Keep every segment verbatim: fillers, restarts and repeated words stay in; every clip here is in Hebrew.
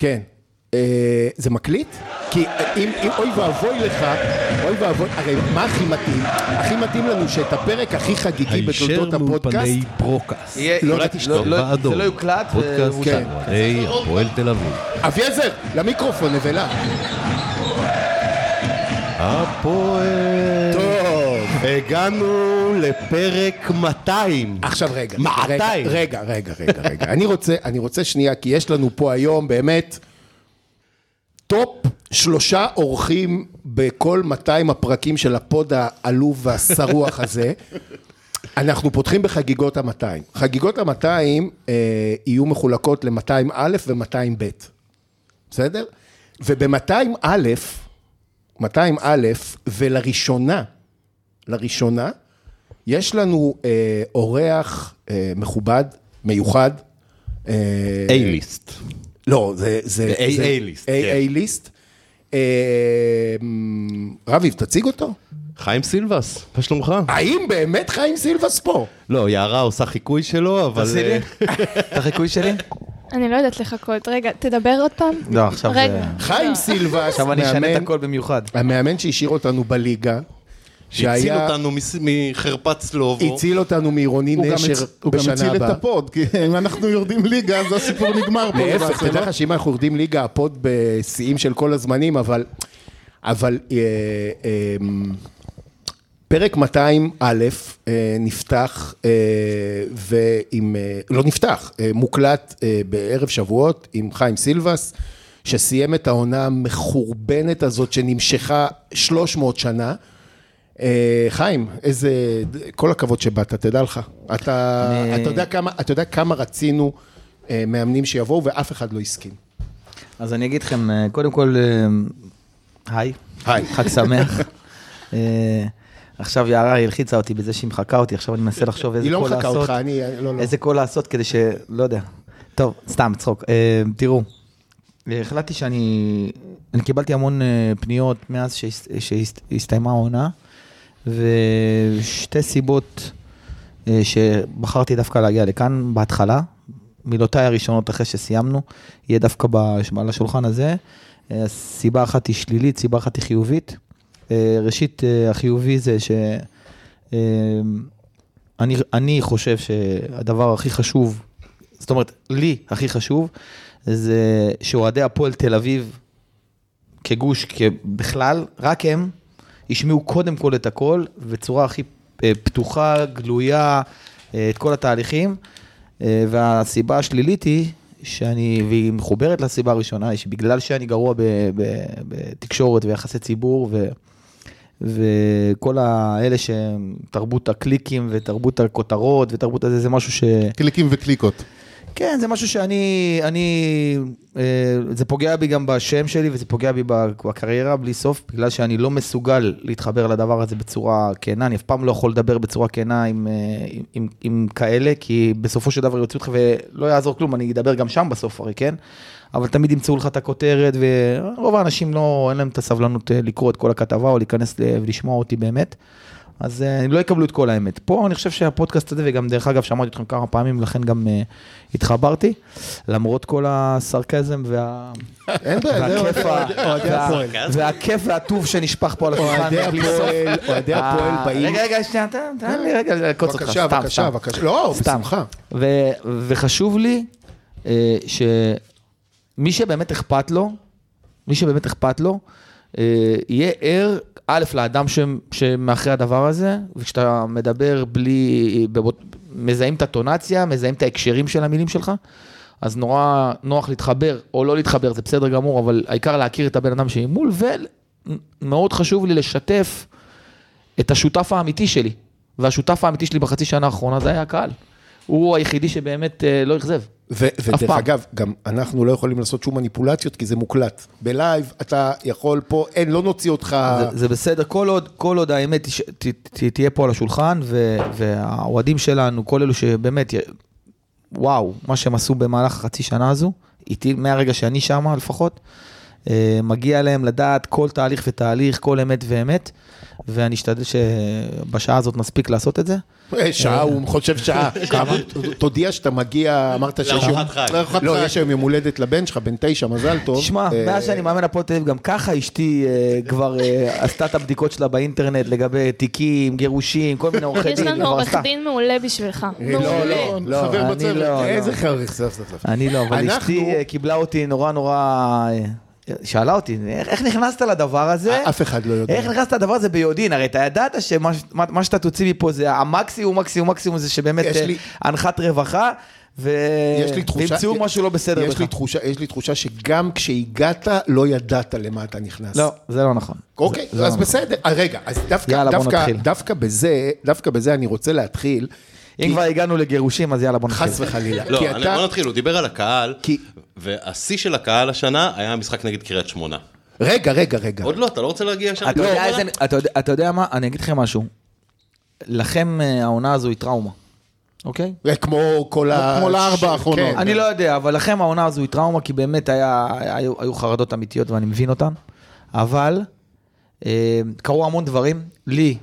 כן. זה מקליט? כי אם אוי ואבוי לך, אוי ואבוי, הרי מה הכי מתאים? הכי מתאים לנו שאת הפרק הכי חגיגי בתולדות הפודקאסט, הישר מאולפני ברוקאסט. לא תשתוק. זה לא יוקלט. פודקאסט של אוהדי הפועל תל אביב. אביעזר, למיקרופון, נבלה. הפועל. טוב, הגענו לפרק מאתיים. עכשיו רגע, מאתיים. רגע, רגע, רגע, רגע. אני רוצה, אני רוצה שנייה, כי יש לנו פה היום באמת טופ שלושה אורחים בכל מאתיים הפרקים של הפוד העלוב והסרוח הזה. אנחנו פותחים בחגיגות ה-מאתיים. חגיגות ה-מאתיים אה, יהיו מחולקות ל-מאתיים א' ו-מאתיים ב'. בסדר? וב-מאתיים א', מאתיים א', ולראשונה, לראשונה, יש לנו אה, אורח אה, מכובד, מיוחד. אה, A-ליסט. לא, זה... זה A-ליסט. A-ליסט. רביב, תציג אותו. חיים סילבס, מה שלומך? האם באמת חיים סילבס פה? לא, יערה עושה חיקוי שלו, אבל... תעשי לי? את החיקוי שלי? אני לא יודעת לחכות. רגע, תדבר עוד פעם. לא, עכשיו זה... חיים סילבס, עכשיו אני אשנה את הכל במיוחד. המאמן שהשאיר אותנו בליגה, שהציל אותנו מחרפת סלובו. הציל אותנו מעירוני נשר בשנה הבאה. הוא גם הציל את הפוד, כי אם אנחנו יורדים ליגה, אז הסיפור נגמר פה. להפך, אתה יודע לך שאם אנחנו יורדים ליגה, הפוד בשיאים של כל הזמנים, אבל, אבל פרק מאתיים א' נפתח, ועם, לא נפתח, מוקלט בערב שבועות עם חיים סילבס, שסיים את העונה המחורבנת הזאת שנמשכה שלוש מאות שנה. חיים, איזה, כל הכבוד שבאת, תדע לך. אתה, אתה יודע כמה, אתה יודע כמה רצינו מאמנים שיבואו ואף אחד לא הסכים. אז אני אגיד לכם, קודם כל, היי. היי. חג שמח. עכשיו יערה הלחיצה אותי בזה שהיא מחכה אותי, עכשיו אני מנסה לחשוב איזה קול לעשות. היא לא מחכה אותך, אני, לא, לא. איזה קול לעשות כדי ש... לא יודע. טוב, סתם, צחוק. תראו, החלטתי שאני... אני קיבלתי המון פניות מאז שהסתיימה העונה, ושתי סיבות שבחרתי דווקא להגיע לכאן בהתחלה, מילותיי הראשונות אחרי שסיימנו, יהיה דווקא על השולחן הזה. סיבה אחת היא שלילית, סיבה אחת היא חיובית. ראשית, החיובי זה שאני אני חושב שהדבר הכי חשוב, זאת אומרת, לי הכי חשוב, זה שאוהדי הפועל תל אביב, כגוש, בכלל, רק הם ישמיעו קודם כל את הכל, בצורה הכי פתוחה, גלויה, את כל התהליכים, והסיבה השלילית היא, שאני, והיא מחוברת לסיבה הראשונה, היא שבגלל שאני גרוע בתקשורת ויחסי ציבור, ו, וכל האלה שהם תרבות הקליקים, ותרבות הכותרות, ותרבות הזה, זה משהו ש... קליקים וקליקות. כן, זה משהו שאני, אני, זה פוגע בי גם בשם שלי, וזה פוגע בי בקריירה בלי סוף, בגלל שאני לא מסוגל להתחבר לדבר הזה בצורה כנה, אני אף פעם לא יכול לדבר בצורה כנה עם, עם, עם, עם כאלה, כי בסופו של דבר יוצאו אותך ולא יעזור כלום, אני אדבר גם שם בסוף, הרי כן, אבל תמיד ימצאו לך את הכותרת, ורוב האנשים לא, אין להם את הסבלנות לקרוא את כל הכתבה, או להיכנס ולשמוע אותי באמת, אז לא יקבלו את כל האמת. פה אני חושב שהפודקאסט הזה, וגם דרך אגב שמעתי אתכם כמה פעמים, לכן גם uh, התחברתי, למרות כל הסרקזם וה... והכיף והטוב שנשפח פה על השולחן. אוהדי הפועל באים... רגע, רגע, שנייה, תן לי רגע לקוץ אותך, סתם, בבקשה, בבקשה. לא, בשמחה. וחשוב לי שמי שבאמת אכפת לו, מי שבאמת אכפת לו, יהיה ער, א', לאדם שמאחרי הדבר הזה, וכשאתה מדבר בלי, מזהים את הטונציה, מזהים את ההקשרים של המילים שלך, אז נורא נוח להתחבר, או לא להתחבר, זה בסדר גמור, אבל העיקר להכיר את הבן אדם שהיא מול, ומאוד חשוב לי לשתף את השותף האמיתי שלי, והשותף האמיתי שלי בחצי שנה האחרונה, זה היה הקהל. הוא היחידי שבאמת לא יחזב. ודרך אגב, גם אנחנו לא יכולים לעשות שום מניפולציות, כי זה מוקלט. בלייב אתה יכול פה, אין, לא נוציא אותך... זה בסדר, כל עוד האמת תהיה פה על השולחן, והאוהדים שלנו, כל אלו שבאמת, וואו, מה שהם עשו במהלך החצי שנה הזו, איתי מהרגע שאני שמה לפחות, מגיע להם לדעת כל תהליך ותהליך, כל אמת ואמת, ואני אשתדל שבשעה הזאת נספיק לעשות את זה. שעה, הוא חושב שעה. תודיע שאתה מגיע, אמרת שיש יום... לא, יש היום יום הולדת לבן שלך, בן תשע, מזל טוב. שמע, מאז שאני מאמן הפועל תל אביב, גם ככה אשתי כבר עשתה את הבדיקות שלה באינטרנט, לגבי תיקים, גירושים, כל מיני עורכי דין. יש לנו עורך דין מעולה בשבילך. לא, לא, לא. חבר בצוות. איזה חבר, סוף סוף סוף. אני לא, אבל אשתי קיבלה אותי נורא נורא... שאלה אותי, איך נכנסת לדבר הזה? אף אחד לא יודע. איך נכנסת לדבר הזה ביודעין? הרי אתה ידעת שמה שאתה תוציא מפה זה המקסימום, מקסימום, מקסימום זה שבאמת הנחת רווחה, וימצאו משהו לא בסדר בך. יש לי תחושה שגם כשהגעת לא ידעת למה אתה נכנס. לא, זה לא נכון. אוקיי, אז בסדר. רגע, אז דווקא בזה, דווקא בזה אני רוצה להתחיל. אם כבר הגענו לגירושים, אז יאללה בוא נתחיל. חס וחלילה. לא, בוא נתחיל, הוא דיבר על הקהל, והשיא של הקהל השנה היה המשחק נגד קריית שמונה. רגע, רגע, רגע. עוד לא, אתה לא רוצה להגיע שם? אתה יודע מה? אני אגיד לכם משהו. לכם העונה הזו היא טראומה. אוקיי? כמו כל ה... כמו לארבע האחרונות. אני לא יודע, אבל לכם העונה הזו היא טראומה, כי באמת היו חרדות אמיתיות ואני מבין אותן. אבל קרו המון דברים. לי...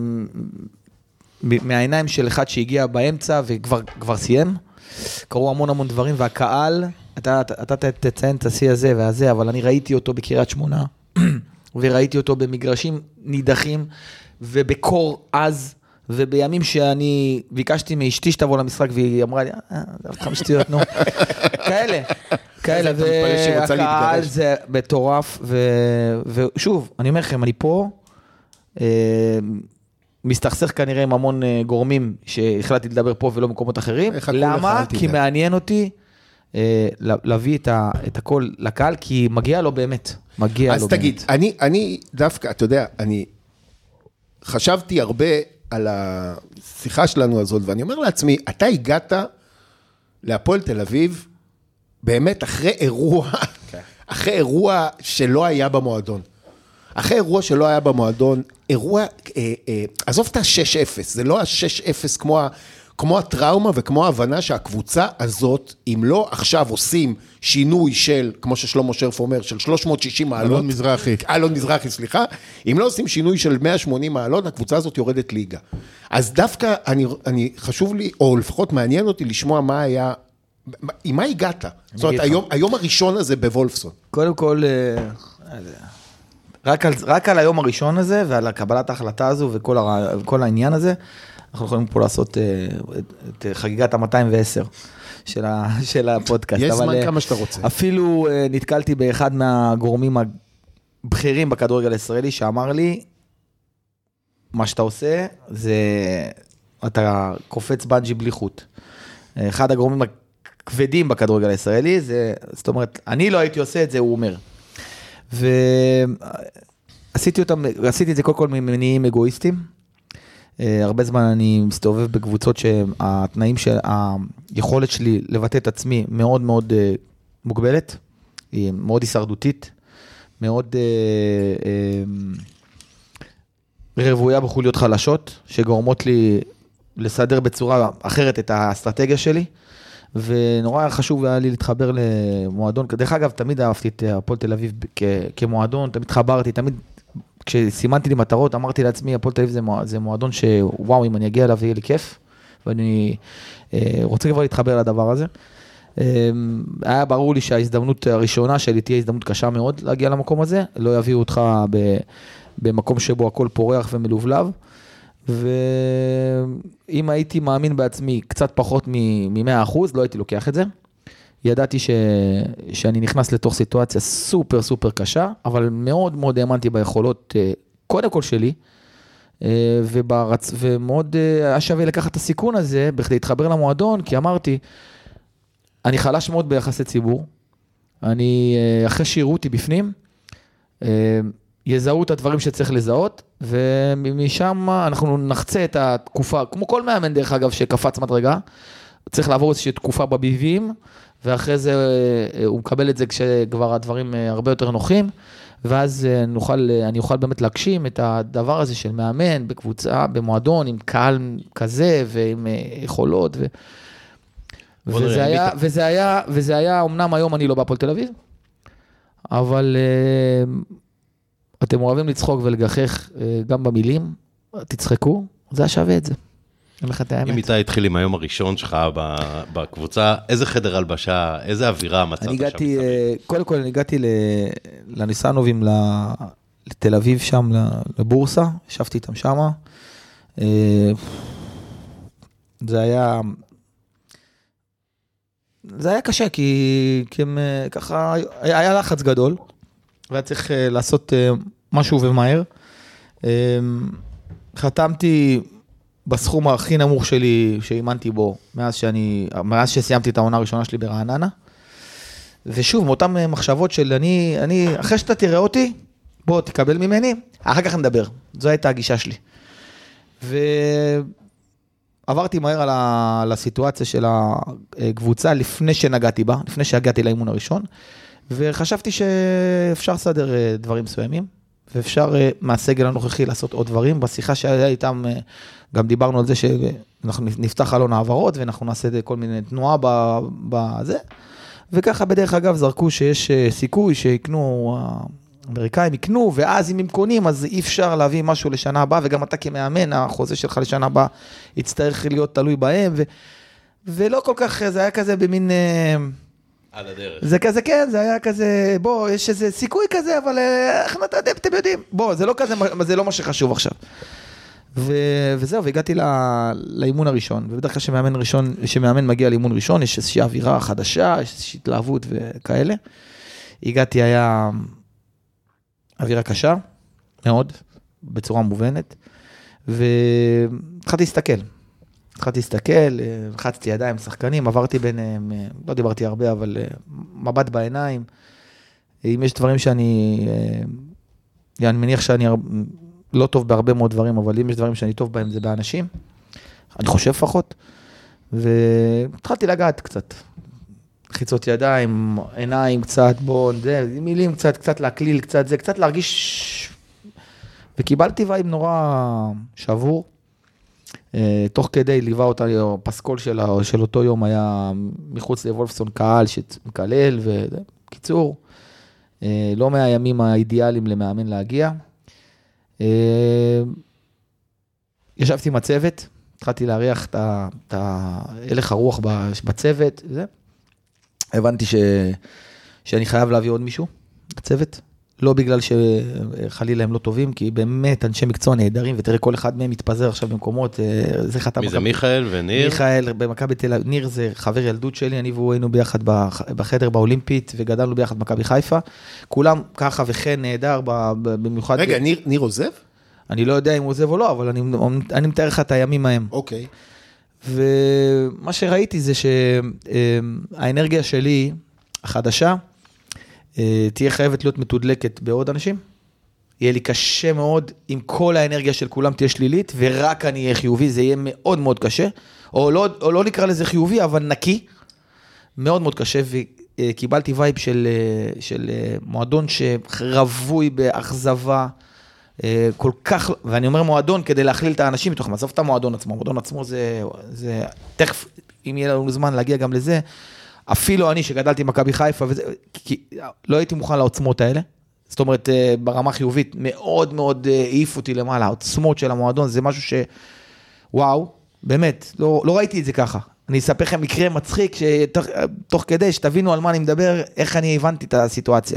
מהעיניים של אחד שהגיע באמצע וכבר סיים, קראו המון המון דברים, והקהל, אתה, אתה, אתה תציין את השיא הזה והזה, אבל אני ראיתי אותו בקריית שמונה, וראיתי אותו במגרשים נידחים, ובקור עז, ובימים שאני ביקשתי מאשתי שתבוא למשחק, והיא אמרה לי, אה, זה עוד חמש שטויות, נו. כאלה, כאלה, והקהל זה מטורף, ושוב, אני אומר לכם, אני פה, מסתכסך כנראה עם המון גורמים שהחלטתי לדבר פה ולא במקומות אחרים. למה? כי מעניין אותי להביא את הכל לקהל, כי מגיע לו באמת. מגיע לו באמת. אז תגיד, אני דווקא, אתה יודע, אני חשבתי הרבה על השיחה שלנו הזאת, ואני אומר לעצמי, אתה הגעת להפועל תל אביב, באמת אחרי אירוע, אחרי אירוע שלא היה במועדון. אחרי אירוע שלא היה במועדון, אירוע, אה, אה, עזוב את ה-שש אפס, זה לא ה-שש אפס כמו, כמו הטראומה וכמו ההבנה שהקבוצה הזאת, אם לא עכשיו עושים שינוי של, כמו ששלמה שרף אומר, של שלוש מאות ושישים מעלות. אלון מזרחי. אלון מזרחי, סליחה. אם לא עושים שינוי של מאה ושמונים מעלות, הקבוצה הזאת יורדת ליגה. אז דווקא אני, אני חשוב לי, או לפחות מעניין אותי לשמוע מה היה, עם מה הגעת? זאת אומרת, היום, היום הראשון הזה בוולפסון. קודם כל... רק על, רק על היום הראשון הזה, ועל קבלת ההחלטה הזו, וכל, הר, וכל העניין הזה, אנחנו יכולים פה לעשות uh, את, את חגיגת ה-מאתיים ועשר של, ה, של הפודקאסט. יש זמן כמה שאתה רוצה. אפילו uh, נתקלתי באחד מהגורמים הבכירים בכדורגל הישראלי, שאמר לי, מה שאתה עושה, זה, אתה קופץ בנג'י בלי חוט. אחד הגורמים הכבדים בכדורגל הישראלי, זה, זאת אומרת, אני לא הייתי עושה את זה, הוא אומר. ועשיתי אותם, עשיתי את זה כל כל ממניעים אגואיסטים. הרבה זמן אני מסתובב בקבוצות שהתנאים של, היכולת שלי לבטא את עצמי מאוד מאוד מוגבלת, היא מאוד הישרדותית, מאוד רבויה בחוליות חלשות, שגורמות לי לסדר בצורה אחרת את האסטרטגיה שלי, ונורא חשוב היה לי להתחבר למועדון. דרך אגב, תמיד אהבתי את הפועל תל אביב כמועדון, תמיד חברתי, תמיד כשסימנתי לי מטרות, אמרתי לעצמי, הפועל תל אביב זה מועדון שוואו, אם אני אגיע אליו יהיה לי כיף, ואני רוצה כבר להתחבר לדבר הזה. היה ברור לי שההזדמנות הראשונה שלי תהיה הזדמנות קשה מאוד להגיע למקום הזה, לא יביאו אותך במקום שבו הכל פורח ומלובלב, ואם הייתי מאמין בעצמי קצת פחות מ-מאה אחוז, לא הייתי לוקח את זה. ידעתי ש... שאני נכנס לתוך סיטואציה סופר סופר קשה, אבל מאוד מאוד האמנתי ביכולות, קודם כל שלי, וברצ... ומאוד היה שווה לקחת את הסיכון הזה, בכדי להתחבר למועדון, כי אמרתי, אני חלש מאוד ביחסי ציבור, אני, אחרי שיראו אותי בפנים, יזהו את הדברים שצריך לזהות, ומשם אנחנו נחצה את התקופה, כמו כל מאמן דרך אגב שקפץ מדרגה, צריך לעבור איזושהי תקופה בביבים, ואחרי זה הוא מקבל את זה כשכבר הדברים הרבה יותר נוחים, ואז נוכל, אני אוכל באמת להגשים את הדבר הזה של מאמן בקבוצה, במועדון, עם קהל כזה, ועם יכולות, ו... וזה היה, וזה היה, וזה היה, אמנם היום אני לא בהפועל תל אביב, אבל אתם אוהבים לצחוק ולגחך גם במילים, תצחקו, זה שווה את זה. אם איתי התחיל עם היום הראשון שלך בקבוצה, איזה חדר הלבשה, איזה אווירה מצאת שם? הגעתי, קודם כל אני הגעתי לניסנובים, לתל אביב שם, לבורסה, ישבתי איתם שם. זה היה, זה היה קשה, כי, כי הם, ככה, היה לחץ גדול, והיה צריך לעשות משהו ומהר. חתמתי בסכום הכי נמוך שלי, שאימנתי בו, מאז שאני, מאז שסיימתי את העונה הראשונה שלי ברעננה. ושוב, מאותן מחשבות של אני, אני, אחרי שאתה תראה אותי, בוא תקבל ממני, אחר כך נדבר. זו הייתה הגישה שלי. ועברתי מהר על, ה... על הסיטואציה של הקבוצה, לפני שנגעתי בה, לפני שהגעתי לאימון הראשון, וחשבתי שאפשר לסדר דברים מסוימים, ואפשר מהסגל הנוכחי לעשות עוד דברים. בשיחה שהיה איתם, גם דיברנו על זה שאנחנו נפתח חלון העברות, ואנחנו נעשה כל מיני תנועה בזה, וככה בדרך אגב זרקו שיש סיכוי שיקנו, האמריקאים יקנו, ואז אם הם קונים, אז אי אפשר להביא משהו לשנה הבאה, וגם אתה כמאמן, החוזה שלך לשנה הבאה, יצטרך להיות תלוי בהם, ו... ולא כל כך, זה היה כזה במין... על הדרך. זה כזה, כן, זה היה כזה, בוא, יש איזה סיכוי כזה, אבל איך נתעדם, אתם יודעים, בוא, זה לא כזה, זה לא מה שחשוב עכשיו. ו... וזהו, והגעתי לא... לאימון הראשון, ובדרך כלל שמאמן ראשון, שמאמן מגיע לאימון ראשון, יש איזושהי אווירה חדשה, יש איזושהי התלהבות וכאלה. הגעתי, היה אווירה קשה, מאוד, בצורה מובנת, והתחלתי להסתכל. התחלתי להסתכל, לחצתי ידיים, שחקנים, עברתי ביניהם, לא דיברתי הרבה, אבל מבט בעיניים. אם יש דברים שאני, אני מניח שאני לא טוב בהרבה מאוד דברים, אבל אם יש דברים שאני טוב בהם, זה באנשים. אני חושב פחות. והתחלתי לגעת קצת. חיצות ידיים, עיניים קצת, בוא, זה, מילים קצת, קצת להקליל, קצת זה, קצת להרגיש... וקיבלתי וייב נורא שבור. תוך כדי ליווה אותה, פסקול של, של אותו יום היה מחוץ לוולפסון קהל שמקלל, וקיצור, לא מהימים האידיאליים למאמן להגיע. ישבתי עם הצוות, התחלתי להריח את הלך הרוח בצוות, זה. הבנתי ש, שאני חייב להביא עוד מישהו בצוות, לא בגלל שחלילה הם לא טובים, כי באמת אנשי מקצוע נהדרים, ותראה כל אחד מהם מתפזר עכשיו במקומות, זה חתם... מי זה מיכאל וניר? מיכאל, במכבי תל אביב, ניר זה חבר ילדות שלי, אני והוא היינו ביחד בחדר באולימפית, וגדלנו ביחד במכבי חיפה, כולם ככה וכן נהדר, במיוחד... רגע, ניר, ניר עוזב? אני לא יודע אם הוא עוזב או לא, אבל אני, אני מתאר לך את הימים ההם. אוקיי. ומה שראיתי זה שהאנרגיה שלי, החדשה, תהיה חייבת להיות מתודלקת בעוד אנשים. יהיה לי קשה מאוד, אם כל האנרגיה של כולם תהיה שלילית, ורק אני אהיה חיובי, זה יהיה מאוד מאוד קשה. או לא, או לא נקרא לזה חיובי, אבל נקי. מאוד מאוד קשה, וקיבלתי וייב של, של מועדון שרווי באכזבה, כל כך, ואני אומר מועדון כדי להכליל את האנשים, מתוך מעזוב את המועדון עצמו. המועדון עצמו זה, זה, תכף, אם יהיה לנו זמן להגיע גם לזה, אפילו אני שגדלתי במכבי חיפה, וזה, כי לא הייתי מוכן לעוצמות האלה, זאת אומרת, ברמה חיובית, מאוד מאוד העיף אותי למעלה, העוצמות של המועדון, זה משהו ש... וואו, באמת, לא, לא ראיתי את זה ככה. אני אספר לכם מקרה מצחיק, שתוך, תוך כדי שתבינו על מה אני מדבר, איך אני הבנתי את הסיטואציה.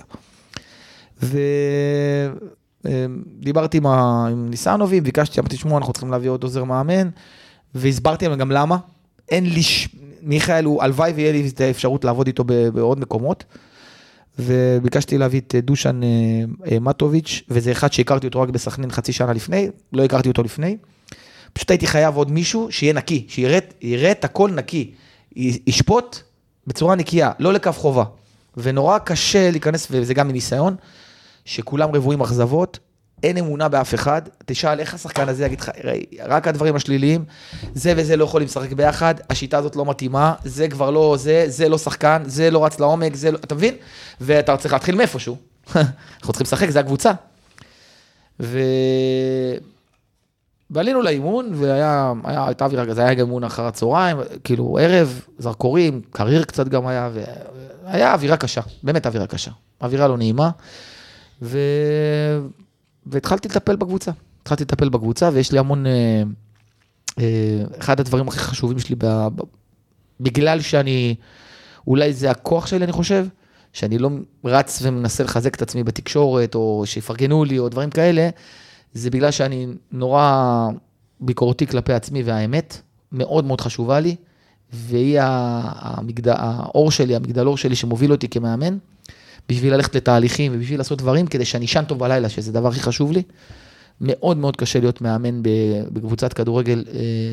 ודיברתי עם, עם ניסנובי, ביקשתי, אמרתי, תשמעו, אנחנו צריכים להביא עוד עוזר מאמן, והסברתי להם גם למה. אין לי... מיכאל הוא הלוואי ויהיה לי את האפשרות לעבוד איתו בעוד מקומות, וביקשתי להביא את דושן מטוביץ', וזה אחד שהכרתי אותו רק בסכנין חצי שנה לפני, לא הכרתי אותו לפני, פשוט הייתי חייב עוד מישהו שיהיה נקי, שיראה את הכל נקי, ישפוט בצורה נקייה, לא לקו חובה, ונורא קשה להיכנס, וזה גם מניסיון, שכולם רבועים אכזבות, אין אמונה באף אחד, תשאל איך השחקן הזה יגיד לך, רק הדברים השליליים, זה וזה לא יכולים לשחק ביחד, השיטה הזאת לא מתאימה, זה כבר לא זה, זה לא שחקן, זה לא רץ לעומק, זה לא, אתה מבין? ואתה צריך להתחיל מאיפשהו. אנחנו צריכים לשחק, זה הקבוצה. ו... ועלינו לאימון, והיה, היה, הייתה אווירה כזה, היה גם אימון אחר הצהריים, כאילו ערב, זרקורים, קריר קצת גם היה, והיה אווירה קשה, באמת אווירה קשה, אווירה לא נעימה, ו... והתחלתי לטפל בקבוצה, התחלתי לטפל בקבוצה, ויש לי המון, אה, אה, אחד הדברים הכי חשובים שלי, ב... ב... בגלל שאני, אולי זה הכוח שלי, אני חושב, שאני לא רץ ומנסה לחזק את עצמי בתקשורת, או שיפרגנו לי, או דברים כאלה, זה בגלל שאני נורא ביקורתי כלפי עצמי, והאמת מאוד מאוד חשובה לי, והיא המגד... האור שלי, המגדלור שלי שמוביל אותי כמאמן, בשביל ללכת לתהליכים ובשביל לעשות דברים, כדי שאני אשן טוב בלילה, שזה דבר הכי חשוב לי. מאוד מאוד קשה להיות מאמן בקבוצת כדורגל,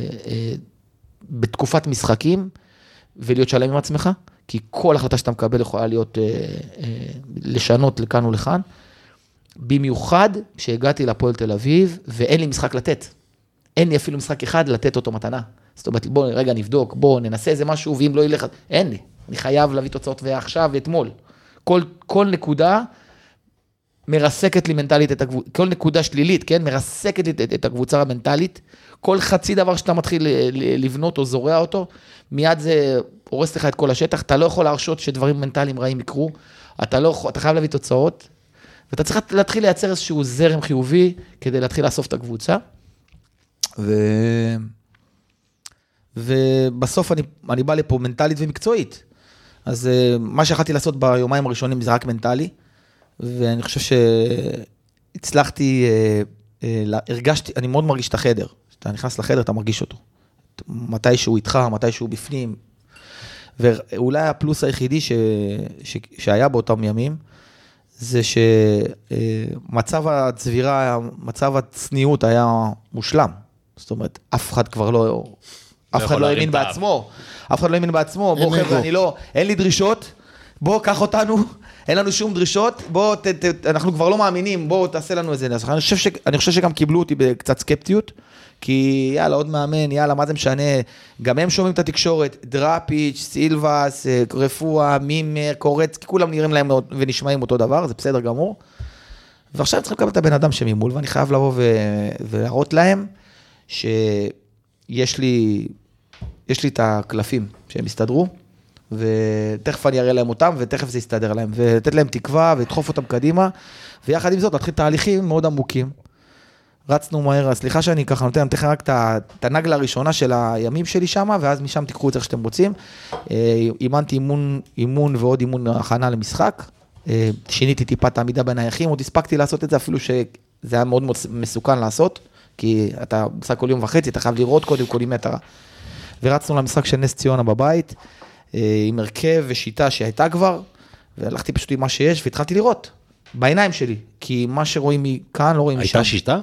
בתקופת משחקים, ולהיות שלם עם עצמך, כי כל החלטה שאתה מקבל יכולה להיות, לשנות לכאן ולכאן, במיוחד שהגעתי לפועל תל אביב, ואין לי משחק לתת. אין לי אפילו משחק אחד לתת אותו מתנה. זאת אומרת, בוא רגע נבדוק, בוא ננסה איזה משהו, ואם לא ילך, אין לי. אני חייב להביא תוצאות ועכשיו ואתמול. כל, כל נקודה מרסקת לי מנטלית את הקבוצה, כל נקודה שלילית, כן? מרסקת את, את, את הקבוצה המנטלית. כל חצי דבר שאתה מתחיל לבנות או זורע אותו, מיד זה הורס לך את כל השטח. אתה לא יכול להרשות שדברים מנטליים רעים יקרו. אתה לא, אתה חייב להביא תוצאות. ואתה צריך להתחיל לייצר איזשהו זרם חיובי, כדי להתחיל לאסוף את הקבוצה. ו... ובסוף אני, אני בא לפה מנטלית ומקצועית. אז מה שיכולתי לעשות ביומיים הראשונים זה רק מנטלי, ואני חושב שהצלחתי, הרגשתי, אני מאוד מרגיש את החדר. כשאתה נכנס לחדר, אתה מרגיש אותו. מתי שהוא איתך, מתי שהוא בפנים. ואולי הפלוס היחידי ש... ש... שהיה באותם ימים, זה שמצב הצבירה, מצב הצניעות היה מושלם. זאת אומרת, אף אחד כבר לא, אף אחד לא האמין בעצמו. אף אחד לא האמין בעצמו. בוא חבר'ה, אני לא, אין לי דרישות, בוא, קח אותנו, אין לנו שום דרישות, בוא, ת, ת, אנחנו כבר לא מאמינים, בוא, תעשה לנו את זה. אני חושב ש, אני חושב שגם קיבלו אותי בקצת סקפטיות, כי יאללה, עוד מאמן, יאללה, מה זה משנה? גם הם שומעים את התקשורת, דראפיץ', סילבס, רפואה, מימר, קורץ, כי כולם נראים להם ונשמעים אותו דבר, זה בסדר גמור. ועכשיו צריכים לקבל את הבן אדם שממול, ואני חייב לבוא ולהראות להם שיש לי, יש לי את הקלפים שהם יסתדרו, ותכף אני אראה להם אותם, ותכף זה יסתדר להם, ולתת להם תקווה, ולדחוף אותם קדימה, ויחד עם זאת, להתחיל תהליכים מאוד עמוקים. רצנו מהר, סליחה שאני ככה נותן, נתן רק את הנגלה הראשונה של הימים שלי שם, ואז משם תיקחו את זה שאתם רוצים. אימנתי אימון, אימון ועוד אימון הכנה למשחק, שיניתי טיפה את העמידה בנייחים, עוד הספקתי לעשות את זה, אפילו שזה היה מאוד מאוד מסוכן לעשות, כי אתה בסך כל יום וחצי, אתה חייב לראות קודם כל עם מטרה. ורצנו למשחק של נס ציונה בבית, עם הרכב ושיטה שהייתה כבר, והלכתי פשוט עם מה שיש, והתחלתי לראות בעיניים שלי, כי מה שרואים מכאן לא רואים משם. הייתה שיטה?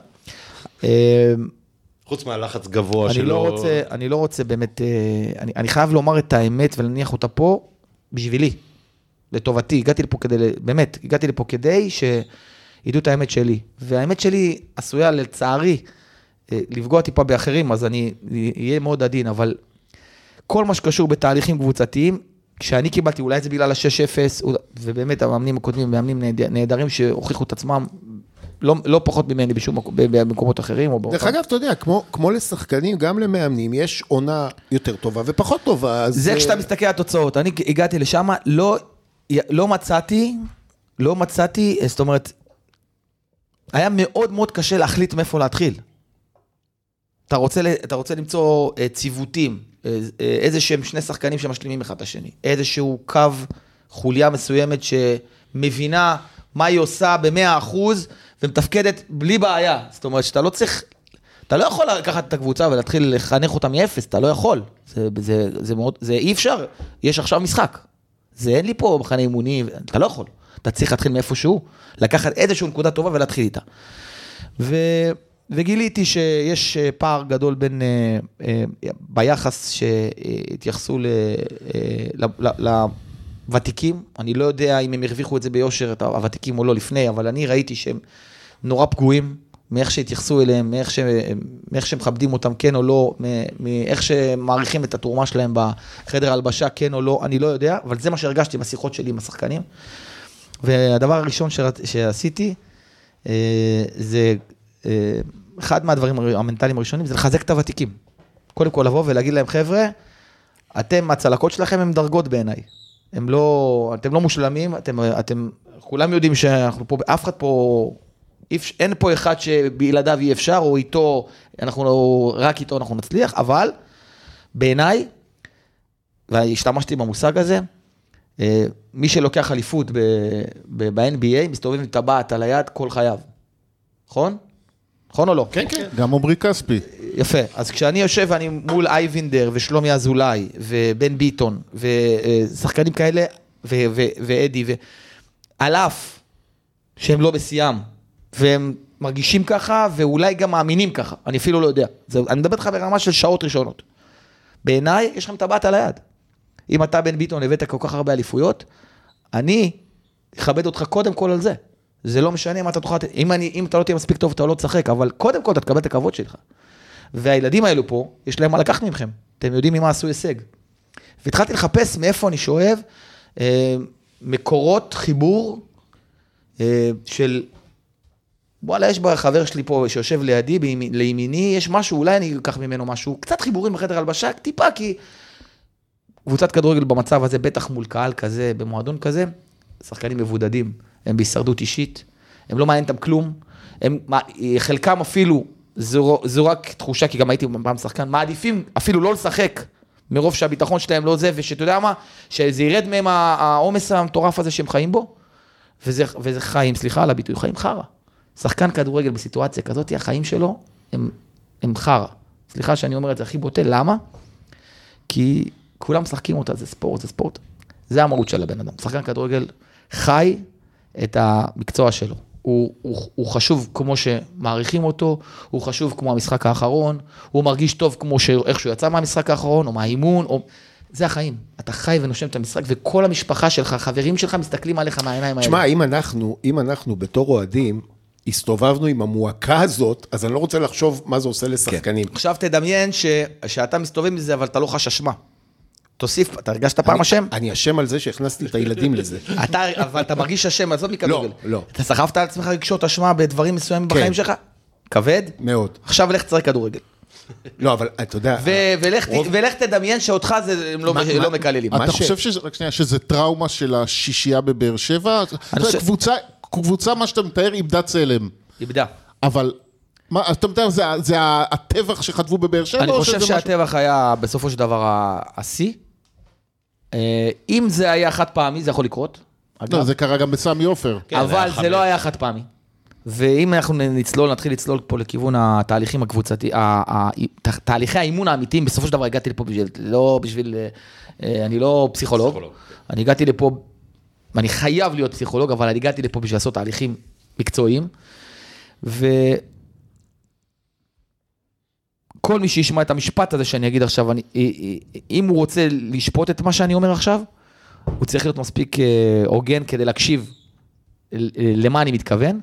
חוץ מהלחץ גבוה שלו. אני לא רוצה, אני לא רוצה באמת, אני, אני חייב לומר את האמת ולהניח אותה פה בשבילי, לטובתי. הגעתי לפה כדי, באמת, הגעתי לפה כדי שידעו את האמת שלי. והאמת שלי עשויה לצערי לפגוע טיפה באחרים, אז אני אהיה מאוד עדין, אבל כל מה שקשור בתהליכים קבוצתיים, כשאני קיבלתי, אולי זה בגלל ה-שש אפס, ובאמת המאמנים הקודמים, מאמנים נהדרים שהוכיחו את עצמם, לא, לא פחות ממני בשום במקומות אחרים. או דרך אגב, אתה יודע, כמו, כמו לשחקנים, גם למאמנים, יש עונה יותר טובה ופחות טובה. אז... זה כשאתה מסתכל על התוצאות. אני הגעתי לשם, לא, לא מצאתי, לא מצאתי, זאת אומרת, היה מאוד מאוד קשה להחליט מאיפה להתחיל. אתה רוצה, אתה רוצה למצוא ציוותים, איזה שהם שני שחקנים שמשלימים אחד את השני, איזשהו קו חוליה מסוימת שמבינה מה היא עושה ב-מאה אחוז, ומתפקדת בלי בעיה. זאת אומרת, שאתה לא צריך, אתה לא יכול לקחת את הקבוצה ולהתחיל לחנך אותה מאפס, אתה לא יכול. זה, זה, זה מאוד, זה אי אפשר. יש עכשיו משחק. זה אין לי פה מחנה אימוני, אתה לא יכול. אתה צריך להתחיל מאיפשהו, לקחת איזושהי נקודה טובה ולהתחיל איתה. ו, וגיליתי שיש פער גדול בין, ביחס שהתייחסו ל, ל, ל, ותיקים, אני לא יודע אם הם הרוויחו את זה ביושר, את הוותיקים או לא לפני, אבל אני ראיתי שהם נורא פגועים, מאיך שהתייחסו אליהם, מאיך, ש... מאיך שמכבדים אותם כן או לא, מאיך שמעריכים את התרומה שלהם בחדר הלבשה כן או לא, אני לא יודע, אבל זה מה שהרגשתי בשיחות שלי עם השחקנים. והדבר הראשון ש... שעשיתי, זה אחד מהדברים המנטליים הראשונים, זה לחזק את הוותיקים. קודם כל לבוא ולהגיד להם, חבר'ה, אתם, הצלקות שלכם הם דרגות בעיניי. הם לא, אתם לא מושלמים, אתם, אתם, כולם יודעים שאנחנו פה, אף אחד פה, אין פה אחד שבלעדיו אי אפשר, או איתו, אנחנו לא, רק איתו אנחנו נצליח, אבל בעיניי, והשתמשתי במושג הזה, מי שלוקח אליפות ב-אן בי איי, מסתובב עם טבעת על היד כל חייו. נכון? נכון או לא? כן, כן. גם עומרי כספי. יפה. אז כשאני יושב ואני מול אייבינדר ושלומי אזולאי ובן ביטון ושחקנים כאלה ואדי ועל אף שהם לא בסיים והם מרגישים ככה ואולי גם מאמינים ככה. אני אפילו לא יודע. אני מדבר לך ברמה של שעות ראשונות. בעיניי יש לכם טבעת על היד. אם אתה בן ביטון הבאת כל כך הרבה אליפויות, אני אכבד אותך קודם כל על זה. זה לא משנה אם אתה תוכל, אם, אני, אם אתה לא תהיה מספיק טוב, אתה לא תשחק, אבל קודם כל אתה תקבל את הכבוד שלך. והילדים האלו פה, יש להם מה לקחת ממכם. אתם יודעים ממה עשו הישג. והתחלתי לחפש מאיפה אני שואב, אה, מקורות חיבור אה, של, וואלה, יש בחבר שלי פה שיושב לידי, בימי, לימיני, יש משהו, אולי אני אקח ממנו משהו, קצת חיבורים בחדר הלבשה, טיפה, כי קבוצת כדורגל במצב הזה, בטח מול קהל כזה, במועדון כזה, שחקנים מבודדים. הם בהישרדות אישית, הם לא מעניין אותם כלום, הם, חלקם אפילו, זו, זו רק תחושה, כי גם הייתי פעם שחקן, מעדיפים אפילו לא לשחק, מרוב שהביטחון שלהם לא זה, ושאתה יודע מה, שזה ירד מהם העומס המטורף הזה שהם חיים בו, וזה, וזה חיים, סליחה על הביטוי, חיים חרה. שחקן כדורגל בסיטואציה כזאת, החיים שלו הם, הם חרה. סליחה שאני אומר את זה הכי בוטה, למה? כי כולם משחקים אותה, זה ספורט, זה ספורט. זה המהות של הבן אדם. שחקן כדורגל חי את המקצוע שלו. הוא, הוא, הוא חשוב כמו שמעריכים אותו, הוא חשוב כמו המשחק האחרון, הוא מרגיש טוב כמו ש... איך שהוא יצא מהמשחק האחרון, או מהאימון, או... זה החיים. אתה חי ונושם את המשחק, וכל המשפחה שלך, חברים שלך, מסתכלים עליך מהעיניים האלה. תשמע, אם אנחנו, אם אנחנו בתור אוהדים, הסתובבנו עם המועקה הזאת, אז אני לא רוצה לחשוב מה זה עושה לשחקנים. כן. עכשיו תדמיין ש... שאתה מסתובב מזה, אבל אתה לא חש אשמה. תוסיף, אתה הרגשת פעם השם? אני השם על זה שהכנסתי את הילדים לזה. אבל אתה מרגיש השם, אז זאת מכדורגל. לא, לא. אתה סחבת על עצמך רגשות אשמה בדברים מסוימים בחיים שלך? כבד? מאוד. עכשיו לך תצטרך כדורגל. לא, אבל אתה יודע... ולך תדמיין שאותך זה לא מקללים. אתה חושב שזה טראומה של השישייה בבאר שבע? קבוצה, מה שאתה מתאר, איבדה צלם. איבדה. אבל... מה, אתה מתאר, זה, זה הטבח שכתבו בבאר שבע? אני חושב שהטבח היה בסופו של דבר השיא. אם זה היה חד פעמי, זה יכול לקרות. לא, זה קרה גם בסמי עופר. אבל זה לא היה חד פעמי. ואם אנחנו נצלול, נתחיל לצלול פה לכיוון התהליכים הקבוצתי, תהליכי האימון האמיתיים, בסופו של דבר הגעתי לפה בשביל, לא בשביל, אני לא פסיכולוג, אני הגעתי לפה, ואני חייב להיות פסיכולוג, אבל אני הגעתי לפה בשביל לעשות תהליכים מקצועיים, ו... כל מי שישמע את המשפט הזה שאני אגיד עכשיו, אני, אם הוא רוצה לשפוט את מה שאני אומר עכשיו, הוא צריך להיות מספיק הוגן כדי להקשיב למה אני מתכוון.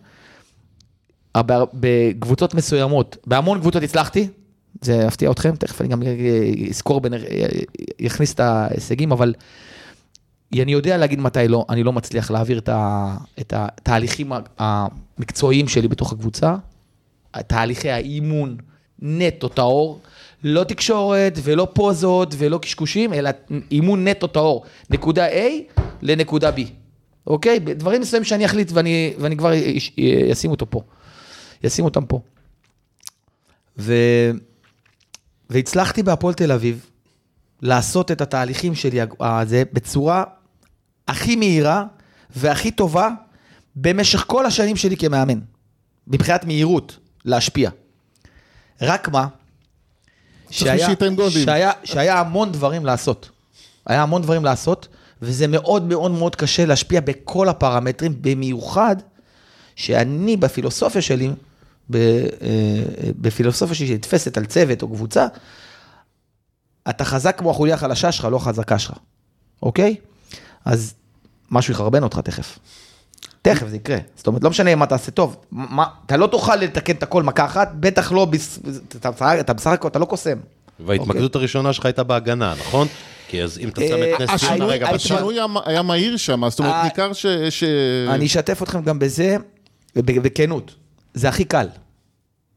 בקבוצות מסוימות, בהמון קבוצות הצלחתי, זה הפתיע אתכם, תכף אני גם אזכור, יכניס את ההישגים, אבל אני יודע להגיד מתי לא, אני לא מצליח להעביר את התהליכים המקצועיים שלי בתוך הקבוצה, תהליכי האימון, נטו טהור, לא תקשורת ולא פוזות ולא קשקושים, אלא אימון נטו טהור, נקודה A לנקודה B, אוקיי? דברים מסוימים שאני אחליט ואני, ואני כבר ישים אותו פה, ישים אותם פה. ו... והצלחתי בהפועל תל אביב לעשות את התהליכים שלי הזה בצורה הכי מהירה והכי טובה במשך כל השנים שלי כמאמן, מבחינת מהירות להשפיע. רק מה? שהיה, שהיה, שהיה המון דברים לעשות. היה המון דברים לעשות, וזה מאוד מאוד מאוד קשה להשפיע בכל הפרמטרים, במיוחד שאני בפילוסופיה שלי, בפילוסופיה שלי שתפסת על צוות או קבוצה, אתה חזק כמו החוליה החלשה שלך, לא חזקה שלך. אוקיי? אז משהו יחרבן אותך תכף. תכף זה יקרה. זאת אומרת, לא משנה מה תעשה טוב. מה, אתה לא תוכל לתקן את הכל מכה אחת, בטח לא, אתה בסך הכל, אתה לא קוסם. וההתמקדות הראשונה שלך הייתה בהגנה, נכון? כי אז אם אתה שם את נס ציונה רגע... השינוי היה מהיר שם, זאת אומרת, ניכר ש... אני אשתף אתכם גם בזה, בכנות. זה הכי קל.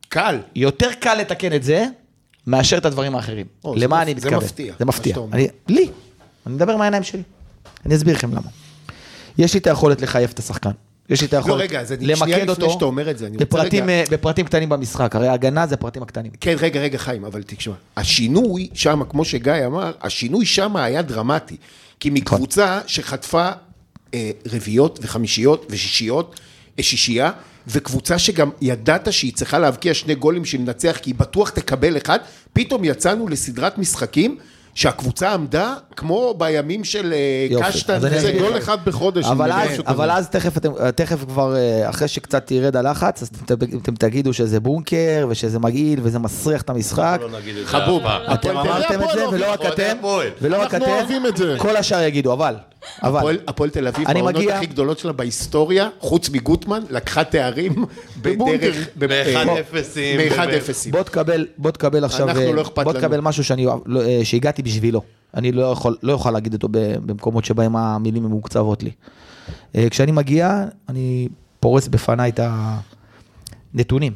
קל. יותר קל לתקן את זה, מאשר את הדברים האחרים. למה אני מתכוון? זה מפתיע. זה מפתיע. לי, אני מדבר מהעיניים שלי. אני אסביר לכם למה. יש לי את היכולת לחייב את השחקן. יש לי את היכולת למקד אותו בפרטים קטנים במשחק. הרי ההגנה זה פרטים הקטנים. כן, רגע, רגע, חיים, אבל תקשוע. השינוי שם, כמו שגיא אמר, השינוי שם היה דרמטי. כי מקבוצה שחטפה רביעיות וחמישיות ושישיות, שישייה, וקבוצה שגם ידעת שהיא צריכה להבקיע שני גולים שמנצח, כי היא בטוח תקבל אחד, פתאום יצאנו לסדרת משחקים, שהקבוצה עמדה כמו בימים של קשטן, זה גול אחד בחודש. אבל אז תכף כבר, אחרי שקצת תירד הלחץ, אז אתם תגידו שזה בונקר, ושזה מגעיל, וזה מסריח את המשחק. חבוב. אתם אמרתם את זה, ולא רק אתם, ולא רק אתם, כל השאר יגידו, אבל... הפועל תל אביב, העונות הכי גדולות שלה בהיסטוריה, חוץ מגוטמן, לקחה תארים בדרך... ב-אחד אפסים. ב-אחד אפסים. בוא תקבל עכשיו, בוא תקבל משהו שהגעתי בשבילו. אני לא יכול להגיד אותו במקומות שבהם המילים הן מוקצבות לי. כשאני מגיע, אני פורס בפניי את הנתונים.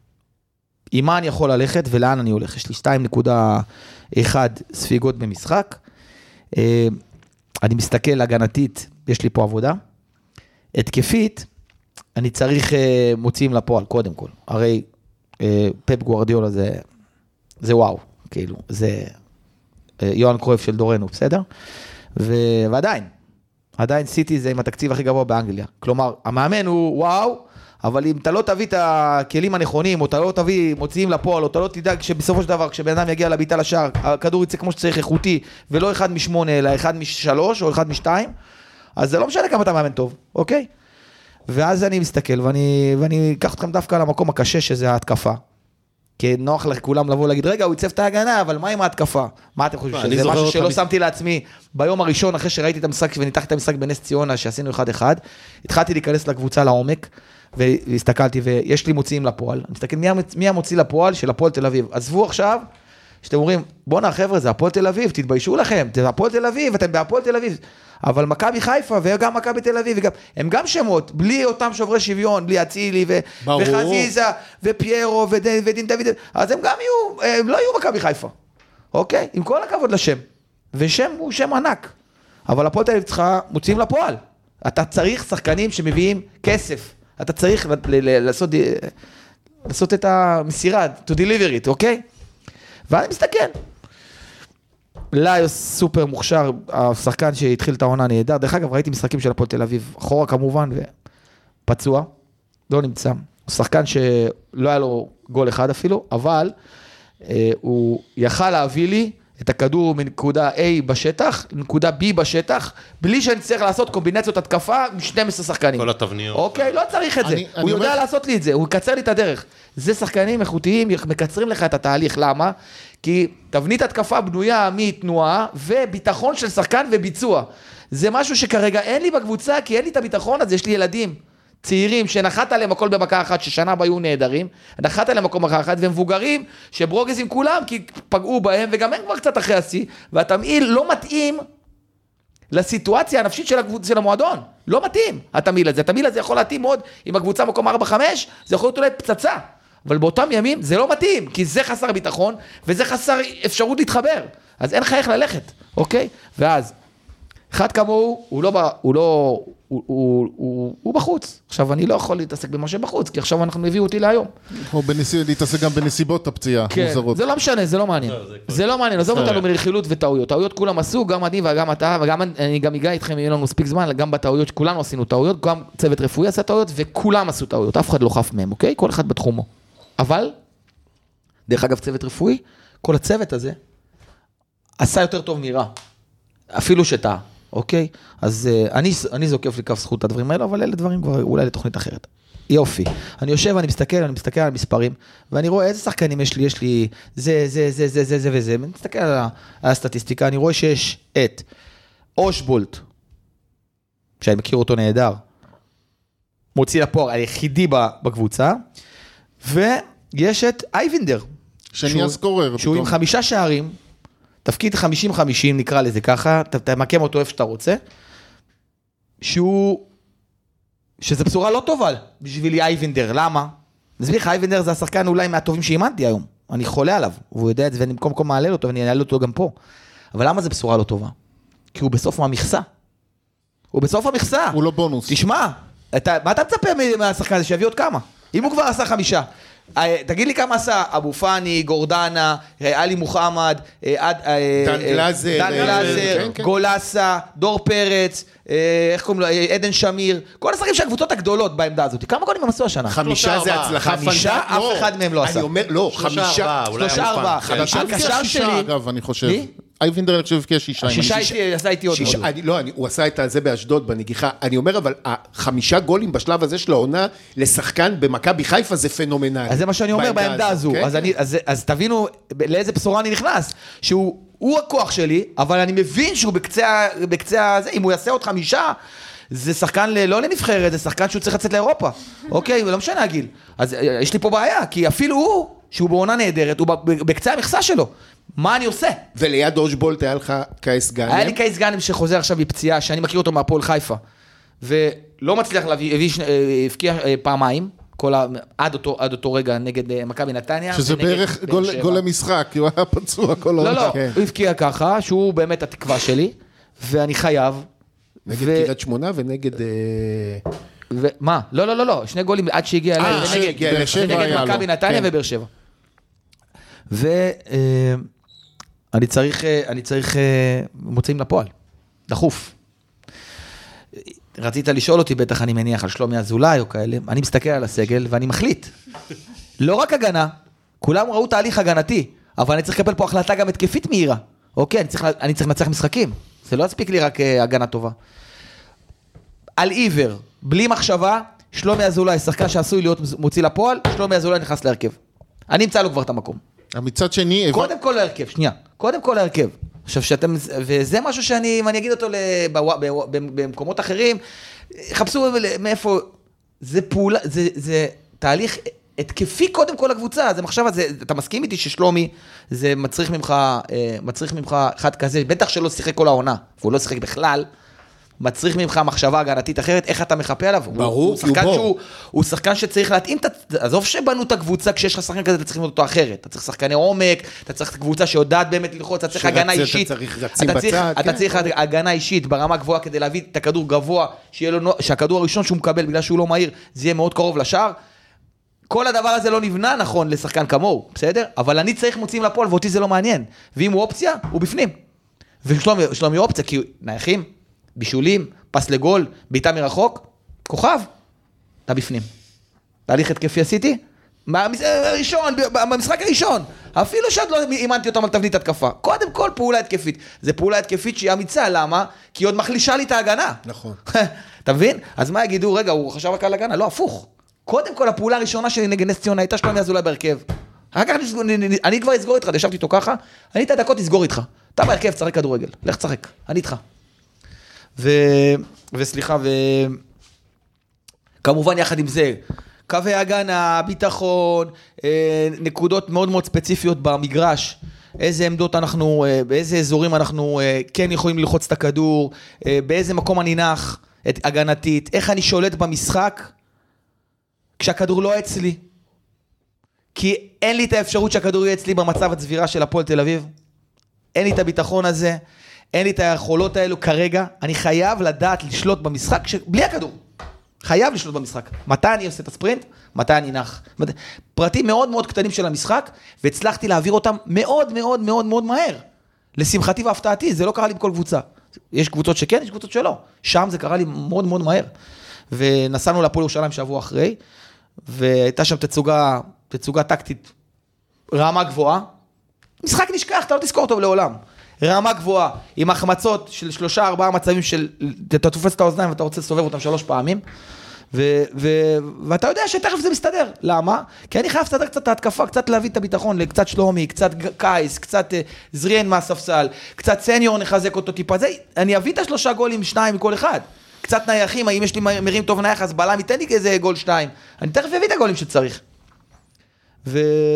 עם מה אני יכול ללכת ולאן אני הולך. יש לי שתיים נקודה אחת ספיגות במשחק. אני מסתכל הגנתית, יש לי פה עבודה. התקפית, אני צריך מוציאים לפועל, קודם כל. הרי פפ גוארדיולה זה, זה וואו, כאילו, זה יוהאן קרויף של דורנו, בסדר? ו... ועדיין, עדיין סיטי זה עם התקציב הכי גבוה באנגליה. כלומר, המאמן הוא וואו, אבל אם אתה לא תביא את הכלים הנכונים, או אתה לא תביא מוציאים לפועל, או אתה לא תדאג שבסופו של דבר, כשבן אדם יגיע לביתה לשער, הכדור יצא כמו שצריך איכותי, ולא אחד משמונה, אלא אחד משלוש, או אחד משתיים, אז זה לא משנה כמה אתה מאמן טוב, אוקיי? ואז אני מסתכל, ואני, ואני אקח אתכם דווקא למקום הקשה, שזה ההתקפה. כי נוח לכולם לבוא ולהגיד, רגע, הוא ייצב את ההגנה, אבל מה עם ההתקפה? מה אתם חושבים? שזה משהו שלא שמתי לעצמי ביום הראשון, אחרי שראיתי את המשחק, וניתחתי את המשחק בנס ציונה, שעשינו אחד אחד, התחלתי להיכנס לקבוצה לעומק, והסתכלתי, ויש לי מוציאים לפועל. אני מסתכל, מי המוציא לפועל של הפועל תל אביב? עזבו עכשיו, שאתם אומרים, בוא נה חבר'ה, זה הפועל תל אביב, תתביישו לכם, זה הפועל תל אביב, אתם בהפועל תל אביב. אבל מכבי חיפה וגם מכבי תל אביב, וגם, הם גם שמות, בלי אותם שוברי שוויון, בלי אצילי ו- וחזיזה ופיירו ודין, ודין דוד, אז הם גם יהיו, הם לא יהיו מכבי חיפה. אוקיי? עם כל הכבוד לשם. ושם הוא שם ענק. אבל הפועל תל אביב צריכה מוציאים לפועל. אתה צריך שחקנים שמביאים כסף. אתה צריך ל- ל- לעשות, לעשות את המסירה, to deliver it, אוקיי? ואני מסתכל. ליוס סופר מוכשר, השחקן שהתחיל את העונה נהדר, דרך אגב ראיתי משחקים של הפועל תל אביב, אחורה כמובן, ופצוע, לא נמצא, הוא שחקן שלא היה לו גול אחד אפילו, אבל אה, הוא יכל להביא לי את הכדור מנקודה A בשטח, לנקודה B בשטח, בלי שאני צריך לעשות קומבינציות התקפה עם שנים עשר שחקנים. כל התבניות. אוקיי, לא צריך את זה, אני, הוא אני יודע אומר... לעשות לי את זה, הוא יקצר לי את הדרך. זה שחקנים איכותיים, מקצרים לך את התהליך, למה? כי תבנית התקפה בנויה מתנועה וביטחון של שחקן וביצוע. זה משהו שכרגע אין לי בקבוצה, כי אין לי את הביטחון הזה, יש לי ילדים צעירים שנחת עליהם הכל במכה אחת, ששנה בה היו נהדרים, נחת עליהם מקום אחת, ומבוגרים שברוגזים כולם, כי פגעו בהם, וגם הם כבר קצת אחרי השיא, והתמעיל לא מתאים לסיטואציה הנפשית של, הקבוצ... של המועדון, לא מתאים התמעיל הזה, התמעיל הזה יכול להתאים מאוד, אם הקבוצה מקום ארבע חמש, זה יכול להיות אולי פצצה, אבל באותם ימים זה לא מתאים, כי זה חסר ביטחון, וזה חסר אפשרות להתחבר, אז אין לך איך ללכת, אוקיי? ואז, אחד כמוהו, הוא לא, הוא לא, הוא, הוא, הוא, הוא בחוץ. עכשיו, אני לא יכול להתעסק במה שבחוץ, כי עכשיו אנחנו מביאו אותי להיום. או בנסיבות, להתעסק גם בנסיבות הפציעה. כן, זה לא משנה, זה לא מעניין. זה לא מעניין, עזוב אותנו מרכילות וטעויות. טעויות כולם עשו, גם אני וגם אתה, וגם אני גם אגע איתכם, יהיה לנו מספיק זמן, גם בטעויות, כולנו עשינו טעויות, גם צוות רפואי עשה טעויות, וכולם עשו טעויות, אף אחד לא חף מהם, אוקיי? כל אחד בתחומו. אבל, דרך אגב, צוות רפואי, כל הצוות הזה עשה יותר טוב נראה. אפילו שטעה. אוקיי? אז uh, אני, אני זוקף לכף זכות הדברים האלו, אבל אלה דברים כבר אולי לתוכנית אחרת. יופי. אני יושב ואני מסתכל, אני מסתכל על המספרים, ואני רואה איזה שחקנים יש לי, יש לי זה, זה, זה, זה, זה, זה וזה, ואני מסתכל על, ה, על הסטטיסטיקה, אני רואה שיש את אושבולט, שאני מכיר אותו נהדר, מוציא לפועל היחידי בקבוצה, ויש את אייבינדר, שנהיה סקורר. שהוא עם חמישה שערים, תפקיד חמישים חמישים, נקרא לזה ככה, תמקם אותו איפה שאתה רוצה, שהוא, שזה בשורה לא טובה בשבילי אייבינדר, למה? נסביר לך, אייבנדר זה השחקן אולי מהטובים שאימנתי היום. אני חולה עליו, והוא יודע את זה, ואני במקום מקום מעלה אותו, ואני אעלה אותו גם פה. אבל למה זה בשורה לא טובה? כי הוא בסוף המכסה. הוא בסוף המכסה. הוא לא בונוס. תשמע, אתה, מה אתה מצפה מהשחקן הזה? שיביא עוד כמה. אם הוא כבר עשה חמישה. תגיד לי כמה עשה אבו פאני, גורדנה, אלי מוחמד, דן גלאזר, דן גלאזר, גולסה, דור פרץ, איך קוראים לו, עדן שמיר, כל השחקנים של הקבוצות הגדולות בעמדה הזאת. כמה גולים הם עשו השנה? חמישה זה הצלחה פנטסטית. חמישה, אף אחד מהם לא עשה. אני אומר, לא, חמישה. שלושה ארבעה. הקשר שלי... אגב, אני חושב. אייבינדר אני חושב הבקיע שישה. שישה עשה איתי עוד. לא, הוא עשה את זה באשדוד, בנגיחה. אני אומר, אבל החמישה גולים בשלב הזה של העונה, לשחקן במכבי חיפה זה פנומנלי. אז זה מה שאני אומר בעמדה הזו. אז תבינו לאיזה בשורה אני נכנס. שהוא הכוח שלי, אבל אני מבין שהוא בקצה הזה, אם הוא יעשה עוד חמישה, זה שחקן לא לנבחרת, זה שחקן שהוא צריך לצאת לאירופה. אוקיי, לא משנה הגיל. אז יש לי פה בעיה, כי אפילו הוא, שהוא בעונה נהדרת, הוא בקצה המכסה שלו. מה אני עושה? וליד אושבולט היה לך קייס גאנם? היה לי קייס גאנם שחוזר עכשיו בפציעה, שאני מכיר אותו מהפועל חיפה, ולא מצליח להביא, הבקיע פעמיים, עד אותו רגע נגד מכבי נתניה. שזה בערך גול למשחק, כי הוא היה פצוע כל העונה. לא, לא, הוא הבקיע ככה, שהוא באמת התקווה שלי, ואני חייב. נגד קריית שמונה ונגד... מה? לא, לא, לא, לא, שני גולים עד שהגיע אליי, נגד מכבי נתניה ובאר שבע. ואני צריך, אני צריך, מוצאים לפועל, דחוף. רצית לשאול אותי, בטח אני מניח על שלומי אזולאי או כאלה, אני מסתכל על הסגל ואני מחליט. לא רק הגנה, כולם ראו תהליך הגנתי, אבל אני צריך לקבל פה החלטה גם התקפית מהירה. אוקיי, אני צריך, אני צריך לנצח משחקים. זה לא יספיק לי רק הגנה טובה. על עיוור, בלי מחשבה, שלומי אזולאי, שחקן שעשוי להיות מוציא לפועל, שלומי אזולאי נכנס להרכב. אני אמצא לו כבר את המקום. מצד שני... קודם כל להרכב, שנייה. קודם כל להרכב. עכשיו שאתם, וזה משהו שאני, אם אני אגיד אותו במקומות אחרים, חפשו מאיפה, זה פעולה, זה, זה תהליך התקפי קודם כל לקבוצה, זה מחשבה, זה, אתה מסכים איתי ששלומי, זה מצריך ממך, מצריך ממך אחד כזה, בטח שלא שיחק כל העונה, והוא לא שיחק בכלל, מצריך ממך מחשבה הגנתית אחרת, איך אתה מחפה עליו? ברור, הוא שחקן שהוא, הוא שחקן שצריך להתאים, עזוב שבנו את הקבוצה, כשיש לך שחקן כזה, אתה צריך לבנות אותו אחרת. אתה צריך שחקני עומק, אתה צריך קבוצה שיודעת באמת ללחוץ, אתה צריך הגנה אישית. אתה צריך רצים בצד. אתה צריך הגנה אישית ברמה גבוהה כדי להביא את הכדור גבוה, שהכדור הראשון שהוא מקבל, בגלל שהוא לא מהיר, זה יהיה מאוד קרוב לשער. כל הדבר הזה לא נבנה נכון לשחקן כמוהו, בסדר? אבל אני צריך מוציאים לפועל, ואותי זה לא מעניין. ואם הוא אופציה, הוא בפנים. ושלומי אופציה, כי נייחים, בישולים, פס לגול, בעיטה מרחוק, כוכב, אתה בפנים. תהליך התקפי עשיתי? בראשון, במשחק הראשון, אפילו שעוד לא אימנתי אותם על תבנית התקפה. קודם כל פעולה התקפית. זה פעולה התקפית שהיא אמיצה, למה? כי עוד מחלישה לי את ההגנה. נכון. אתה מבין? אז מה יגידו? רגע, הוא חשב רק על הגנה? לא, הפוך. קודם כל הפעולה הראשונה שלי נגד נס ציונה הייתה שלומי אזולאי בהרכב. אחר כך אני כבר אסגור איתך, ישבתי איתו ככה, אני את הדקות אסגור איתך. אתה בהרכב, צחק כדורגל, לך צחק, אני איתך. ו... וסליחה, וכמובן יחד עם זה, קווי הגנה, ביטחון, נקודות מאוד מאוד ספציפיות במגרש, איזה עמדות אנחנו, באיזה אזורים אנחנו כן יכולים ללחוץ את הכדור, באיזה מקום אני נח, הגנתית, איך אני שולט במשחק, כשהכדור לא אצלי, כי אין לי את האפשרות שהכדור יהיה אצלי במצב הצבירה של הפועל תל אביב, אין לי את הביטחון הזה, אין לי את היכולות האלו כרגע, אני חייב לדעת לשלוט במשחק, בלי הכדור, חייב לשלוט במשחק. מתי אני עושה את הספרינט? מתי אני נח? פרטים מאוד מאוד קטנים של המשחק, והצלחתי להעביר אותם מאוד מאוד מאוד מאוד מהר. לשמחתי והפתעתי, זה לא קרה לי בכל קבוצה. יש קבוצות שכן, יש קבוצות שלא. שם זה קרה לי מאוד מאוד מהר. ונסענו לפועל ירושלים שבוע אחרי, והייתה שם תצוגה, תצוגה טקטית, רמה גבוהה. משחק נשכח, אתה לא תזכור טוב לעולם. רמה גבוהה, עם החמצות של שלושה, ארבעה מצבים של, אתה תופס את האוזניים ואתה רוצה לסובב אותם שלוש פעמים, ו, ו, ואתה יודע שתכף זה מסתדר. למה? כי אני חייב לסדר קצת את ההתקפה, קצת להביא את הביטחון, קצת שלומי, קצת קייס, קצת זריאן מהספסל, קצת סניור נחזק אותו טיפה, זה, אני אביא את השלושה גולים, שניים מכל אחד. קצת נייחים, האם יש לי מרים טוב נייח, אז בלם ייתן לי איזה גול שתיים. אני תכף אביא את הגולים שצריך. ו...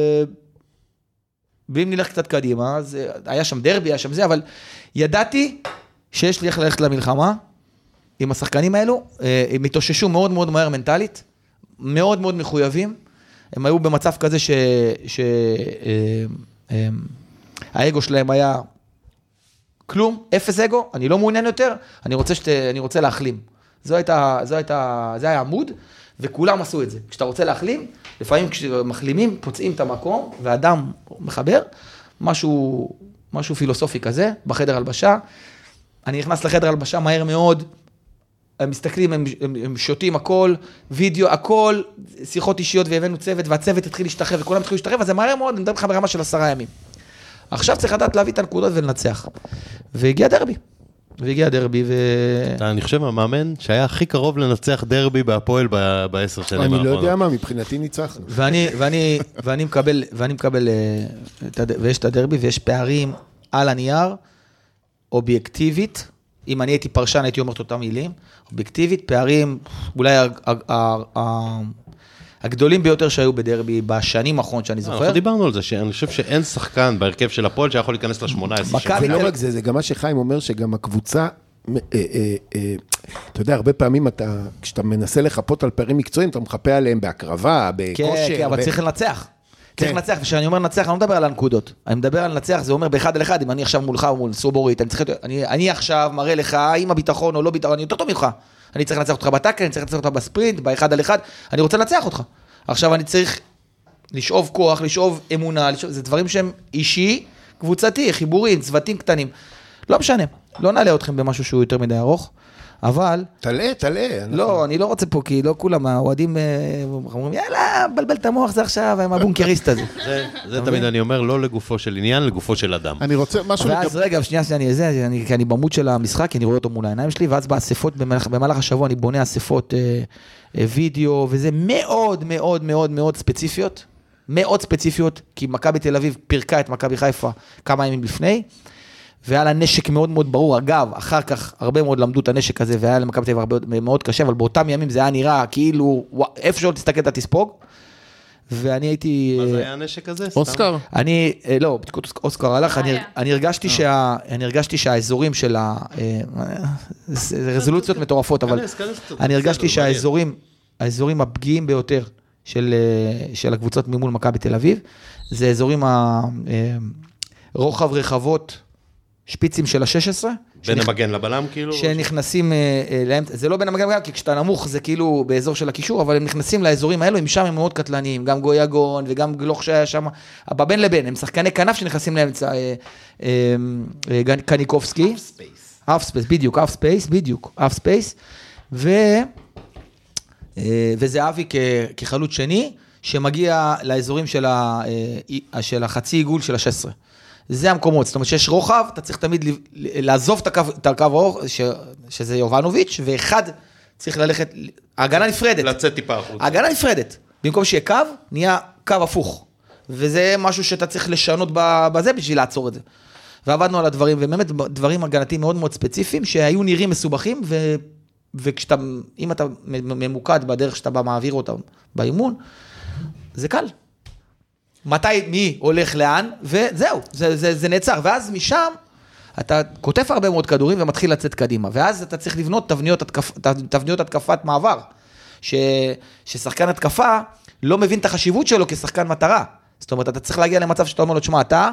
ואם נלך קצת קדימה, אז היה שם דרבי, היה שם זה, אבל ידעתי שיש לי איך ללכת למלחמה, עם השחקנים האלו, הם התאוששו מאוד מאוד מהר מנטלית, מאוד מאוד מחויבים, הם היו במצב כזה שהאגו שלהם היה כלום, אפס אגו, אני לא מעוניין יותר, אני רוצה, שת, אני רוצה להחלים. זו הייתה, זו הייתה, זה היה עמוד, וכולם עשו את זה. כשאתה רוצה להחלים, לפעמים כשמחלימים, פוצעים את המקום, והאדם מחבר, משהו, משהו פילוסופי כזה, בחדר הלבשה. אני נכנס לחדר הלבשה מהר מאוד, הם מסתכלים, הם, הם, הם שותים הכל, וידאו, הכל, שיחות אישיות, והבאנו צוות, והצוות התחיל להשתחרר, וכולם התחילו להשתחרר, וזה מהר מאוד, אני מדבר לך ברמה של עשרה ימים. עכשיו צריך לדעת להביא את הנקודות ולנצח. והגיע דרבי. והגיע דרבי ו... אני חושב, המאמן שהיה הכי קרוב לנצח דרבי בהפועל בעשר שנים האחרונות. אני לא יודע מה, מבחינתי ניצחנו. ואני, ואני, ואני מקבל, ואני מקבל, ויש את הדרבי, ויש פערים על הנייר, אובייקטיבית, אם אני הייתי פרשן, הייתי אומר את אותם מילים, אובייקטיבית, פערים, אולי הגדולים ביותר שהיו בדרבי בשנים האחרונות שאני זוכר. אנחנו דיברנו על זה, שאני חושב שאין שחקן בהרכב של הפועל שיכול להיכנס ל-שמונה עשרה שנים. ולא רק זה, זה גם מה שחיים אומר, שגם הקבוצה, אתה יודע, הרבה פעמים אתה, כשאתה מנסה לחפות על פערים מקצועיים, אתה מחפה עליהם בהקרבה, בכושר. כן, אבל צריך לנצח. צריך לנצח, וכשאני אומר לנצח, אני לא מדבר על הנקודות. אני מדבר על לנצח, זה אומר באחד על אחד, אם אני עכשיו מולך או מול סובורית, אני עכשיו מראה לך, אם הביטחון או לא ביטחון, אני יותר טוב ממך. אני צריך לנצח אותך בטאקל, אני צריך לנצח אותך בספרינט, באחד על אחד, אני רוצה לנצח אותך. עכשיו אני צריך לשאוב כוח, לשאוב אמונה, לשאוב, זה דברים שהם אישי, קבוצתי, חיבורים, צוותים קטנים. לא משנה, לא נעלה אתכם במשהו שהוא יותר מדי ארוך, אבל... תעלה, תעלה. לא, אני לא רוצה פה, כי לא כולם, האוהדים אומרים, יאללה, בלבל את המוח זה עכשיו, עם הבונקריסט הזה. זה תמיד אני אומר, לא לגופו של עניין, לגופו של אדם. אני רוצה משהו... ואז רגע, שנייה, כי אני במות של המשחק, כי אני רואה אותו מול העיניים שלי, ואז באספות, במהלך השבוע אני בונה אספות וידאו, וזה מאוד מאוד מאוד מאוד ספציפיות, מאוד ספציפיות, כי מכבי תל אביב פירקה את מכבי חיפה כמה ימים לפני, והיה לה נשק מאוד מאוד ברור, אגב, אחר כך הרבה מאוד למדו את הנשק הזה, והיה למכבי תל אביב הרבה מאוד קשה, אבל באותם ימים זה היה נראה כאילו, איפה שלא תסתכל אתה תספוג, ואני הייתי... מה זה היה הנשק הזה? אוסקר? אני, לא, בדקות אוסקר הלך, אני הרגשתי שה... אני הרגשתי שהאזורים של ה... זה רזולוציות מטורפות, אבל אני הרגשתי שהאזורים, האזורים הפגיעים ביותר של הקבוצות ממול מכבי תל אביב, זה אזורים הרוחב רחבות, שפיצים של ה-שש עשרה. בין המגן לבלם כאילו? שנכנסים להם, זה לא בין המגן לבלם, כי כשאתה נמוך זה כאילו באזור של הקישור, אבל הם נכנסים לאזורים האלו, הם שם הם מאוד קטלניים, גם גויגון וגם גלוך שהיה שם, בבין לבין, הם שחקני כנף שנכנסים לאמצע, קניקובסקי. אף ספייס. אף ספייס, בדיוק, אף ספייס, בדיוק, אף ספייס. וזה אבי כחלוץ שני, שמגיע לאזורים של החצי עיגול של ה-שש עשרה. זה המקומות, זאת אומרת שיש רוחב, אתה צריך תמיד לעזוב את הקו האור, שזה יובנוביץ', ואחד צריך ללכת, ההגנה נפרדת. לצאת טיפה החוצה. ההגנה נפרדת. במקום שיהיה קו, נהיה קו הפוך. וזה משהו שאתה צריך לשנות בזה בשביל לעצור את זה. ועבדנו על הדברים, ובאמת דברים הגנתיים מאוד מאוד ספציפיים, שהיו נראים מסובכים, וכשאתה, אם אתה ממוקד בדרך שאתה בא מעביר אותם באימון, זה קל. מתי, מי הולך לאן, וזהו, זה, זה, זה נעצר. ואז משם, אתה כותב הרבה מאוד כדורים ומתחיל לצאת קדימה. ואז אתה צריך לבנות תבניות, התקפ, תבניות התקפת מעבר. ש, ששחקן התקפה לא מבין את החשיבות שלו כשחקן מטרה. זאת אומרת, אתה צריך להגיע למצב שאתה אומר לו, תשמע, אתה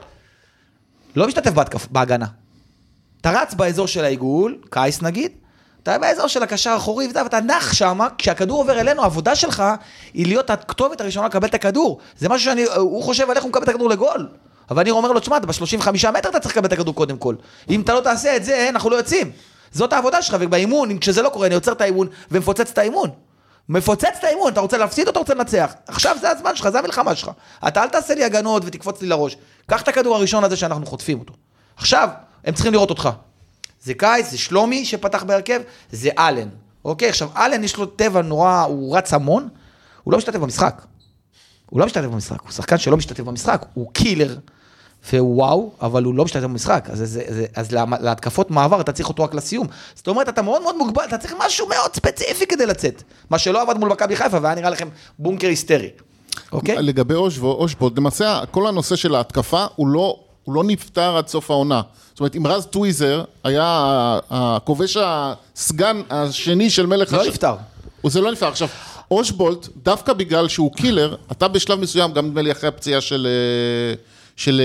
לא משתתף בהתקף, בהגנה. אתה רץ באזור של העיגול, קייס נגיד, אתה באזור של הקשר האחורי, ואתה נח שם, כשהכדור עובר אלינו, העבודה שלך היא להיות הכתובת הראשונה לקבל את הכדור. זה משהו שאני, הוא חושב על איך הוא מקבל את הכדור לגול. אבל אני אומר לו, תשמע, ב-שלושים וחמישה מטר אתה צריך לקבל את הכדור קודם כל. אם אתה לא תעשה את זה, אנחנו לא יוצאים. זאת העבודה שלך, ובאימון, כשזה לא קורה, אני יוצר את האימון ומפוצץ את האימון. מפוצץ את האימון, אתה רוצה להפסיד או אתה רוצה לנצח? עכשיו זה הזמן שלך, זה המלחמה שלך. אתה אל תעשה לי הגנות ותקפוץ לי לראש. קח את הכדור הראשון הזה שאנחנו חוטפים אותו. עכשיו, הם צריכים לראות אותך. זה קייס, זה שלומי שפתח בהרכב, זה אלן. אוקיי, עכשיו, אלן יש לו טבע נורא, הוא רץ המון, הוא לא משתתף במשחק. הוא לא משתתף במשחק, הוא שחקן שלא משתתף במשחק, הוא קילר, והוא וואו, אבל הוא לא משתתף במשחק. אז, אז, אז, אז להתקפות מעבר, אתה צריך אותו רק לסיום. זאת אומרת, אתה מאוד מאוד מוגבל, אתה צריך משהו מאוד ספציפי כדי לצאת. מה שלא עבד מול מכבי חיפה, והיה נראה לכם בונקר היסטרי. אוקיי? לגבי אושבולט, למעשה, כל הנושא של ההתקפה, הוא לא, הוא לא נפטר עד סוף העונה. זאת אומרת, אם רז טוויזר היה הכובש הסגן השני של מלך... לא נפטר. זה לא נפטר. עכשיו, אושבולט, דווקא בגלל שהוא קילר, אתה בשלב מסוים, גם נדמה לי אחרי הפציעה של, של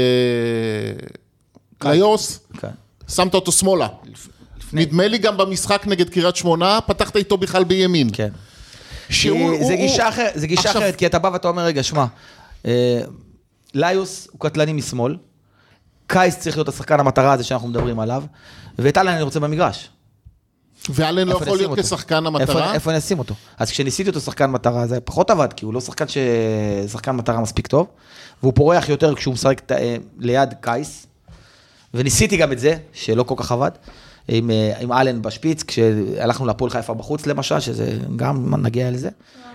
ליוס, שמת אותו שמאלה. נדמה לי גם במשחק נגד קריית שמונה, פתחת איתו בכלל בימין. כן. זה גישה אחרת, זה גישה אחרת, כי אתה בא ואתה אומר, רגע, שמע, ליוס הוא קטלני משמאל, קייס צריך להיות השחקן המטרה הזה שאנחנו מדברים עליו, ואת אלן אני רוצה במגרש. ואלן לא יכול להיות כשחקן המטרה? איפה אני אשים אותו? אז כשניסיתי אותו שחקן מטרה, זה פחות עבד, כי הוא לא שחקן ששחקן מטרה מספיק טוב, והוא פורח יותר כשהוא משחק ליד קייס, וניסיתי גם את זה, שלא כל כך עבד, עם, עם אלן בשפיץ, כשהלכנו לפועל חיפה בחוץ למשל, שזה גם נגיע לזה,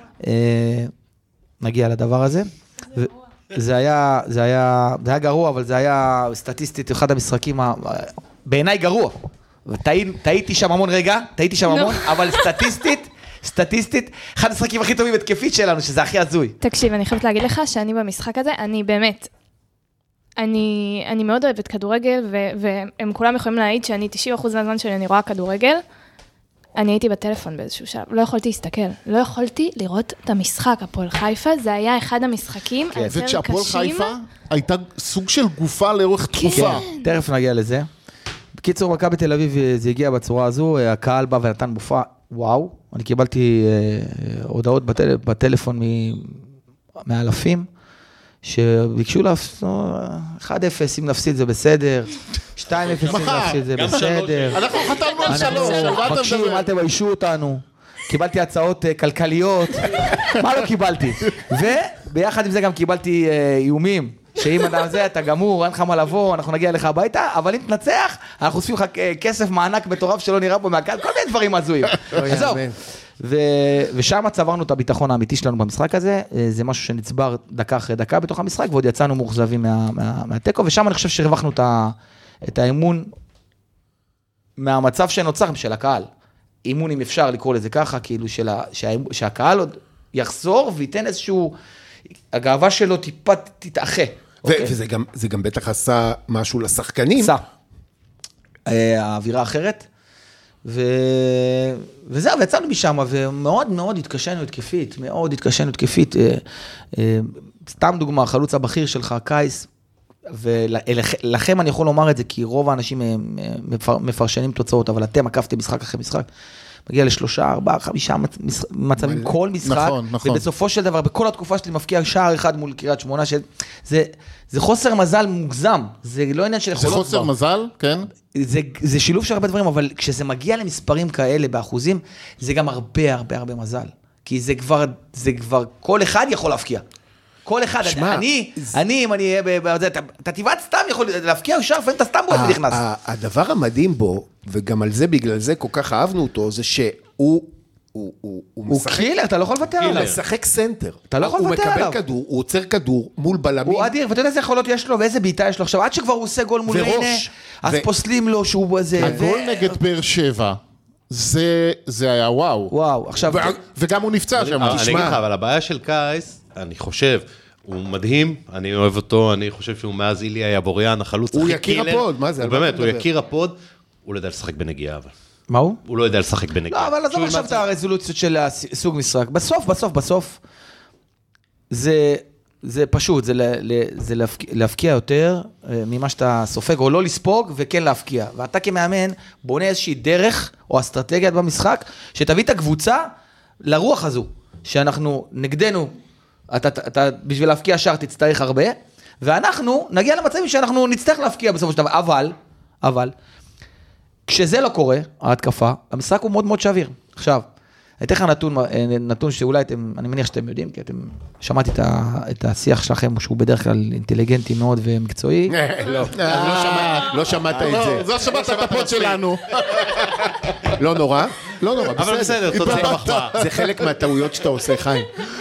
נגיע לדבר הזה. זה היה, זה היה, זה היה גרוע, אבל זה היה סטטיסטית, אחד המשחקים, בעיניי גרוע. טעיתי שם המון רגע, טעיתי שם המון, אבל סטטיסטית, סטטיסטית, אחד המשחקים הכי טובים התקפית שלנו, שזה הכי הזוי. תקשיב, אני חייבת להגיד לך שאני במשחק הזה, אני באמת, אני, אני מאוד אוהבת כדורגל, והם כולם יכולים להעיד שאני תשעים אחוז מהזמן שלי אני רואה כדורגל, אני הייתי בטלפון באיזשהו שלב, לא יכולתי להסתכל, לא יכולתי לראות את המשחק, הפועל חיפה, זה היה אחד המשחקים היותר קשים. וכשהפועל חיפה הייתה סוג של גופה לאורך תקופה. תכף נגיע לזה. בקיצור, מכבי בתל אביב זה הגיע בצורה הזו, הקהל בא ונתן מופע, וואו, אני קיבלתי הודעות בטלפון מאלפים, שביקשו להפסור, אחד אפס, אם נפסיד זה בסדר, שתיים אפס, אם נפסיד זה בסדר. אנחנו חתמנו על שלוש, על מה אתה מבקשים, אל תביישו אותנו. קיבלתי הצעות כלכליות, מה לא קיבלתי? וביחד עם זה גם קיבלתי איומים, שאם אדם זה, אתה גמור, אין לך מה לבוא, אנחנו נגיע לך הביתה, אבל אם תנצח, אנחנו חושפים לך כסף מענק מטורף שלא נראה פה מהקהל, כל מיני דברים הזויים. עזוב. ושם צברנו את הביטחון האמיתי שלנו במשחק הזה, זה משהו שנצבר דקה אחרי דקה בתוך המשחק, ועוד יצאנו מאוכזבים מהטקו, ושם אני חושב שהרווחנו את האמון מהמצב שנוצר של הקהל. אימון אם אפשר לקרוא לזה ככה, כאילו שהקהל עוד יחזור וייתן איזשהו, הגאווה שלו טיפה תתאחה. וזה גם בטח עשה משהו לשחקנים. עשה. האווירה אחרת. וזהו, ויצאנו משם, ומאוד מאוד התקשנו התקפית, מאוד התקשנו התקפית. סתם דוגמה, חלוץ הבכיר שלך, קייס, ולכם אני יכול לומר את זה, כי רוב האנשים מפרשנים תוצאות, אבל אתם עקפתם משחק אחרי משחק, מגיע לשלושה, ארבעה, חמישה מצבים, כל משחק, ובסופו של דבר, בכל התקופה שלי מפקיע שער אחד מול קריית שמונה, שזה חוסר מזל מוגזם, זה לא עניין של יכולות. זה חוסר מזל, כן? זה שילוב של הרבה דברים, אבל כשזה מגיע למספרים כאלה באחוזים, זה גם הרבה הרבה הרבה מזל, כי זה כבר, זה כבר, כל אחד יכול להפקיע. כל אחד, אני, אני, אם אני אהיה בזה, אתה תיבד סתם יכול להפקיע ישר, לפעמים אתה סתם בו ונכנס. הדבר המדהים בו, וגם על זה, בגלל זה כל כך אהבנו אותו, זה שהוא, הוא קילר, אתה לא יכול לוותר עליו. הוא משחק סנטר. אתה לא יכול לוותר עליו. הוא מקבל כדור, הוא עוצר כדור מול בלמים. הוא אדיר, ואתה יודע איזה יכולות יש לו, ואיזה בעיטה יש לו עכשיו, עד שכבר הוא עושה גול מול ריינה, אז פוסלים לו שהוא בזה. הגול נגד באר שבע. זה, זה היה וואו. וואו, עכשיו... וגם הוא נפצע שם. אני אגיד לך, אבל הבעיה של קייס, אני חושב, הוא מדהים, אני אוהב אותו, אני חושב שהוא מאז איליה יבוריאן, החלוץ הכי קילר. הוא יקיר הפוד, מה זה? באמת, הוא יקיר הפוד, הוא לא יודע לשחק בנגיעה, אבל. מה הוא? הוא לא יודע לשחק בנגיעה. לא, אבל עזוב עכשיו את הרזולוציות של סוג משחק. בסוף, בסוף, בסוף, זה... זה פשוט, זה, זה להפקיע, להפקיע יותר ממה שאתה סופג, או לא לספוג וכן להפקיע. ואתה כמאמן בונה איזושהי דרך או אסטרטגיית במשחק, שתביא את הקבוצה לרוח הזו, שאנחנו נגדנו, אתה, אתה, בשביל להפקיע שער תצטרך הרבה, ואנחנו נגיע למצבים שאנחנו נצטרך להפקיע בסופו של דבר, אבל, אבל, כשזה לא קורה, ההתקפה, המשחק הוא מאוד מאוד שביר. עכשיו, הייתי לך נתון, נתון שאולי אתם, אני מניח שאתם יודעים, כי אתם שמעתי את, ה, את השיח שלכם, שהוא בדרך כלל אינטליגנטי מאוד ומקצועי. לא, לא שמעת את זה. לא שמעת את הפוד שלנו. לא נורא, לא נורא, אבל בסדר, תוצאה מחמאה. זה חלק מהטעויות שאתה עושה, חיים.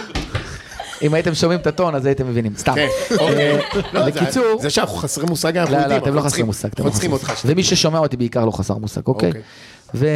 אם הייתם שומעים את הטון, אז הייתם מבינים. סתם. בקיצור... זה שאנחנו חסרי מושג, אנחנו יודעים. לא, אתם לא חסרי מושג. אנחנו צריכים אותך. ומי ששומע אותי בעיקר לא חסר מושג, אוקיי? ו...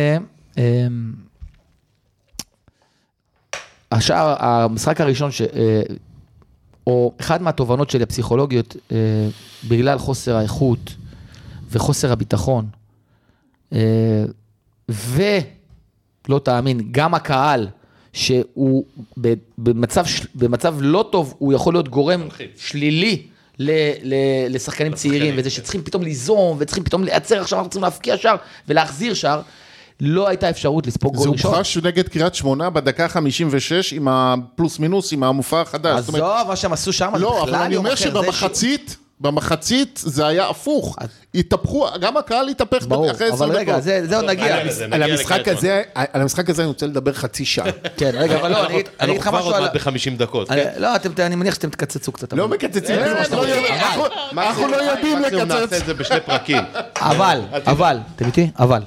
השאר, המשחק הראשון, ש, או אחד מהתובנות שלי הפסיכולוגיות, בגלל חוסר האיכות וחוסר הביטחון, ולא תאמין, גם הקהל שהוא במצב, במצב לא טוב, הוא יכול להיות גורם שלילי ל, ל, לשחקנים צעירים, וזה שצריכים פתאום ליזום, וצריכים פתאום לייצר, עכשיו אנחנו צריכים להפקיע שער, ולהחזיר שער, לא הייתה אפשרות לספוג גול ראשון. זה הוכחש נגד קריית שמונה בדקה חמישים ושש, עם הפלוס מינוס, עם המופע החדש. עזוב, מה שהם עשו שם, לא, אבל אני אומר שבמחצית, במחצית זה היה הפוך. התהפכו, גם הקהל התהפך אחרי עשר דקות. אבל רגע, זה עוד נגיע. על המשחק הזה אני רוצה לדבר חצי שעה. כן, רגע, אבל לא, אני אגיד לך משהו על... ב-חמישים דקות. לא, אני מניח שאתם תקצצו קצת. לא מקצצים. אנחנו לא יודעים מקסימום נעשה לקצץ. את זה בשני פרקים. אבל, אבל, אתם איתי? אבל.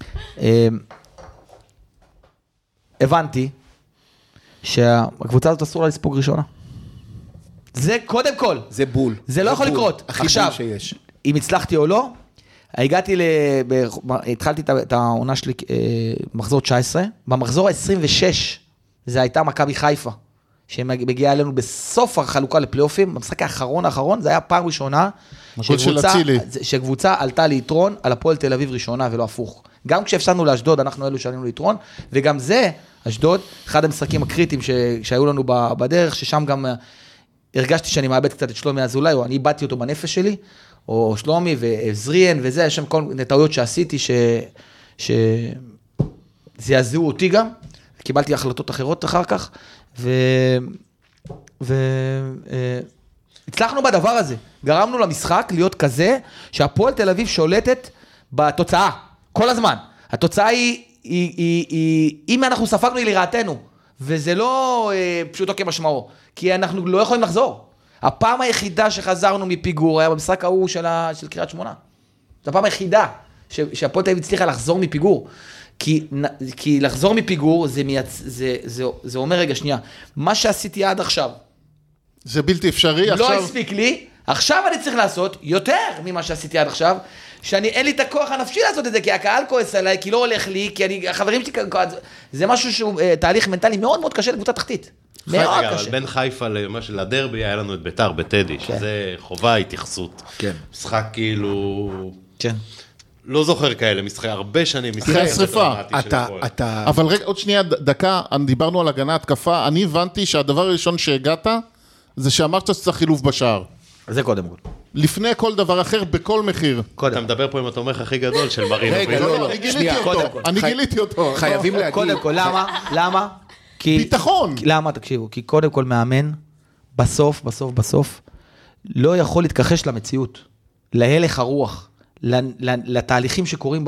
הבנתי שהקבוצה הזאת אסור לה לספוג ראשונה. זה קודם כל. זה בול. זה לא יכול לקרות. עכשיו, אם הצלחתי או לא, הגעתי ל... התחלתי את העונה שלי מחזור תשע עשרה, במחזור ה-עשרים ושש, זה הייתה מכבי חיפה, שמגיעה אלינו בסוף החלוקה לפלייאופים, במשחק האחרון האחרון, זה היה פעם ראשונה, שקבוצה עלתה ליתרון על הפועל תל אביב ראשונה ולא הפוך. גם כשהפסדנו לאשדוד, אנחנו אלו שעלינו ליתרון, וגם זה, אשדוד, אחד המשחקים הקריטיים שהיו לנו בדרך, ששם גם הרגשתי שאני מאבד קצת את שלומי אזולאי, או אני איבדתי אותו בנפש שלי, או שלומי וזריאן וזה, יש שם כל מיני טעויות שעשיתי, שזעזעו אותי גם, קיבלתי החלטות אחרות אחר כך, ו... ו... הצלחנו בדבר הזה, גרמנו למשחק להיות כזה, שהפועל תל אביב שולטת בתוצאה, כל הזמן. התוצאה היא, היא, היא, היא, אם אנחנו ספגנו היא לרעתנו, וזה לא אה, פשוטו כמשמעו, כי אנחנו לא יכולים לחזור. הפעם היחידה שחזרנו מפיגור, היה במשחק ההוא של, ה, של קריית שמונה. זו הפעם היחידה ש, שהפועל תל אביב הצליחה לחזור מפיגור. כי, כי לחזור מפיגור, זה, מייצ... זה, זה, זה אומר, רגע, שנייה, מה שעשיתי עד עכשיו, זה בלתי אפשרי. לא עכשיו... הספיק לי, עכשיו אני צריך לעשות יותר ממה שעשיתי עד עכשיו, שאני אין לי את הכוח הנפשי לעשות את זה, כי הקהל כועס עליי, כי לא הולך לי, כי אני, החברים שלי כועס, זה משהו שהוא תהליך מנטלי מאוד מאוד קשה לקבוצה תחתית. מאוד קשה. קשה. בין חיפה לדרבי היה לנו את ביתר בטדי, שזה חובה התייחסות. כן. משחק כאילו... כן. לא זוכר כאלה, משחק הרבה שנים, משחק השריפה. אתה, אתה... אבל רגע, עוד שנייה, דקה, דיברנו על הגנה התקפה, אני הבנתי שהדבר הראשון שהגעת, זה שאמרת שצריך חילוף בשער. זה קודם כל. לפני כל דבר אחר, בכל מחיר. אתה מדבר פה עם התומך הכי גדול של מרינו. רגע, לא, לא, אני גיליתי אותו, אני גיליתי אותו. חייבים להגיד. קודם כל, למה? למה? כי... ביטחון. למה? תקשיבו, כי קודם כל מאמן, בסוף, בסוף, בסוף, לא יכול להתכחש למציאות, להלך הרוח, לתהליכים שקורים,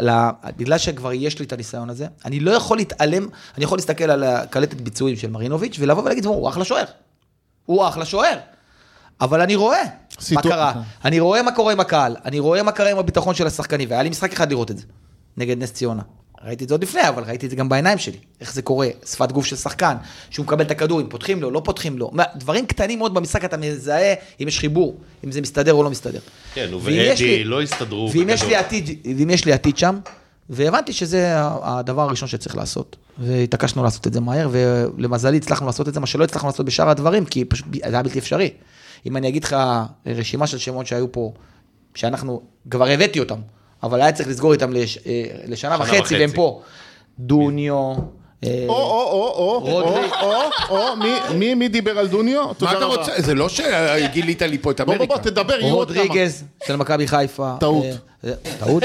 בגלל שכבר יש לי את הניסיון הזה, אני לא יכול להתעלם, אני יכול להסתכל על קלטת ביצועים של מרינוביץ' ולבוא ולהגיד, הוא אחלה שוער. הוא אחלה שוער. אבל אני רואה מה קרה, אני רואה מה קורה עם הקהל, אני רואה מה קרה עם הביטחון של השחקנים, והיה לי משחק אחד לראות את זה, נגד נס ציונה. ראיתי את זה עוד לפני, אבל ראיתי את זה גם בעיניים שלי, איך זה קורה, שפת גוף של שחקן, שהוא מקבל את הכדור, אם פותחים לו, לא פותחים לו, דברים קטנים מאוד במשחק, אתה מזהה אם יש חיבור, אם זה מסתדר או לא מסתדר. כן, ואדי לא הסתדרו. ואם יש לי עתיד, ואם יש לי עתיד שם, והבנתי שזה הדבר הראשון שצריך לעשות, והתעקשנו לעשות את זה מהר, ולמזלי הצלחנו לעשות את זה, מה שלא הצלחנו לעשות בשאר הדברים, כי פשוט זה היה בלתי אפשרי. אם אני אגיד לך רשימה של שמות שהיו פה, שאנחנו כבר הבאתי אותם, אבל היה צריך לסגור איתם לש, לשנה וחצי, והם פה. דוניו, או, או, או, או, או, או, מי, מי דיבר על דוניו? מה אתה רוצה? זה לא שגילית לי פה את אמריקה. בוא, בוא, תדבר, יהיו עוד כמה. רודריגז של מכבי חיפה. טעות. טעות?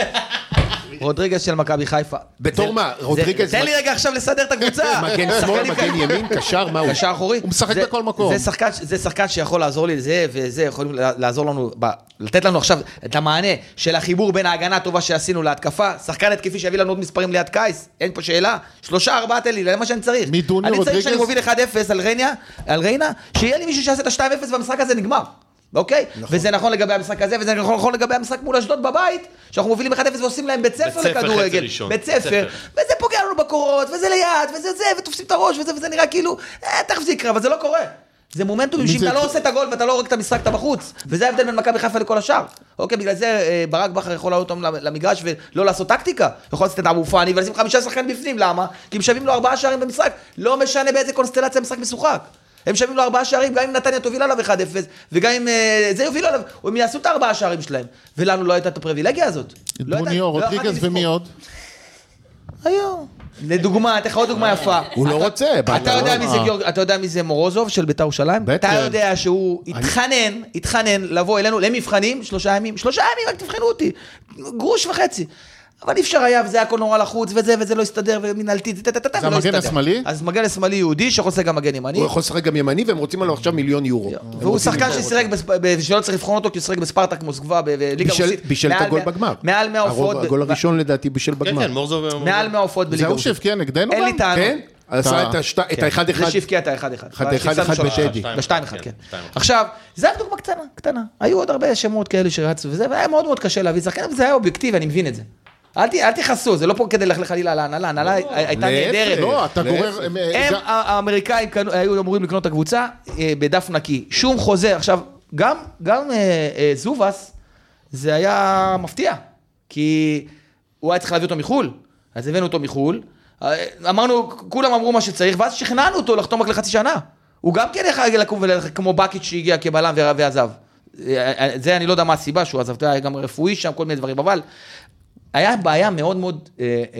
רודריגז של מכבי חיפה. בתור מה? רודריגז... תן לי רגע עכשיו לסדר את הקבוצה. מגן שמאל, מגן ימין, קשר, מה הוא? קשר אחורי. הוא משחק בכל מקום. זה שחקן שיכול לעזור לי לזה, וזה יכול לעזור לנו, לתת לנו עכשיו את המענה של החיבור בין ההגנה הטובה שעשינו להתקפה, שחקן התקפי שיביא לנו עוד מספרים ליד קייס, אין פה שאלה, שלושה, ארבעה תן לי, למה שאני צריך. מדוניו, אני צריך שאני רודריגז? מוביל אחד אפס על ריינה, שיהיה לי מישהו שיעשה את ה-שתיים אפס והמשחק הזה נגמר. אוקיי? וזה נכון לגבי המשחק הזה, וזה נכון לגבי המשחק מול אשדוד בבית, שאנחנו מובילים אחד אפס ועושים להם בית ספר לכדורגל. בית ספר, וזה פוגע לנו בקורות, וזה ליד, וזה זה, ותופסים את הראש, וזה, וזה נראה כאילו, אה, תכף זה יקרה, אבל זה לא קורה. זה מומנטום, שאם אתה לא עושה את הגול, ואתה לא הורג את המשחק, אתה בחוץ. וזה ההבדל בין מכבי חיפה לכל השאר. אוקיי, בגלל זה ברק בכר יכול לעלות אותם למגרש ולא לעשות טקטיקה. יכול לעשות את אבו פאני ולשים חמישה שחקנים בפנים, למה? כי הם שווים לו ארבעה שערים במשחק. לא משנה באיזה קונסטלציה המשחק משוחק. הם שווים לו ארבעה שערים, גם אם נתניה תוביל עליו אחד אפס, וגם אם זה יוביל עליו, הם יעשו את הארבעה שערים שלהם. ולנו לא הייתה את הפריבילגיה הזאת. דוניו, רודריגז ומי עוד? היו, לדוגמה, אתן לך עוד דוגמה יפה. הוא לא רוצה. אתה יודע מי זה מורוזוב של בית"ר ירושלים? אתה יודע שהוא התחנן, התחנן לבוא אלינו למבחנים, שלושה ימים, שלושה ימים, רק תבחנו אותי, גרוש וחצי. אבל אי אפשר היה, וזה היה הכל נורא לחוץ, וזה, וזה לא הסתדר, ומנהלתי, זה המגן השמאלי? אז מגן השמאלי יהודי, שיכול לשחק גם מגן ימני. הוא יכול לשחק גם ימני, והם רוצים עליו עכשיו מיליון יורו. והוא שחקן ששיחק, שלא צריך לבחון אותו, כי הוא שיחק בספרטק מוסקבה, בליגה רוסית. בישל את הגול בגמר. מעל מאה הופעות. הגול הראשון לדעתי בישל בגמר. כן, מורזוב. מעל מאה הופעות בליגה רוסית. זה הוא שהבקיע נגדנו אין לי גם? טענות. כן? עשה את האחד אחד. זה שהבקיע את האחד אחד. אחד אחד בטדי. בשתיים אחד, כן. עכשיו, זה היה דוגמה קטנה, קטנה. היו עוד הרבה שמות כאלה שרצו וזה, והיה מאוד מאוד קשה להביא שחקן, וזה היה אובייקטיבי, אני מבין את זה. אל תכעסו, זה לא פה כדי ללכת חלילה להנהלה, ההנהלה הייתה נהדרת. לא, אתה גורר... הם, האמריקאים היו אמורים לקנות את הקבוצה בדף נקי. שום חוזה, עכשיו, גם זובס, זה היה מפתיע, כי הוא היה צריך להביא אותו מחול, אז הבאנו אותו מחול, אמרנו, כולם אמרו מה שצריך, ואז שכנענו אותו לחתום רק לחצי שנה. הוא גם כן יכול לקום וללכת כמו בקיץ' שהגיע כבלם ועזב. זה אני לא יודע מה הסיבה שהוא עזב, היה גם רפואי שם, כל מיני דברים, אבל היה בעיה מאוד מאוד,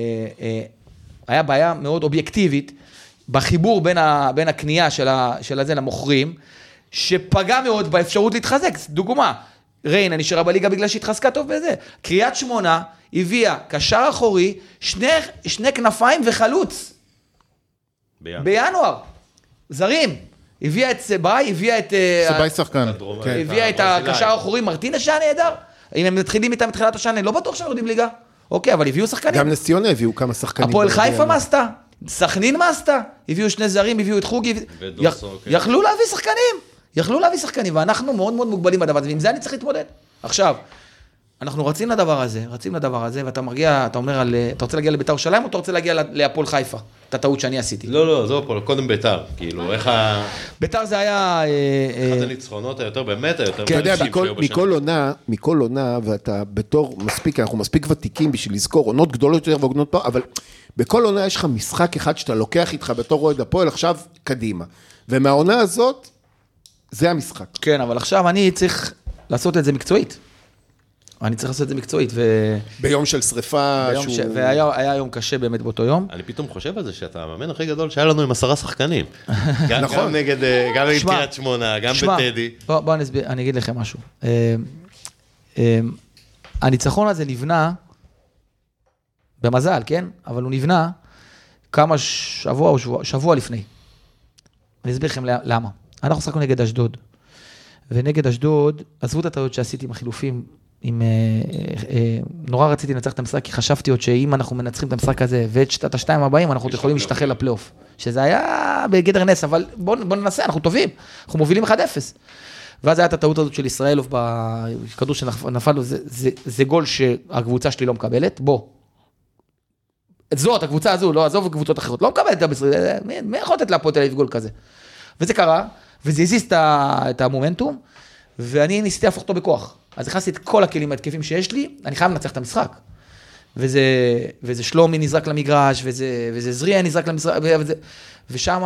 היה בעיה מאוד אובייקטיבית, בחיבור בין, ה, בין הקנייה של, ה, של הזה למוכרים, שפגע מאוד באפשרות להתחזק. דוגמה, ריינה נשארה בליגה בגלל שהתחזקה טוב בזה. קריית שמונה הביאה קשר אחורי, שני, שני כנפיים וחלוץ. בינואר. בינואר. זרים. הביאה את סבאי, הביאה את... סבאי שחקן. הביאה את הקשר האחורי, מרטינס שהיה נהדר. אם הם מתחילים איתם מתחילת השנה, לא בטוח שהם יודעים ליגה. אוקיי, אבל הביאו שחקנים. גם נס ציונה הביאו כמה שחקנים. הפועל חיפה מה עשתה? סכנין מה עשתה? הביאו שני זרים, הביאו את חוגי. יכלו להביא שחקנים. יכלו להביא שחקנים, ואנחנו מאוד מאוד מוגבלים בדבר הזה, ועם זה אני צריך להתמודד. עכשיו, אנחנו רצים לדבר הזה, רצים לדבר הזה, ואתה מרגיע, אתה אומר על, אתה רוצה להגיע לבית"ר ירושלים, או אתה רוצה להגיע להפועל חיפה? את הטעות שאני עשיתי. לא, לא, זו פה, קודם בית"ר, כאילו, איך ה... בית"ר זה היה... אחד הניצחונות היותר, באמת היותר... אתה יודע, מכל עונה, מכל עונה, ואתה בתור מספיק, אנחנו מספיק ותיקים בשביל לזכור, עונות גדולות יותר ועונות פה, אבל בכל עונה יש לך משחק אחד שאתה לוקח איתך בתור אוהד הפועל, עכשיו קדימה. ומהעונה הזאת, זה המשחק. כן, אבל עכשיו אני צריך לעשות את זה מקצועית. אני צריך לעשות את זה מקצועית, ו... ביום של שריפה, ביום שהוא... ש... והיה יום קשה באמת באותו יום. אני פתאום חושב על זה שאתה המאמן הכי גדול שהיה לנו עם עשרה שחקנים. נכון. גם נגד, גם נגד קריית שמונה, גם בטדי. בוא, בוא נסביר, אני אגיד לכם משהו. הניצחון הזה נבנה, במזל, כן? אבל הוא נבנה כמה שבוע או שבוע, שבוע לפני. אני אסביר לכם למה. אנחנו שחקנו נגד אשדוד. ונגד אשדוד, עזבו את הטעויות שעשיתי עם החילופים, עם, אה, אה, נורא רציתי לנצח את המשחק, כי חשבתי עוד שאם אנחנו מנצחים את המשחק הזה, ואת השתיים הבאים, אנחנו יכולים להשתחל לפלייאוף. שזה היה בגדר נס, אבל בואו בוא ננסה, אנחנו טובים, אנחנו מובילים אחד אפס. ואז הייתה את הטעות הזאת של ישראלוב, בכדור שנפל לו, זה, זה, זה גול שהקבוצה שלי לא מקבלת, בוא. את זאת, הקבוצה הזו, לא עזוב קבוצות אחרות, לא מקבלת, מי, מי יכול לתת להפועל תל אביב גול כזה? וזה קרה, וזה הזיז את המומנטום, ואני ניסיתי להפוך אותו בכוח. אז הכנסתי את כל הכלים ההתקפים שיש לי, אני חייב לנצח את המשחק. וזה, וזה שלומי נזרק למגרש, וזה, וזה זריה נזרק למגרש, וזה, ושם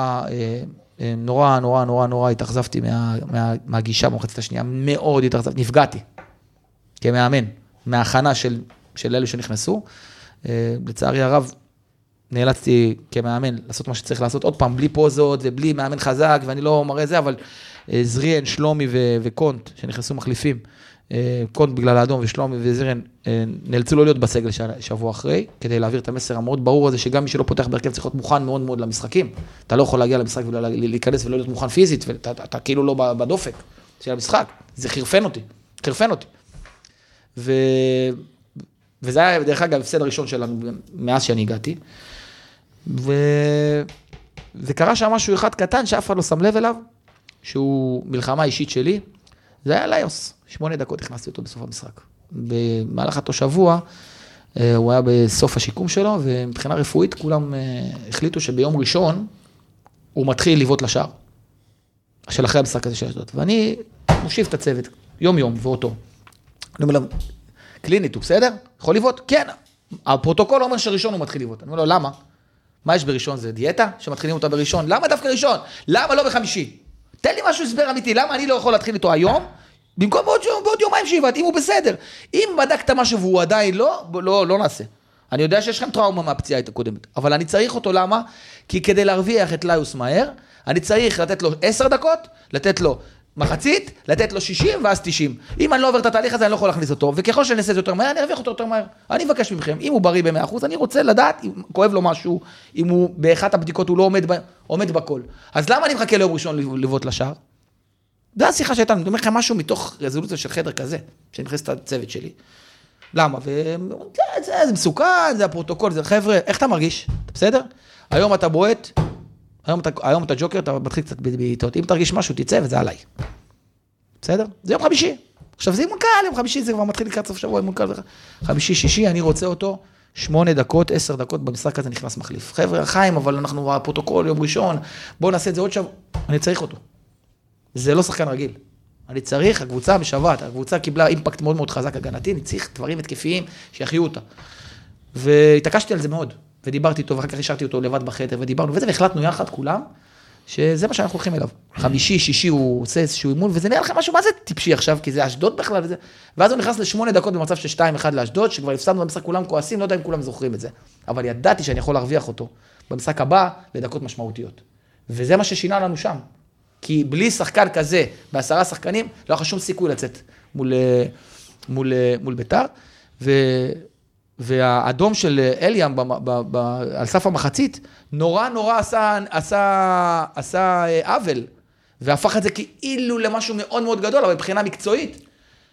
נורא, נורא, נורא, נורא התאכזבתי מה, מה, מהגישה במחצית השנייה, מאוד התאכזבתי, נפגעתי, כמאמן, מההכנה של, של אלו שנכנסו. לצערי הרב, נאלצתי כמאמן לעשות מה שצריך לעשות, עוד פעם, בלי פוזות ובלי מאמן חזק, ואני לא מראה זה, אבל זריאן, שלומי ו- וקונט, שנכנסו מחליפים, קונט בגלל האדום ושלומי וזריאן, נאלצו לא להיות בסגל שבוע אחרי, כדי להעביר את המסר המאוד ברור הזה, שגם מי שלא פותח בהרכב צריך להיות מוכן מאוד מאוד למשחקים. אתה לא יכול להגיע למשחק ולהיכנס ולא להיות מוכן פיזית, ואתה אתה, אתה כאילו לא בדופק של המשחק. זה חרפן אותי, חרפן אותי. ו... וזה היה דרך אגב הפסד הראשון שלנו מאז שאני הגעתי. ו... וקרה שם משהו אחד קטן שאף אחד לא שם לב אליו, שהוא מלחמה אישית שלי, זה היה ליוס, שמונה דקות הכנסתי אותו בסוף המשחק. במהלך אותו שבוע, הוא היה בסוף השיקום שלו, ומבחינה רפואית כולם החליטו שביום ראשון, הוא מתחיל לבעוט לשער, של אחרי המשחק הזה של אשדוד. ואני מושיב את הצוות, יום יום, ואותו. אני אומר לו, קלינית, הוא בסדר? יכול לבעוט? כן. הפרוטוקול אומר שראשון הוא מתחיל לבעוט. אני אומר לו, למה? מה יש בראשון? זה דיאטה שמתחילים אותה בראשון? למה דווקא ראשון? למה לא בחמישי? תן לי משהו הסבר אמיתי, למה אני לא יכול להתחיל איתו היום? במקום בעוד, בעוד יומיים שיבט, אם הוא בסדר. אם בדקת משהו והוא עדיין לא, לא, לא נעשה. אני יודע שיש לכם טראומה מהפציעה הקודמת, אבל אני צריך אותו, למה? כי כדי להרוויח את ליוס מהר, אני צריך לתת לו עשר דקות, לתת לו מחצית, לתת לו שישים ואז תשעים. אם אני לא עובר את התהליך הזה, אני לא יכול להכניס אותו, וככל שאני אעשה את זה יותר מהר, אני ארוויח אותו יותר מהר. אני מבקש מכם, אם הוא בריא ב-מאה אחוז, אני רוצה לדעת אם כואב לו משהו, אם הוא באחת הבדיקות הוא לא עומד, ב... עומד בכל. אז למה אני מחכה ליום ראשון לבוא לשער? זה השיחה שהייתה, אני אומר לכם משהו מתוך רזולוציה של חדר כזה, שאני נכנס את הצוות שלי. למה? ו... זה, זה, זה מסוכן, זה הפרוטוקול, זה חבר'ה, איך אתה מרגיש? אתה בסדר? היום אתה בועט, היום אתה, היום אתה ג'וקר, אתה מתחיל קצת בעיטות. אם תרגיש משהו, תצא וזה עליי. בסדר? זה יום חמישי. עכשיו זה יום קל, יום חמישי זה כבר מתחיל לקראת סוף שבוע, יום קל. חמישי, שישי, אני רוצה אותו, שמונה דקות, עשר דקות, במשחק הזה נכנס מחליף. חבר'ה, חיים, אבל אנחנו בפרוטוקול, יום ראשון, בואו נעשה את זה עוד שבוע. אני צריך אותו. זה לא שחקן רגיל. אני צריך, הקבוצה משוועת, הקבוצה קיבלה אימפקט מאוד מאוד חזק הגנתי, אני צריך דברים התקפיים שיחיו אותה. והתעקשתי על זה מאוד, ודיברתי איתו, ואחר כך השארתי אותו לבד בחדר, ודיברנו, וזה, והחלטנו יחד כולם, שזה מה שאנחנו הולכים אליו. חמישי, שישי, הוא עושה איזשהו אימון, וזה נראה לכם משהו, מה זה טיפשי עכשיו, כי זה אשדוד בכלל, וזה... ואז הוא נכנס לשמונה דקות במצב של שתיים אחד לאשדוד, שכבר הפסדנו במשחק, כולם כועסים, לא יודע אם כולם זוכרים את זה. אבל ידעתי שאני יכול להרוויח אותו במשחק הבא לדקות משמעותיות. וזה מה ששינה לנו שם. כי בלי שחקן כזה, בעשרה שחקנים, לא היה שום סיכוי לצאת מול, מול, מול ביתר. ו... והאדום של אליאם ב, ב, ב, על סף המחצית, נורא נורא עשה, עשה, עשה עוול, והפך את זה כאילו למשהו מאוד מאוד גדול, אבל מבחינה מקצועית,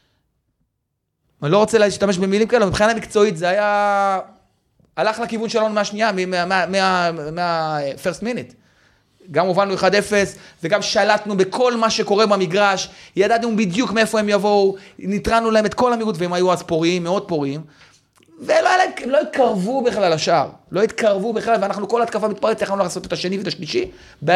אני לא רוצה להשתמש במילים כאלה, אבל מבחינה מקצועית זה היה, הלך לכיוון שלנו מהשנייה, מה, מה, מה, מה first minute. גם הובלנו אחד אפס, וגם שלטנו בכל מה שקורה במגרש, ידענו בדיוק מאיפה הם יבואו, ניטרנו להם את כל המהירות, והם היו אז פוריים, מאוד פוריים, ולא להם, הם לא התקרבו בכלל לשער, לא התקרבו בכלל, ואנחנו כל התקפה מתפרצת, יכולנו לעשות את השני ואת השלישי,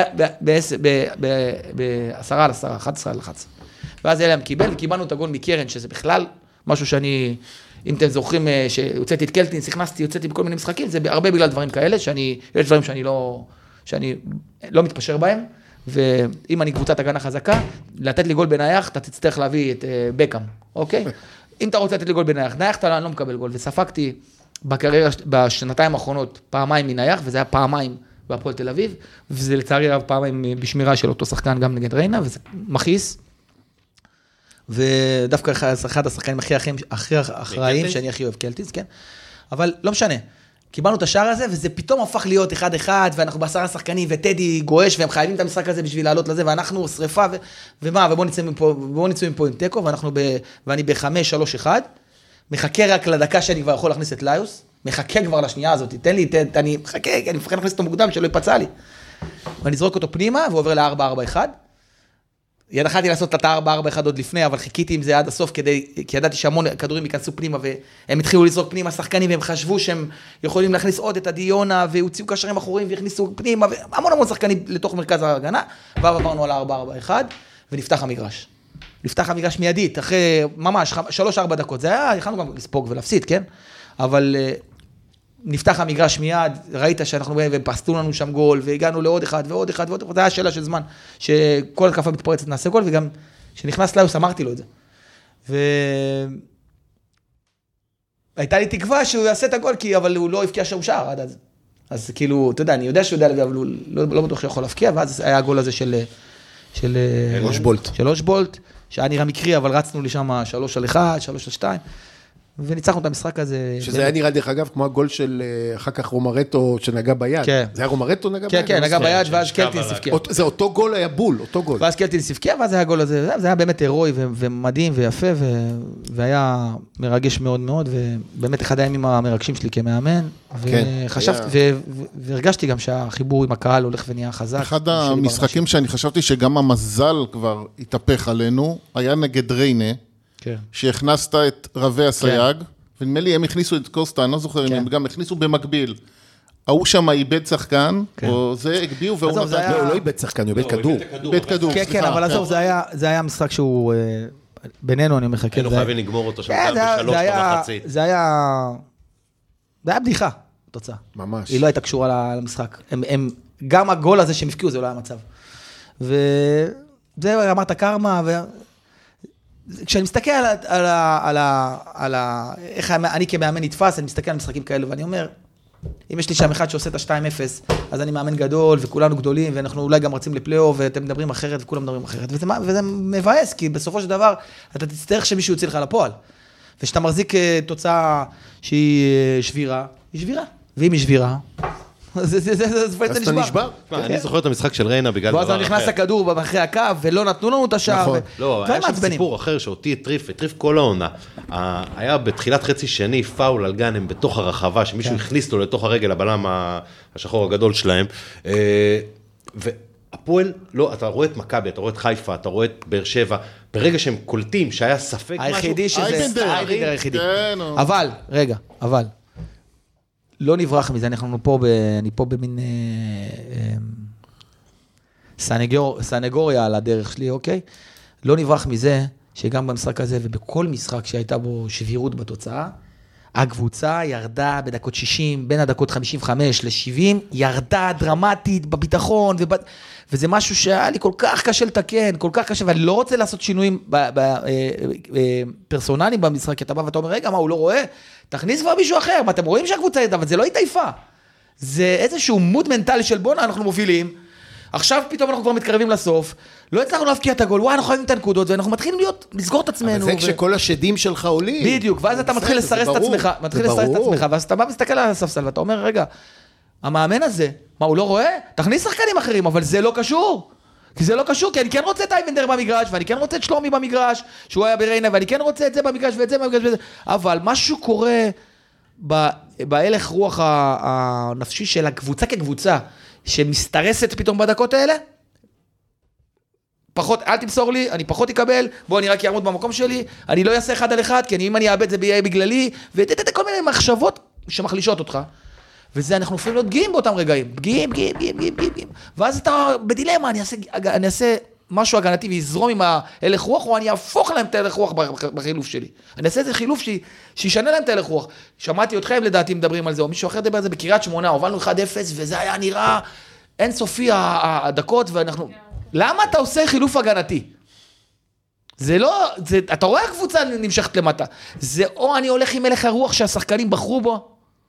בעשרה על עשרה, אחת עשרה על אחת עשרה. ואז אליהם קיבל, וקיבלנו את הגול מקרן, שזה בכלל משהו שאני, אם אתם זוכרים, שהוצאתי את קלטינס, הכנסתי, יוצאתי בכל מיני משחקים, זה הרבה בגלל דברים כאלה, שאני, יש דברים שאני לא, שאני לא מתפשר בהם, ואם אני קבוצת הגנה חזקה, לתת לי גול בנייח, אתה תצטרך להביא את בקאם, אוקיי? אם אתה רוצה לתת לי גול בנייח, נייח אתה לא מקבל גול, וספקתי בקריירה, בשנתיים האחרונות, פעמיים מנייח, וזה היה פעמיים בהפועל תל אביב, וזה לצערי רב פעמיים בשמירה של אותו שחקן גם נגד ריינה, וזה מכעיס, ודווקא אחד השחקנים הכי אחראיים, שאני הכי אוהב קלטינס, כן? אבל לא משנה. קיבלנו את השער הזה, וזה פתאום הפך להיות אחד אחד, ואנחנו בעשרה שחקנים, וטדי גואש, והם חייבים את המשחק הזה בשביל לעלות לזה, ואנחנו שריפה, ו... ומה, ובואו נצא מפה, בואו נצא מפה עם טקו, ואנחנו ב... ואני בחמש, שלוש, אחד, מחכה רק לדקה שאני כבר יכול להכניס את ליוס, מחכה כבר לשנייה הזאת, תן לי, תן, אני מחכה, אני מפחד להכניס אותו מוקדם, שלא יפצע לי. ואני זרוק אותו פנימה, ועובר ל-ארבע ארבע אחד, ידעתי לעשות את ה-ארבע ארבע אחד עוד לפני, אבל חיכיתי עם זה עד הסוף, כדי, כי ידעתי שהמון כדורים ייכנסו פנימה, והם התחילו לזרוק פנימה שחקנים, והם חשבו שהם יכולים להכניס עוד את הדיונה, והוציאו קשרים אחוריים, והכניסו פנימה, והמון המון שחקנים לתוך מרכז ההגנה, ועברנו על ה-ארבע ארבע אחד, ונפתח המגרש. נפתח המגרש מיידית, אחרי ממש שלוש ארבע דקות, זה היה, יכולנו גם לספוג ולהפסיד, כן? אבל נפתח המגרש מיד, ראית שאנחנו באים ופסטו לנו שם גול, והגענו לעוד אחד ועוד אחד ועוד אחד, זה היה שאלה של זמן, שכל התקפה מתפרצת נעשה גול, וגם כשנכנס ליוס אמרתי לו את זה. והייתה לי תקווה שהוא יעשה את הגול, כי אבל הוא לא הבקיע שום שער עד אז. אז כאילו, אתה יודע, אני יודע שהוא יודע להביא, אבל הוא לא, לא בטוח שיכול להבקיע, ואז היה הגול הזה של... של אושבולט. של אושבולט, שהיה נראה מקרי, אבל רצנו לי שם שלוש על אחד, שלוש על שתיים. וניצחנו את המשחק הזה. שזה היה נראה דרך אגב, כמו הגול של אחר כך רומרטו שנגע ביד. כן. זה היה רומרטו נגע כן, ביד? כן, נגע ביד, ואז קלטינס הבקיע. זה אותו גול היה בול, אותו גול. ואז קלטינס הבקיע, ואז היה הגול הזה, זה היה באמת הירואי ומדהים ויפה, והיה מרגש מאוד מאוד, ובאמת אחד הימים המרגשים שלי כמאמן, וחשבתי, והרגשתי גם שהחיבור עם הקהל הולך ונהיה חזק. אחד המשחקים שאני חשבתי שגם המזל כבר התהפך עלינו, היה נגד ריינה, שהכנסת את רבי הסייג, ונדמה לי הם הכניסו את קוסטה, אני לא זוכר אם הם גם הכניסו במקביל. ההוא שם איבד שחקן, או זה הגביעו, והוא נתן... לא, הוא לא איבד שחקן, הוא איבד כדור. איבד כדור, כן, כן, אבל עזוב, זה היה משחק שהוא... בינינו אני מחכה. היינו חייבים לגמור אותו שם בשלוש במחצית. זה היה... זה היה בדיחה, תוצאה. ממש. היא לא הייתה קשורה למשחק. גם הגול הזה שהם הפקיעו, זה לא היה מצב. וזה אמרת קרמה, ו... כשאני מסתכל על ה... על ה... על ה... על ה... איך אני כמאמן נתפס, אני מסתכל על משחקים כאלו, ואני אומר, אם יש לי שם אחד שעושה את ה-שתיים אפס, אז אני מאמן גדול, וכולנו גדולים, ואנחנו אולי גם רצים לפלייאוף, ואתם מדברים אחרת, וכולם מדברים אחרת, וזה, וזה מבאס, כי בסופו של דבר, אתה תצטרך שמישהו יוצא לך לפועל. ושאתה מחזיק תוצאה שהיא שבירה, היא שבירה. ואם היא שבירה, זה נשבר. אני זוכר את המשחק של ריינה בגלל דבר אחר. ואז נכנס הכדור אחרי הקו, ולא נתנו לנו את השער. לא, היה שם סיפור אחר שאותי הטריף, הטריף כל העונה. היה בתחילת חצי שני פאול על גאנם בתוך הרחבה, שמישהו הכניס לו לתוך הרגל, הבלם השחור הגדול שלהם. והפועל, לא, אתה רואה את מכבי, אתה רואה את חיפה, אתה רואה את באר שבע, ברגע שהם קולטים שהיה ספק משהו. היחידי שזה, היחידי. אבל, רגע, אבל. לא נברח מזה, אנחנו פה, ב, אני פה במין אה, אה, סנגור, סנגוריה על הדרך שלי, אוקיי? לא נברח מזה שגם במשחק הזה ובכל משחק שהייתה בו שבירות בתוצאה, הקבוצה ירדה בדקות שישים, בין הדקות חמישים ופחמש ל-שבעים, ירדה דרמטית בביטחון, וב... וזה משהו שהיה לי כל כך קשה לתקן, כל כך קשה, ואני לא רוצה לעשות שינויים ב- ב- אה, אה, פרסונליים במשחק, כי אתה בא ואתה אומר, רגע, מה, הוא לא רואה? תכניס כבר מישהו אחר, מה, אתם רואים שהקבוצה ירדה, אבל זה לא התעיפה. זה איזשהו מוד מנטלי של בונה, אנחנו מובילים, עכשיו פתאום אנחנו כבר מתקרבים לסוף, לא הצלחנו להפקיע את הגול, וואי, אנחנו חייבים את הנקודות, ואנחנו מתחילים להיות, לסגור את עצמנו. אבל זה כשכל השדים שלך עולים. בדיוק, ואז אתה מתחיל לסרס את עצמך, מתחיל לסרס את עצמך, ואז אתה בא מסתכל על הספסל, ואתה אומר, רגע, המאמן הזה, מה, הוא לא רואה? תכניס שחקנים אחרים, אבל זה לא קשור. כי זה לא קשור, כי אני כן רוצה את אייבנדר במגרש, ואני כן רוצה את שלומי במגרש, שהוא היה בריינה, ואני כן רוצה את זה במגרש, ואת זה במגרש, ואת זה. אבל משהו קורה בהלך רוח הנפשי של הקבוצה כקבוצה, שמסתרסת פתאום בדקות האלה, פחות, אל תמסור לי, אני פחות אקבל, בוא אני רק אעמוד במקום שלי, אני לא אעשה אחד על אחד, כי אני, אם אני אאבד זה יהיה בגללי, ותתת כל מיני מחשבות שמחלישות אותך. וזה אנחנו יכולים להיות פגיעים באותם רגעים, פגיעים, פגיעים, פגיעים, פגיעים, פגיעים. ואז אתה בדילמה, אני אעשה, אני אעשה משהו הגנתי ויזרום עם ההלך רוח, או אני אהפוך להם את ההלך רוח בחילוף שלי. אני אעשה איזה חילוף שישנה להם את ההלך רוח. שמעתי אתכם לדעתי מדברים על זה, או מישהו אחר דבר על זה בקריית שמונה, הובלנו אחד אפס, וזה היה נראה אינסופי הדקות, ואנחנו... למה אתה עושה חילוף הגנתי? זה לא, זה, אתה רואה הקבוצה נמשכת למטה. זה או אני הולך עם הלך הרוח שהשחקנים בחרו בו,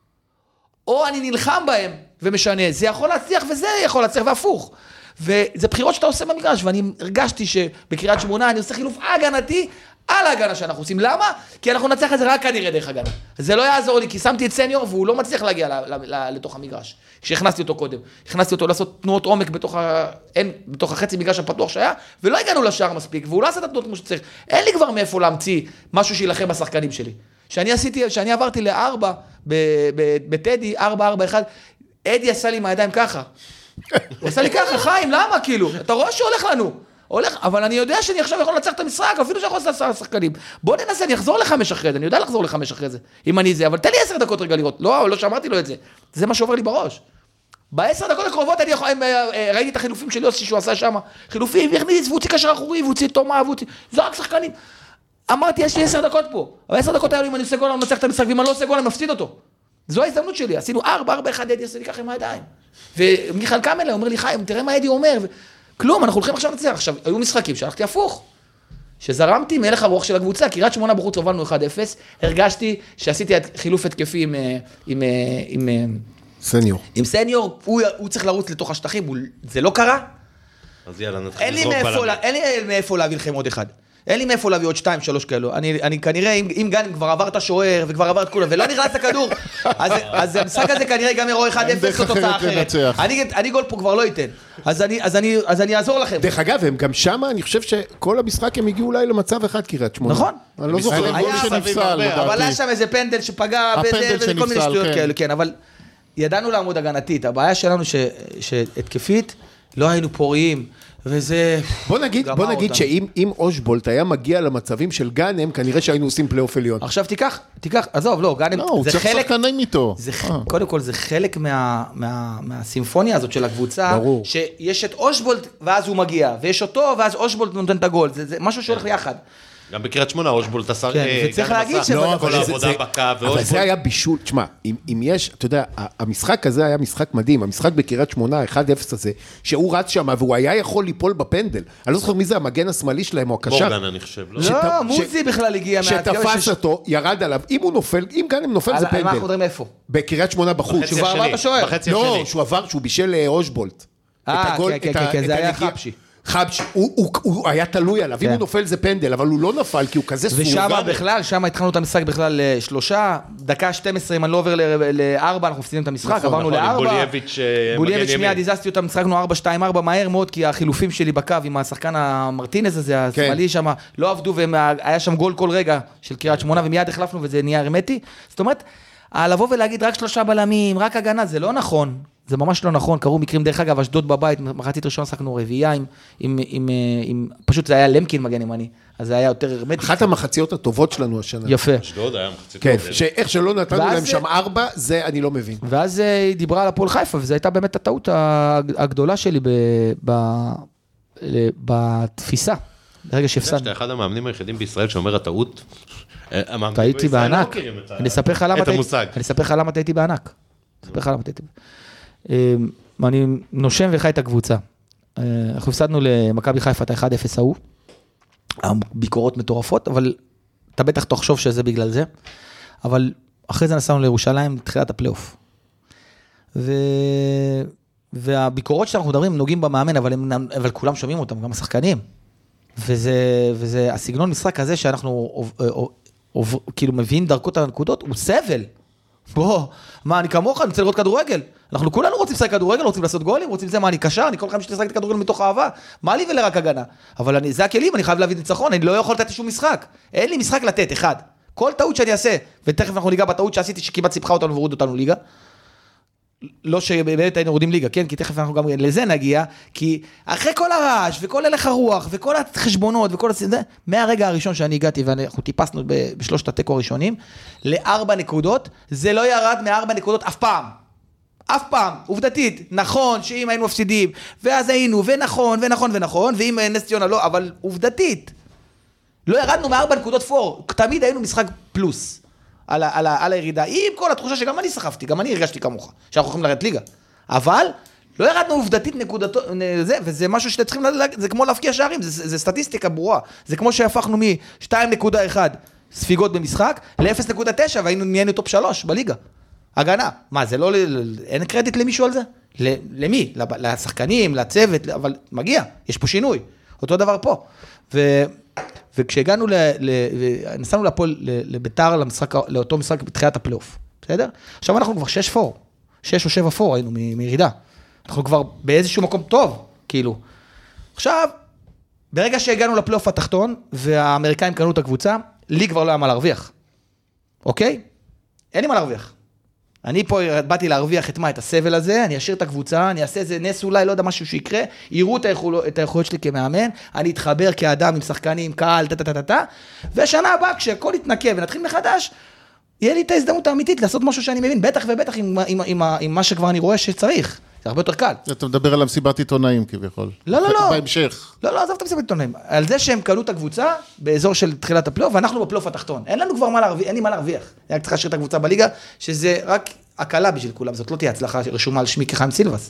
או אני נלחם בהם ומשנה. זה יכול להצליח וזה יכול להצליח והפוך. וזה בחירות שאתה עושה במגרש, ואני הרגשתי שבקריית שמונה אני עושה חילוף הגנתי על ההגנה שאנחנו עושים. למה? כי אנחנו נצליח את זה רק כנראה דרך הגנה. זה לא יעזור לי, כי שמתי את סניור והוא לא מצליח להגיע לתוך המגרש. כשהכנסתי אותו קודם, הכנסתי אותו לעשות תנועות עומק בתוך, ה... אין, בתוך החצי מגרש הפתוח שהיה, ולא הגענו לשער מספיק, והוא לא עשה את התנועות כמו שצריך. אין לי כבר מאיפה להמציא משהו שילחם בשחקנים שלי. שאני עשיתי, שאני עברתי לארבע, בטדי, ארבע, ארבע, אחד, אדי עשה לי מהידיים ככה. הוא עשה לי ככה, חיים, למה כאילו? אתה רואה שהולך לנו. הולך, אבל אני יודע שאני עכשיו יכול לנצח את המשחק, אפילו שאני יכול לעשות שחקנים. בוא ננסה, אני אחזור לחמש אחרי זה, אני יודע לחזור לחמש אחרי זה, אם אני זה, אבל תן לי עשר דקות רגע לראות. לא, לא שמעתי לו את זה. זה מה שעובר לי בראש. בעשר דקות הקרובות אני יכול, ראיתי את החילופים שלי שהוא עשה שם, חילופים, והכניס, והוציא קשר אחורי, והוציא תומה, והוציא, זרק שחקנים. אמרתי, יש לי עשר דקות פה. אבל עשר דקות האלו, אם אני עושה גול, אני מנצח את המשחק, ואם אני לא עושה גול, אני מפסיד אותו. זו ההזדמנות שלי. עשינו ארבע, ארבע, אחד, אדי עשה לי ככה עם הידיים. ומיכל קמלה אומר לי, חיים, תראה מה אדי אומר. כלום, אנחנו הולכים עכשיו לנצח. עכשיו, היו משחקים שהלכתי הפוך. שזרמתי מהלך הרוח של הקבוצה, קריית שמונה בחוץ הובלנו אחד אפס, הרגשתי שעשיתי חילוף התקפי עם, עם, עם, סניור. עם סניור, הוא, הוא צריך לרוץ לתוך השטחים, הוא, זה לא קרה. אז יאללה, נתחיל לזרוק בלמים. אין לי מאיפה להביא לכם עוד אחד. אין לי מאיפה להביא עוד שתיים, שלוש כאלו. אני, אני כנראה, אם, אם גן כבר עבר את השוער, וכבר עבר את כולם, ולא נכנס לכדור, אז, אז המשחק הזה כנראה גם יראה אחד אפס או תוצאה אחרת. אני, אני גול פה כבר לא ייתן. אז אני, אז אני, אז אני אעזור לכם. דרך אגב, הם גם שמה, אני חושב שכל המשחק הם הגיעו אולי למצב אחד קריית שמונה. נכון. אני לא זוכר. גול שנפסל, אבל היה שם איזה פנדל שפגע, וכל מיני שטויות כאלו, כן, אבל ידענו לעמוד הגנתית. הבעיה שלנו שהתקפית, לא היינו פוריים. וזה... בוא נגיד, בוא נגיד שאם אם אושבולט היה מגיע למצבים של גאנם, כנראה שהיינו עושים פלייאוף עליון. עכשיו תיקח, תיקח, עזוב, לא, גאנם, לא, הוא צריך שחקנים איתו. זה, קודם כל, זה חלק מה, מה, מהסימפוניה הזאת של הקבוצה, ברור. שיש את אושבולט ואז הוא מגיע, ויש אותו ואז אושבולט נותן את הגול, זה, זה משהו שהולך יחד. גם בקריית שמונה, אושבולט עשה, וצריך להגיד שזה כל העבודה בקו, אבל זה היה בישול, תשמע, אם יש, אתה יודע, המשחק הזה היה משחק מדהים, המשחק בקריית שמונה, אחד אפס הזה, שהוא רץ שם, והוא היה יכול ליפול בפנדל. אני לא זוכר מי זה, המגן השמאלי שלהם, או הקשר. מורגן, אני חושב. לא, מוזי בכלל הגיע. שתפס אותו, ירד עליו, אם הוא נופל, אם גאנם נופל זה פנדל. מה אנחנו יודעים איפה? בקריית שמונה בחוץ. שהוא עבר את השוער. לא, שהוא עבר, שהוא בישל אושבולט. אה, כן, כן, כן, זה היה חבשי. חבשי, הוא היה תלוי עליו, אם הוא נופל זה פנדל, אבל הוא לא נפל, כי הוא כזה סורגן. ושם בכלל, שם התחלנו את המשחק בכלל לשלושה, דקה שתים עשרה, אם אני לא עובר לארבע, אנחנו מפסידים את המשחק, עברנו לארבע. בולייביץ' בולייביץ' מיד הזזתי אותם, משחקנו ארבע שתיים ארבע מהר מאוד, כי החילופים שלי בקו עם השחקן המרטינז הזה, השמאלי שם, לא עבדו, והיה שם גול כל רגע של קריית שמונה, ומיד החלפנו וזה נהיה הרמטי. זאת אומרת, לבוא ולהגיד רק שלושה בלמים, רק הגנה, זה לא נכון. זה ממש לא נכון, קרו מקרים, דרך אגב, אשדוד בבית, מחצית ראשון שחקנו רביעייה, עם, עם, עם, עם, פשוט זה היה למקין מגן ימני, אז זה היה יותר הרמטי. אחת המחציות הטובות שלנו השנה. יפה. אשדוד היה מחצית כן, שאיך שלא נתנו להם שם ארבע, זה אני לא מבין. ואז היא דיברה על הפועל חיפה, וזו הייתה באמת הטעות הגדולה שלי ב, ב, בתפיסה, ברגע שהפסדנו. שאתה אחד המאמנים היחידים בישראל שאומר הטעות, טעיתי בענק. אני אספר לך למה טעיתי בענק. אספר לך למה טעיתי בענק. אני נושם וחי את הקבוצה. אנחנו הפסדנו למכבי חיפה את ה-אחד אפס ההוא, הביקורות מטורפות, אבל אתה בטח תחשוב שזה בגלל זה, אבל אחרי זה נסענו לירושלים, תחילת הפלייאוף. ו... והביקורות שאנחנו מדברים, נוגעים במאמן, אבל, הם... אבל כולם שומעים אותם, גם השחקנים. וזה, וזה הסגנון משחק הזה שאנחנו כאילו מביאים דרכות על הנקודות, הוא סבל. בוא, מה, אני כמוך, אני רוצה לראות כדורגל. אנחנו כולנו רוצים לשחק כדורגל, רוצים לעשות גולים, רוצים זה, מה, אני קשר, אני כל חיים שתשחק את כדורגל מתוך אהבה. מה לי ולרק הגנה? אבל אני, זה הכלים, אני חייב להביא ניצחון, אני לא יכול לתת שום משחק. אין לי משחק לתת, אחד. כל טעות שאני אעשה, ותכף אנחנו ניגע בטעות שעשיתי, שכמעט סיפחה אותנו והוריד אותנו ליגה. לא שבאמת היינו יורדים ליגה, כן? כי תכף אנחנו גם לזה נגיע, כי אחרי כל הרעש, וכל הלך הרוח, וכל החשבונות, וכל זה, מהרגע הראשון שאני הגעתי, ואנחנו טיפסנו בשלושת התיקו הראשונים, לארבע נקודות, זה לא ירד מארבע נקודות אף פעם. אף פעם, עובדתית, נכון שאם היינו מפסידים, ואז היינו, ונכון, ונכון, ונכון, ואם נס ציונה לא, אבל עובדתית, לא ירדנו מארבע נקודות פור, תמיד היינו משחק פלוס. על, על, על הירידה, עם כל התחושה שגם אני סחפתי, גם אני הרגשתי כמוך, שאנחנו יכולים לרדת ליגה. אבל לא ירדנו עובדתית נקודתו, זה, וזה משהו שאתם צריכים, זה כמו להפקיע שערים, זה, זה סטטיסטיקה ברורה. זה כמו שהפכנו מ-שתיים נקודה אחת ספיגות במשחק, ל-אפס נקודה תשע, והיינו נהיינו טופ שלוש בליגה. הגנה. מה, זה לא, אין קרדיט למישהו על זה? למי? לשחקנים, לצוות, אבל מגיע, יש פה שינוי. אותו דבר פה. ו... וכשהגענו, נסענו לפועל, לביתר, לאותו משחק בתחילת הפלייאוף, בסדר? עכשיו אנחנו כבר שש פור, שש או שבע פור היינו מירידה. אנחנו כבר באיזשהו מקום טוב, כאילו. עכשיו, ברגע שהגענו לפלייאוף התחתון, והאמריקאים קנו את הקבוצה, לי כבר לא היה מה להרוויח. אוקיי? אין לי מה להרוויח. אני פה באתי להרוויח את מה? את הסבל הזה, אני אשאיר את הקבוצה, אני אעשה איזה נס אולי, לא יודע משהו שיקרה, יראו את היכולות שלי כמאמן, אני אתחבר כאדם עם שחקנים, קהל, טטטטטה, והשנה הבאה, כשהכל יתנקה ונתחיל מחדש, יהיה לי את ההזדמנות האמיתית לעשות משהו שאני מבין, בטח ובטח עם, עם, עם, עם מה שכבר אני רואה שצריך. זה הרבה יותר קל. אתה מדבר על המסיבת עיתונאים כביכול. לא, לא, לא. בהמשך. לא, לא, עזוב את המסיבת עיתונאים. על זה שהם קנו את הקבוצה באזור של תחילת הפלייאוף, ואנחנו בפלייאוף התחתון. אין לנו כבר מה להרוויח, אין לי מה להרוויח. אני רק צריך להשאיר את הקבוצה בליגה, שזה רק הקלה בשביל כולם. זאת לא תהיה הצלחה רשומה על שמי כחיים סילבס.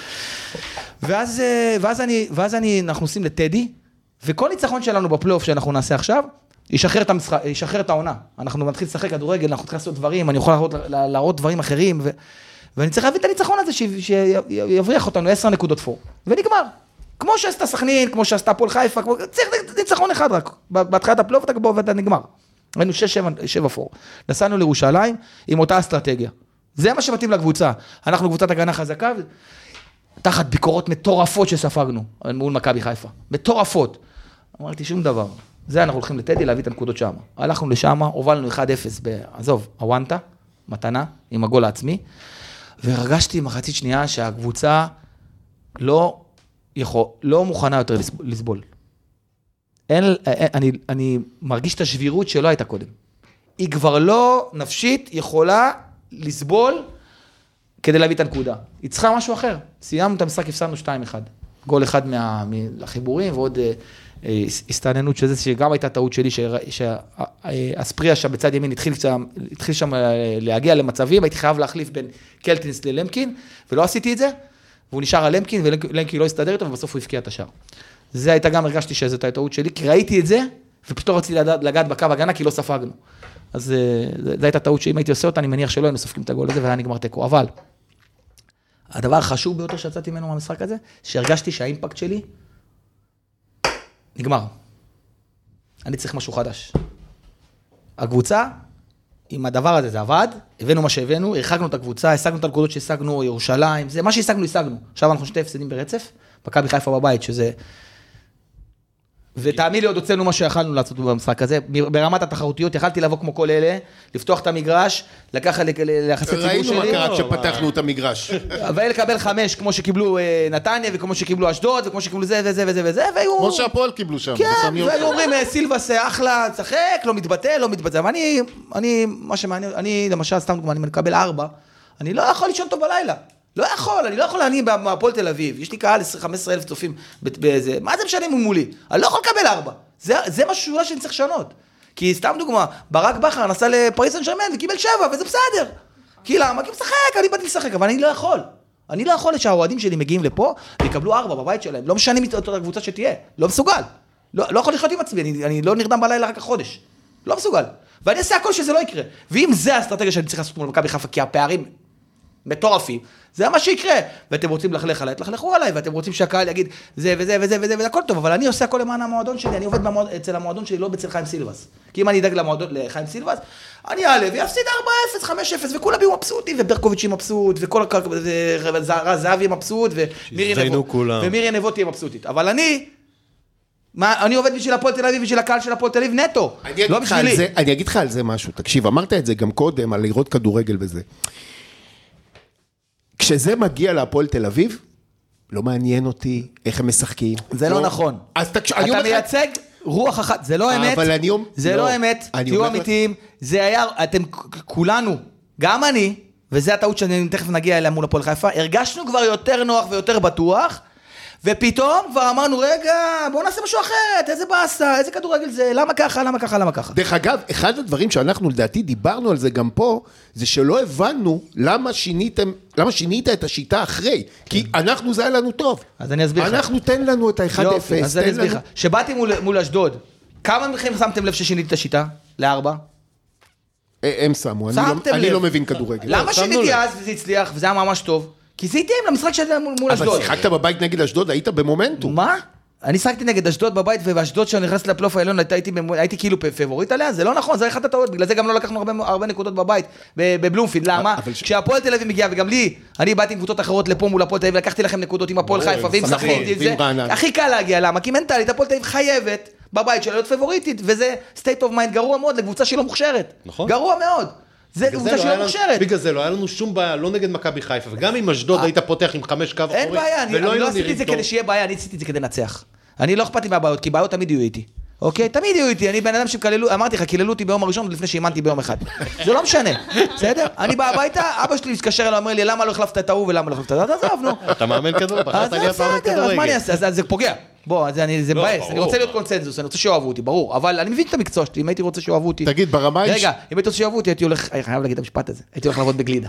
ואז, ואז אני, ואז אני, אנחנו עושים לטדי, וכל ניצחון שלנו בפלייאוף שאנחנו נעשה עכשיו, ישחרר את המשחק, ישחרר את העונה. אנחנו נתחיל לשחק כדורגל, אנחנו צריכים לעשות דברים, אני יכול להראות, להראות דברים אחרים, ו... ואני צריך להביא את הניצחון הזה, שיבריח אותנו עשר נקודות פור. ונגמר. כמו שעשתה סכנין, כמו שעשתה פועל חיפה, צריך ניצחון אחד רק. בהתחלת הפלייאוף אתה בוא ואתה נגמר. היינו שש, שבע פור. נסענו לירושלים עם אותה אסטרטגיה. זה מה שמתאים לקבוצה. אנחנו קבוצת הגנה חזקה, תחת ביקורות מטורפות שספגנו, מול מכבי חיפה. מטורפות. אמרתי שום דבר. זה אנחנו הולכים לטדי להביא את הנקודות שם. הלכנו לשם, הובלנו אחד אפס בעזוב, הוואנטה, מתנה, עם הגול העצמי. והרגשתי מחצית שנייה שהקבוצה לא, יכול, לא מוכנה יותר לסבול. אין, אני, אני מרגיש את השבירות שלא הייתה קודם. היא כבר לא נפשית יכולה לסבול כדי להביא את הנקודה. היא צריכה משהו אחר. סיימנו את המשחק, הפסדנו שתיים אחד. גול אחד מהחיבורים, ועוד הסתעננות של זה, שגם הייתה טעות שלי, שהספריה שם בצד ימין התחיל שם להגיע למצבים, הייתי חייב להחליף בין קלטינס ללמקין, ולא עשיתי את זה, והוא נשאר על למקין, ולמקין לא הסתדר איתו, ובסוף הוא הפקיע את השאר. זה הייתה גם, הרגשתי שזאת הייתה טעות שלי, כי ראיתי את זה, ופתאום רציתי לגעת בקו הגנה, כי לא ספגנו. אז זו הייתה טעות שאם הייתי עושה אותה, אני מניח שלא היינו סופגים את הגול הזה, והיה נגמר תיקו. אבל הדבר החשוב ביותר שיצאתי ממנו מהמשחק הזה, שהרגשתי שהאימפקט שלי נגמר. אני צריך משהו חדש. הקבוצה, עם הדבר הזה, זה עבד, הבאנו מה שהבאנו, הרחקנו את הקבוצה, השגנו את הנקודות שהשגנו, ירושלים, זה מה שהשגנו, השגנו. עכשיו אנחנו שתי הפסדים ברצף, מכבי חיפה בבית, שזה... ותאמין לי, עוד הוצאנו מה שיכלנו לעשות במשחק הזה, ברמת התחרותיות, יכלתי לבוא כמו כל אלה, לפתוח את המגרש, לקחת ליחסי ציבור שלי. ראינו מה קרה כשפתחנו את המגרש. ולקבל חמש, כמו שקיבלו נתניה, וכמו שקיבלו אשדוד, וכמו שקיבלו זה וזה וזה וזה, והיו... כמו שהפועל קיבלו שם. כן, והיו אומרים, סילבס אחלה, צחק, לא מתבטא, לא מתבטא. ואני, אני, מה שמעניין, אני למשל, סתם דוגמה, אני מקבל ארבע, אני לא יכול לישון טוב בלילה. לא יכול, אני לא יכול להניע בהפועל תל אביב, יש לי קהל חמישה עשר אלף צופים באיזה, מה זה משנה מולי? אני לא יכול לקבל ארבע, זה, זה משהו שאני צריך לשנות. כי סתם דוגמה, ברק בכר נסע לפריס סן ז'רמן וקיבל שבע, וזה בסדר. כי למה? כי משחק, אני באתי לשחק, אבל אני לא יכול. אני לא יכול שהאוהדים שלי מגיעים לפה, ויקבלו ארבע בבית שלהם, לא משנה אותה הקבוצה שתהיה, לא מסוגל. לא, לא יכול לחיות עם עצמי, אני, אני לא נרדם בלילה רק החודש. לא מסוגל. ואני אעשה הכל שזה לא יקרה. ואם זה האסטרטגיה שאני צריך לעשות מול מכבי חיפה, כי הפערים מטורפים, זה מה שיקרה, ואתם רוצים לחלך עליי, תחלכו עליי, ואתם רוצים שהקהל יגיד זה וזה וזה וזה, וזה הכל טוב, אבל אני עושה הכל למען המועדון שלי, אני עובד במועד, אצל המועדון שלי, לא אצל חיים סילבס. כי אם אני אדאג למועדון, לחיים סילבס, אני אעלה ויפסיד ארבע אפס, חמש אפס, וכולם יהיו מבסוטים, וברקוביץ' מבסוט, וכל זהבי מבסוט, ומירי נבות תהיה מבסוטית. אבל אני, אני עובד בשביל הפועל תל אביב, בשביל הקהל של הפועל תל אביב נטו, לא בשבילי. אני אגיד לך על זה משהו, תקשיב, אמרת את זה גם קודם, על לראות כדורגל וזה. כשזה מגיע להפועל תל אביב, לא מעניין אותי איך הם משחקים. זה לא נכון. אתה מייצג רוח אחת, זה לא אמת, זה לא אמת, תהיו אמיתיים, זה היה, אתם כולנו, גם אני, וזה הטעות שאני תכף נגיע אליה מול הפועל חיפה, הרגשנו כבר יותר נוח ויותר בטוח, ופתאום כבר אמרנו, רגע, בואו נעשה משהו אחרת, איזה באסה, איזה כדורגל זה, למה ככה, למה ככה, למה ככה. דרך אגב, אחד הדברים שאנחנו לדעתי דיברנו על זה גם פה, זה שלא הבנו למה שיניתם, למה שינית את השיטה אחרי, כי אנחנו זה היה לנו טוב. אז אני אסביר לך. אנחנו תן לנו את ה-אחד אפס. אז אני אסביר לך. שבאתי מול אשדוד, כמה מכם שמתם לב ששיניתי את השיטה? לארבע? הם שמו, אני לא מבין כדורגל. למה שיניתי אז וזה הצליח, וזה היה ממש טוב? כי זה התאים למשחק שהיה מול אשדוד. אבל שיחקת בבית נגד אשדוד, היית במומנטום. מה? אני שחקתי נגד אשדוד בבית, ובאשדוד שאני נכנס לפלייאוף העליון, הייתי כאילו פייבוריט עליה, זה לא נכון, זה אחת הטעות, בגלל זה גם לא לקחנו הרבה נקודות בבית, בבלומפילד, למה? כשהפועל תל אביב מגיע, וגם לי, אני באתי עם קבוצות אחרות לפה מול הפועל תל אביב, לקחתי לכם נקודות עם הפועל חיפה, ועם סכנין, הכי קל להגיע, למה? כי מנטלית, הפועל תל אביב חייבת בבית שלה להיות פייבוריטית, וזה state of mind גרוע מאוד לקבוצה שהיא לא מוכשרת. גרוע מאוד. זה קבוצה שלא מוכשרת. בגלל זה לא היה לנו שום בעיה, לא נגד מכבי חיפה, וגם עם אשדוד היית פותח עם חמש קו אחורי. אין בעיה, אני לא עשיתי את זה כדי שיהיה בעיה, אני עשיתי את זה כדי לנצח. אני לא אכפת לי מהבעיות, כי בעיות תמיד יהיו איתי. אוקיי? תמיד יהיו איתי, אני בן אדם שקללו, אמרתי לך, קיללו אותי ביום הראשון לפני שאימנתי ביום אחד. זה לא משנה, בסדר? אני בא הביתה, אבא שלי מתקשר אליי, אומר לי, למה לא החלפת את ההוא ולמה לא החלפת את זה? עזוב, נו. אתה מאמן כדור, בחרת לי מאמן כדורגל. אז מה אני אעשה? אז זה פוגע. בוא, זה מבאס, אני רוצה להיות קונצנזוס, אני רוצה שאוהבו אותי, ברור, אבל אני מבין את המקצוע שלי, אם הייתי רוצה שאוהבו אותי. תגיד, ברמה רגע, אם הייתי רוצה שאוהבו אותי, הייתי הולך, אני חייב להגיד את המשפט הזה, הייתי הולך לעבוד בגלידה.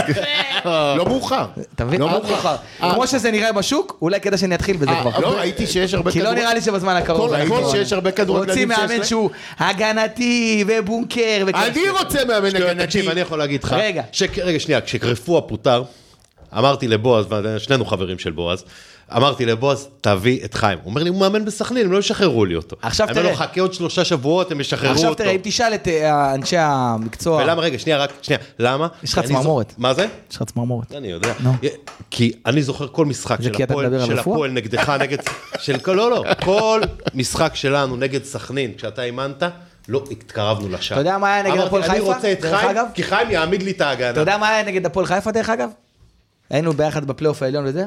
לא מאוחר. אתה מבין? לא מאוחר. כמו שזה נראה בשוק, אולי כדאי שאני אתחיל בזה כבר. לא, ראיתי שיש הרבה כי לא נראה לי שבזמן הקרוב. ראיתי שיש הרבה כדורגלנים רוצים מאמן שהוא הגנתי ובונקר. אני רוצה מאמן הגנתי. תקשיב, אני יכול להגיד לך. רגע. רגע, שנייה, כשקרפו הפוטר, אמרתי לבועז, שנינו חברים של בועז, אמרתי לבועז, תביא את חיים. הוא אומר לי, הוא מאמן בסכנין, הם לא ישחררו לי אותו. עכשיו תראה. אני אומר לו, חכה עוד שלושה שבועות, הם ישחררו אותו. עכשיו תראה, אם תשאל את אנשי המקצוע... ולמה, רגע, שנייה, רק, שנייה, למה? יש לך צמרמורת. מה זה? יש לך צמרמורת. אני יודע. כי אני זוכר כל משחק של הפועל נגדך, נגד... לא, לא, כל משחק שלנו נגד סכנין, כשאתה אימנת, לא התקרבנו לשם. אתה יודע מה היה נגד הפועל חיפה? אני רוצה את חיים, כי חיים יעמיד לי את ההגנה. אתה יודע מה היה נגד הפועל חיפה, דרך אגב? היינו ביחד בפלייאוף העליון וזה?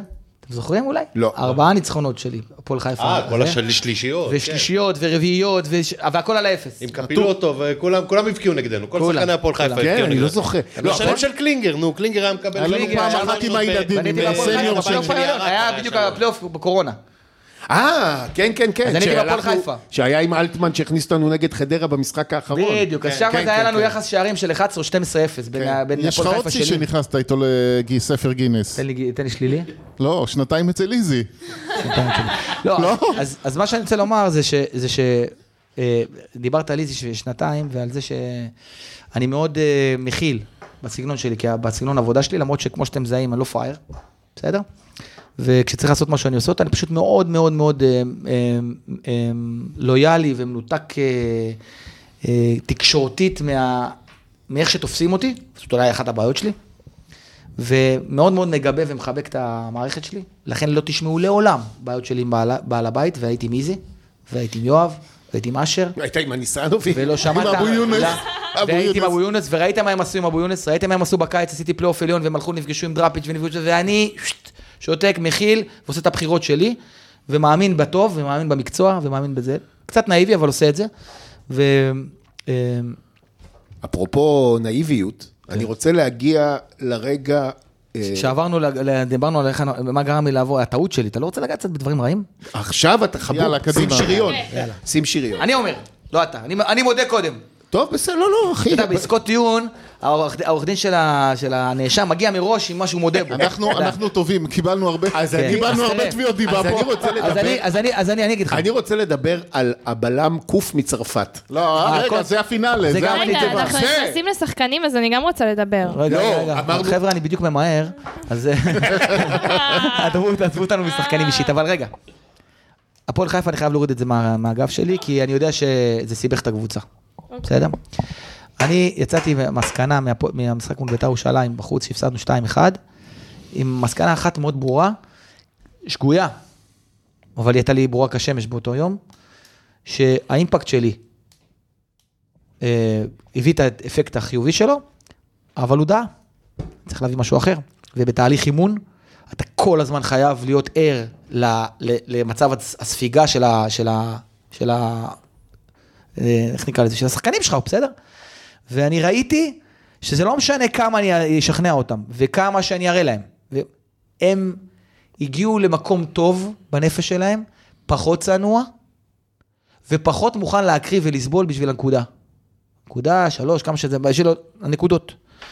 אתם זוכרים אולי? לא. ארבעה ניצחונות שלי, הפועל חיפה. אה, כל השלישיות. ושלישיות ורביעיות, והכל על האפס. עם קפילוטו, וכולם הבקיעו נגדנו, כל שחקני הפועל חיפה הבקיעו נגדנו. כן, אני לא זוכר. לא, השלם של קלינגר, נו, קלינגר היה מקבל... היה לנו פעם אחת עם הילדים, עם סניור של... היה בדיוק הפלייאוף בקורונה. אה, כן, כן, כן. אז אני הייתי בהפועל חיפה. שהיה עם אלטמן שהכניס אותנו נגד חדרה במשחק האחרון. בדיוק, אז שם זה היה לנו יחס שערים של אחת עשרה או שתים עשרה אפס בין הפועל חיפה שלי. יש לך עוד צי שנכנסת איתו לספר גינס. תן לי שלילי. לא, שנתיים אצל איזי. לא, אז מה שאני רוצה לומר זה שדיברת על איזי שנתיים ועל זה שאני מאוד מכיל בסגנון שלי, בסגנון העבודה שלי, למרות שכמו שאתם מזהים, אני לא פראייר, בסדר? וכשצריך לעשות מה שאני עושה אותה, אני פשוט מאוד מאוד מאוד אה, אה, אה, לויאלי ומנותק אה, אה, תקשורתית מה, מאיך שתופסים אותי, זאת אולי אחת הבעיות שלי, ומאוד מאוד מגבה ומחבק את המערכת שלי, לכן לא תשמעו לעולם בעיות שלי עם בעל, בעל הבית, והייתי עם איזי, והייתי עם יואב, והייתי עם אשר. הייתה עם הניסנובי. ולא שמעת. עם אבו יונס. והייתי עם אבו יונס, וראיתם מה הם עשו עם אבו יונס, ראיתם מה הם עשו בקיץ, עשיתי פלייאוף עליון, והם הלכו, נפגשו עם דראפיץ' ונפגשו, ואני שותק, מכיל, ועושה את הבחירות שלי, ומאמין בטוב, ומאמין במקצוע, ומאמין בזה. קצת נאיבי, אבל עושה את זה. ו... אפרופו נאיביות, אני רוצה להגיע לרגע... שעברנו, דיברנו על מה גרם לי לעבור, הטעות שלי, אתה לא רוצה לגעת קצת בדברים רעים? עכשיו אתה חבוק, שים שריון. שים שריון. אני אומר, לא אתה, אני מודה קודם. טוב, בסדר, לא, לא, אחי. אתה יודע, בעסקות טיעון, העורך דין של הנאשם מגיע מראש עם משהו מודה בו. אנחנו טובים, קיבלנו הרבה, קיבלנו הרבה תביעות דיבה פה. אז אני אגיד לך. אני רוצה לדבר על הבלם קוף מצרפת. לא, רגע, זה הפינאלה. רגע, אנחנו נכנסים לשחקנים, אז אני גם רוצה לדבר. רגע, רגע, חבר'ה, אני בדיוק ממהר, אז תעזבו אותנו משחקנים אישית, אבל רגע. הפועל חיפה, אני חייב להוריד את זה מהאגף שלי, כי אני יודע שזה סיבך את הקבוצה. בסדר? אני יצאתי מסקנה מהמשחק מול בית"ר ירושלים בחוץ, שהפסדנו שתיים אחד, עם מסקנה אחת מאוד ברורה, שגויה, אבל היא הייתה לי ברורה כשמש באותו יום, שהאימפקט שלי אה, הביא את האפקט החיובי שלו, אבל הוא דעה, צריך להביא משהו אחר, ובתהליך אימון, אתה כל הזמן חייב להיות ער למצב הספיגה של ה... של ה... של ה איך נקרא לזה, של השחקנים שלך, בסדר? ואני ראיתי שזה לא משנה כמה אני אשכנע אותם, וכמה שאני אראה להם. והם הגיעו למקום טוב בנפש שלהם, פחות צנוע, ופחות מוכן להקריב ולסבול בשביל הנקודה. נקודה, שלוש, כמה שזה, בשביל הנקודות.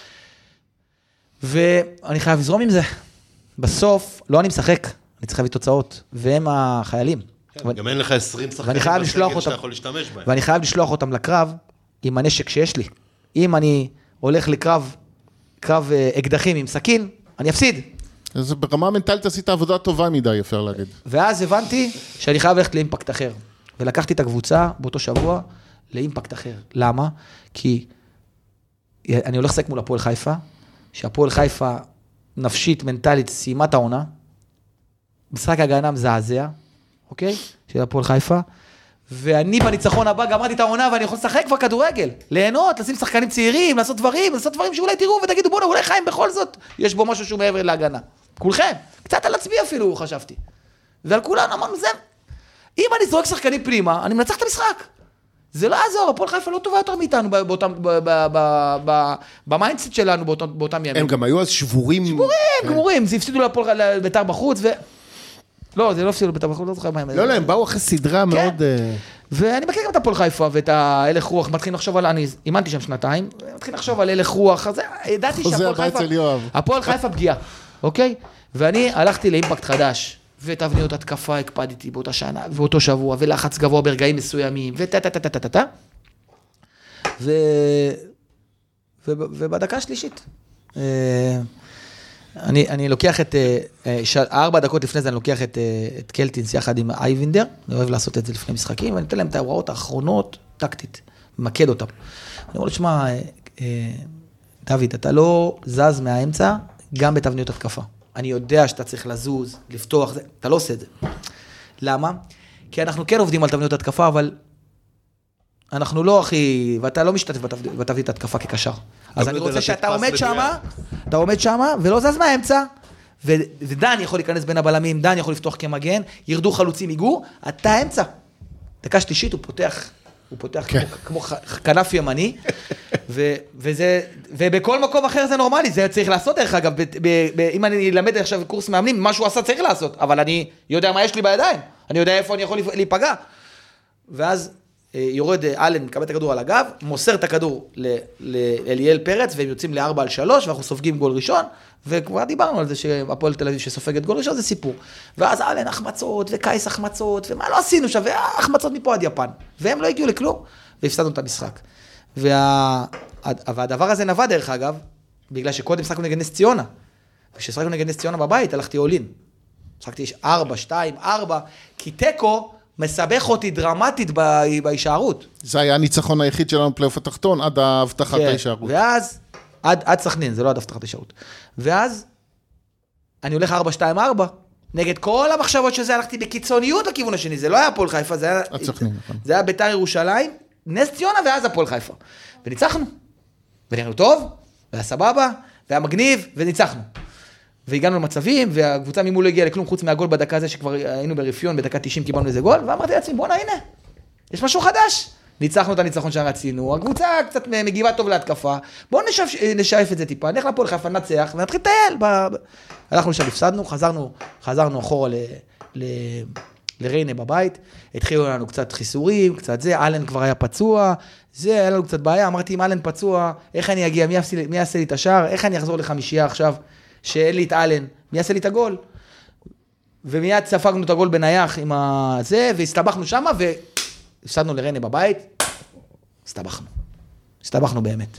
ואני חייב לזרום עם זה. בסוף, לא אני משחק, אני צריך להביא תוצאות, והם החיילים. גם אין לך עשרים שחקנים בסגל שאתה יכול להשתמש בהם. ואני חייב לשלוח אותם לקרב עם הנשק שיש לי. אם אני הולך לקרב, קרב אקדחים עם סכין, אני אפסיד. אז ברמה המנטלית עשית עבודה טובה מדי, אפשר להגיד. ואז הבנתי שאני חייב ללכת לאימפקט אחר. ולקחתי את הקבוצה באותו שבוע לאימפקט אחר. למה? כי אני הולך לשחק מול הפועל חיפה, שהפועל חיפה נפשית, מנטלית, סיימה את העונה, משחק הגנה מזעזע, אוקיי? של הפועל חיפה, ואני בניצחון הבא גמרתי את העונה, ואני יכול לשחק כבר כדורגל, ליהנות, לשים שחקנים צעירים, לעשות דברים, לעשות דברים שאולי תראו ותגידו, בואו, אולי חיים בכל זאת, יש בו משהו שהוא מעבר להגנה. כולכם, קצת על עצמי אפילו חשבתי. ועל כולנו אמרנו, זה, אם אני זורק שחקנים פנימה, אני מנצח את המשחק. זה לא יעזור, הפועל חיפה לא טובה יותר מאיתנו במיינדסט שלנו באותם ימים. הם גם היו אז שבורים. שבורים, גמורים, זה הפסידו לפועל בית"ר בחוץ ו... לא, זה לא הפסידו בית"ר בחוץ, לא זוכר מה הם... לא, לא, הם באו אחרי סדרה מאוד... ואני מכיר גם את הפועל חיפה ואת ההלך רוח, מתחיל לחשוב על... אני אימנתי שם שנתיים, מתחיל לחשוב על הלך רוח, אז ידעתי שהפועל חיפה... הפועל חיפה פגיעה, אוקיי? ואני הלכתי לאימפקט חדש. ותבניות התקפה הקפדתי באותה שנה, באותו שבוע, ולחץ גבוה ברגעים מסוימים, וטטטטטטטט. ו... ובדקה השלישית, אני, אני לוקח את, ארבע דקות לפני זה אני לוקח את, את קלטינס יחד עם אייבינדר, אני אוהב לעשות את זה לפני משחקים, ואני אתן להם את ההוראות האחרונות, טקטית, ממקד אותם. אני אומר, תשמע, דוד, אתה לא זז מהאמצע, גם בתבניות התקפה. אני יודע שאתה צריך לזוז, לפתוח, אתה לא עושה את זה. למה? כי אנחנו כן עובדים על תבניות התקפה, אבל אנחנו לא הכי, ואתה לא משתתף בתבניות התקפה כקשר. אז אני רוצה שאתה עומד שמה, אתה עומד שמה, ולא זז מהאמצע, ודן יכול להיכנס בין הבלמים, דן יכול לפתוח כמגן, ירדו חלוצים, יגעו, אתה אמצע. דקה שלישית הוא פותח, הוא פותח כמו, כמו כנף ימני, ו, וזה, ובכל מקום אחר זה נורמלי, זה צריך לעשות דרך אגב, ב, ב, ב, אם אני אלמד עכשיו קורס מאמנים, מה שהוא עשה צריך לעשות, אבל אני יודע מה יש לי בידיים, אני יודע איפה אני יכול להיפגע. ואז יורד אלן, מקבל את הכדור על הגב, מוסר את הכדור לאליאל פרץ, והם יוצאים לארבע על שלוש, ואנחנו סופגים גול ראשון, וכבר דיברנו על זה שהפועל תל אביב שסופגת גול ראשון, זה סיפור. ואז אלן החמצות, וקייס החמצות, ומה לא עשינו שם, והחמצות מפה עד יפן. והם לא הגיעו לכלום, והפסדנו את המשחק. וה... והדבר הזה נבע דרך אגב, בגלל שקודם שחקנו נגד נס ציונה. וכששחקנו נגד נס ציונה בבית, הלכתי אולין. שחקתי ארבע, שתיים, ארבע, כי טקו מסבך אותי דרמטית בהישארות. זה היה הניצחון היחיד שלנו בפלייאוף התחתון, עד ההבטחת ההישארות. ואז, עד, עד סכנין, זה לא עד הבטחת ההישארות. ואז, אני הולך ארבע, שתיים, ארבע, נגד כל המחשבות שזה, הלכתי בקיצוניות לכיוון השני, זה לא היה הפועל חיפה, זה היה, זה היה ביתר ירושלים, נס ציונה ואז הפועל חיפה. וניצחנו. ונראינו טוב, והיה סבבה, והיה מגניב, וניצחנו. והגענו למצבים, והקבוצה ממול לא הגיעה לכלום חוץ מהגול בדקה הזה, שכבר היינו ברפיון, בדקה תשעים קיבלנו איזה גול, ואמרתי לעצמי, בוא'נה, הנה, יש משהו חדש. ניצחנו את הניצחון שרצינו, הקבוצה קצת מגיבה טוב להתקפה, בואו נשאף את זה טיפה, נלך לפועל חיפה, נצח, ונתחיל לטייל. הלכנו לשם, הפסדנו, חזרנו, חזרנו אחורה לריינה בבית, התחילו לנו קצת חיסורים, קצת זה, אלן כבר היה פצוע, זה, היה לנו קצת בעיה, אמרתי, אם אלן פצוע, איך אני אגיע, מי יעשה לי את השער, איך אני אחזור לחמישייה עכשיו, שאין לי את אלן, מי יעשה לי את הגול? ומיד ספגנו את הגול בנייח עם הזה, והסתבכנו שמה, והפסדנו לריינה בבית, הסתבכנו. הסתבכנו באמת.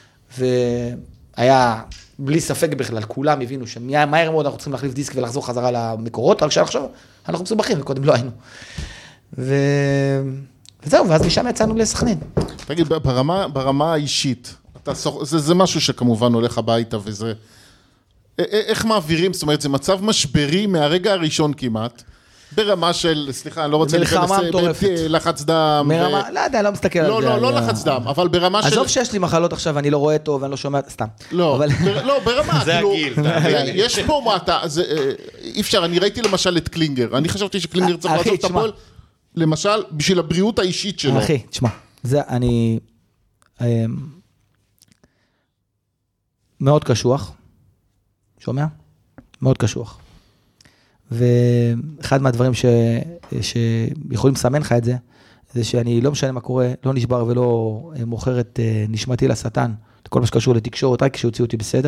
והיה, בלי ספק בכלל, כולם הבינו שמהר מאוד אנחנו צריכים להחליף דיסק ולחזור חזרה למקורות, רק שעכשיו אנחנו מסובכים, וקודם לא היינו. ו... וזהו, ואז משם יצאנו לסכנין. תגיד, ברמה, ברמה האישית, אתה, זה, זה משהו שכמובן הולך הביתה וזה... איך מעבירים, זאת אומרת, זה מצב משברי מהרגע הראשון כמעט, ברמה של, סליחה, אני לא רוצה להיכנס לחץ דם. מרמה, לא יודע, לא מסתכל על זה. לא, לא, לא לחץ דם, אבל ברמה של... עזוב שיש לי מחלות עכשיו, אני לא רואה טוב, אני לא שומע, סתם. לא, לא, ברמה, זה הגיל. יש פה מה אתה, אי אפשר, אני ראיתי למשל את קלינגר, אני חשבתי שקלינגר צריך לעזוב את הפועל, למשל, בשביל הבריאות האישית שלו. אחי, תשמע, זה אני... מאוד קשוח. שומע? מאוד קשוח. ואחד מהדברים ש... שיכולים לסמן לך את זה, זה שאני לא משנה מה קורה, לא נשבר ולא מוכר את נשמתי לשטן, את כל מה שקשור לתקשורת, רק כשהוציאו אותי בסדר.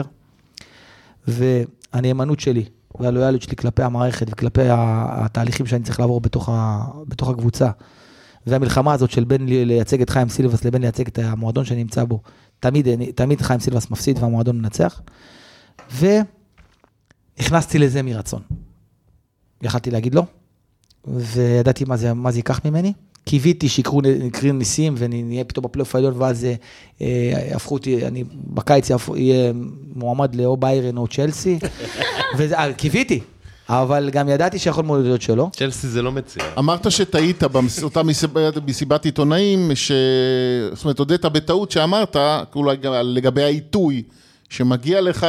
והנאמנות שלי, והלויאליות שלי כלפי המערכת, וכלפי התהליכים שאני צריך לעבור בתוך, ה... בתוך הקבוצה, והמלחמה הזאת של בין לייצג את חיים סילבס לבין לייצג את המועדון שאני נמצא בו, תמיד, תמיד חיים סילבס מפסיד והמועדון מנצח. ו... הכנסתי לזה מרצון. יכלתי להגיד לא, וידעתי מה זה, מה זה ייקח ממני. קיוויתי שיקרו נקרים ניסים, ונהיה פתאום בפלייאוף העליון, ואז אה, הפכו אותי, אני בקיץ יהיה מועמד לאו ביירן או צ'לסי, וקיוויתי, אבל גם ידעתי שיכול מאוד להיות שלא. צ'לסי זה לא מציע. אמרת שטעית באותה מסיבת עיתונאים, זאת אומרת, הודעת בטעות שאמרת, אולי לגבי העיתוי, שמגיע לך...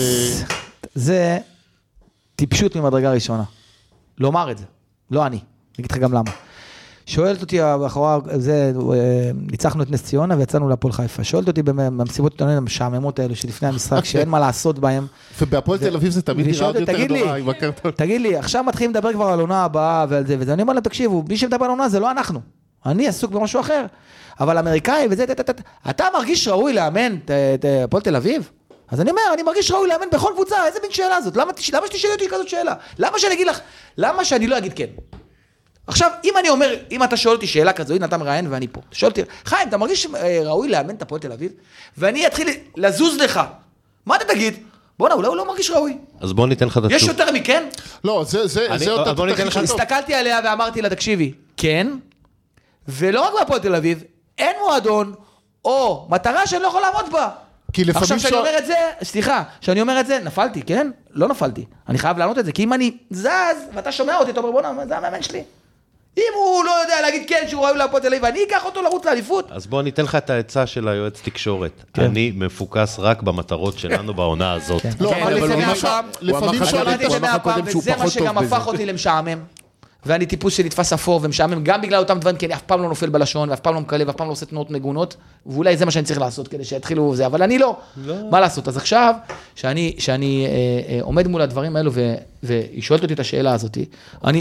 זה טיפשות ממדרגה ראשונה. לומר את זה. לא אני. אני אגיד לך גם למה. שואלת אותי אחורה, זה, ניצחנו את נס ציונה ויצאנו להפועל חיפה. שואלת אותי במסיבות עיתונאים המשעממות האלו שלפני המשחק, שאין מה לעשות בהם. ובהפועל תל אביב זה תמיד נראה עוד יותר נורא. תגיד לי, עכשיו מתחילים לדבר כבר על עונה הבאה ועל זה, ואני אומר להם, תקשיבו, מי שמדבר על עונה זה לא אנחנו. אני עסוק במשהו אחר. אבל אמריקאי וזה, אתה מרגיש ראוי לאמן את הפועל תל אביב? אז אני אומר, אני מרגיש ראוי לאמן בכל קבוצה, איזה מין שאלה הזאת? למה, למה שתשאלי אותי כזאת שאלה? למה שאני אגיד לך, למה שאני לא אגיד כן? עכשיו, אם אני אומר, אם אתה שואל אותי שאלה כזו, הנה אתה מראיין ואני פה. שואל אותי, חיים, אתה מרגיש ראוי לאמן את הפועל תל אביב? ואני אתחיל לזוז לך. מה אתה תגיד? בוא נה, אולי הוא לא מרגיש ראוי. אז בוא ניתן לך את התשוב. יש יותר מכן? לא, זה, זה, זה אותה תחילה. הסתכלתי עליה ואמרתי לה, תקשיבי, כן, ולא רק בהפועל תל אביב, אין מועדון או מטרה שאני לא יכול לעמוד בה. עכשיו שאני אומר את זה, סליחה, שאני אומר את זה, נפלתי, כן? לא נפלתי. אני חייב לענות את זה, כי אם אני זז, ואתה שומע אותי, אתה אומר, בוא נה, זה המאמן שלי. אם הוא לא יודע להגיד כן שהוא ראוי להפועל תל אביב, ואני אקח אותו לרוץ לאליפות. אז בוא ניתן לך את העצה של היועץ תקשורת. אני מפוקס רק במטרות שלנו בעונה הזאת. לא, כן, אבל אבל לפעמים הוא שואל- לפעמים אמרתי שואלים את זה מאה פעם, וזה מה שגם הפך אותי למשעמם. ואני טיפוס שנתפס אפור ומשעמם, גם בגלל אותם דברים, כי אני אף פעם לא נופל בלשון, ואף פעם לא מקלל, ואף פעם לא עושה תנועות מגונות, ואולי זה מה שאני צריך לעשות כדי שיתחילו זה, אבל אני לא. מה לעשות? אז עכשיו, שאני, שאני אה, אה, עומד מול הדברים האלו, ו, והיא שואלת אותי את השאלה הזאת, אני...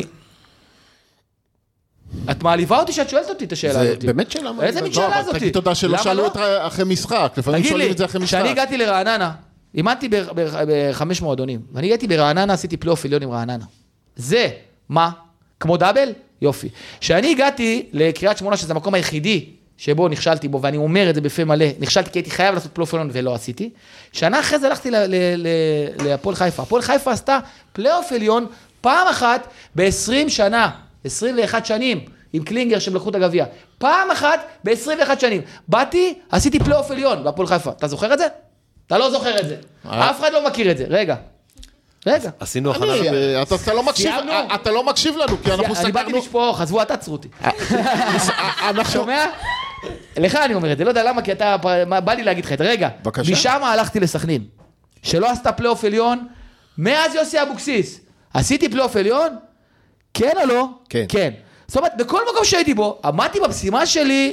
את מעליבה אותי שאת שואלת אותי את השאלה הזאת. זה באמת שאלה מעליבה. איזה מין שאלה הזאת? תגיד תודה שלא למה שאלו לא? אותך אחרי משחק, לפעמים תגיד שואלים לי, את זה אחרי משחק. כשאני הגעתי לרעננה, אימנתי ב- ב- בחמש מועדונים, ואני הגעתי ברעננה, עשיתי פלייאוף עליון עם רעננה. זה, מה? כמו דאבל? יופי. כשאני הגעתי לקריית שמונה, שזה המקום היחידי שבו נכשלתי בו, ואני אומר את זה בפה מלא, נכשלתי כי הייתי חייב לעשות פלייאוף עליון ולא עשיתי. שנה אחרי זה הלכתי ל- ל- ל- להפועל חיפה. הפועל חיפה עשתה פלייאוף עליון פעם אחת ב-עשרים שנה, עשרים ואחת שנים. עם קלינגר שהם לקחו את הגביע. פעם אחת ב-עשרים ואחת שנים. באתי, עשיתי פלייאוף עליון בהפועל חיפה. אתה זוכר את זה? אתה לא זוכר את זה. אף אחד לא מכיר את זה. רגע. רגע. עשינו הכנה... אני, אתה- אתה לא מקשיב- סיימנו. אתה לא מקשיב לנו, כי אנחנו אני באתי סגרנו... לשפוך, עזבו, אל תעצרו אותי. אנחנו... שומע? לך אני אומר את זה, לא יודע למה, כי אתה, בא לי להגיד לך את זה. רגע, בבקשה. משם הלכתי לסכנין, שלא עשתה פלייאוף עליון, מאז יוסי אבוקסיס. עשיתי פלייאוף עליון? כן או לא? כן. כן. זאת אומרת, בכל מקום שהייתי בו, עמדתי במשימה שלי,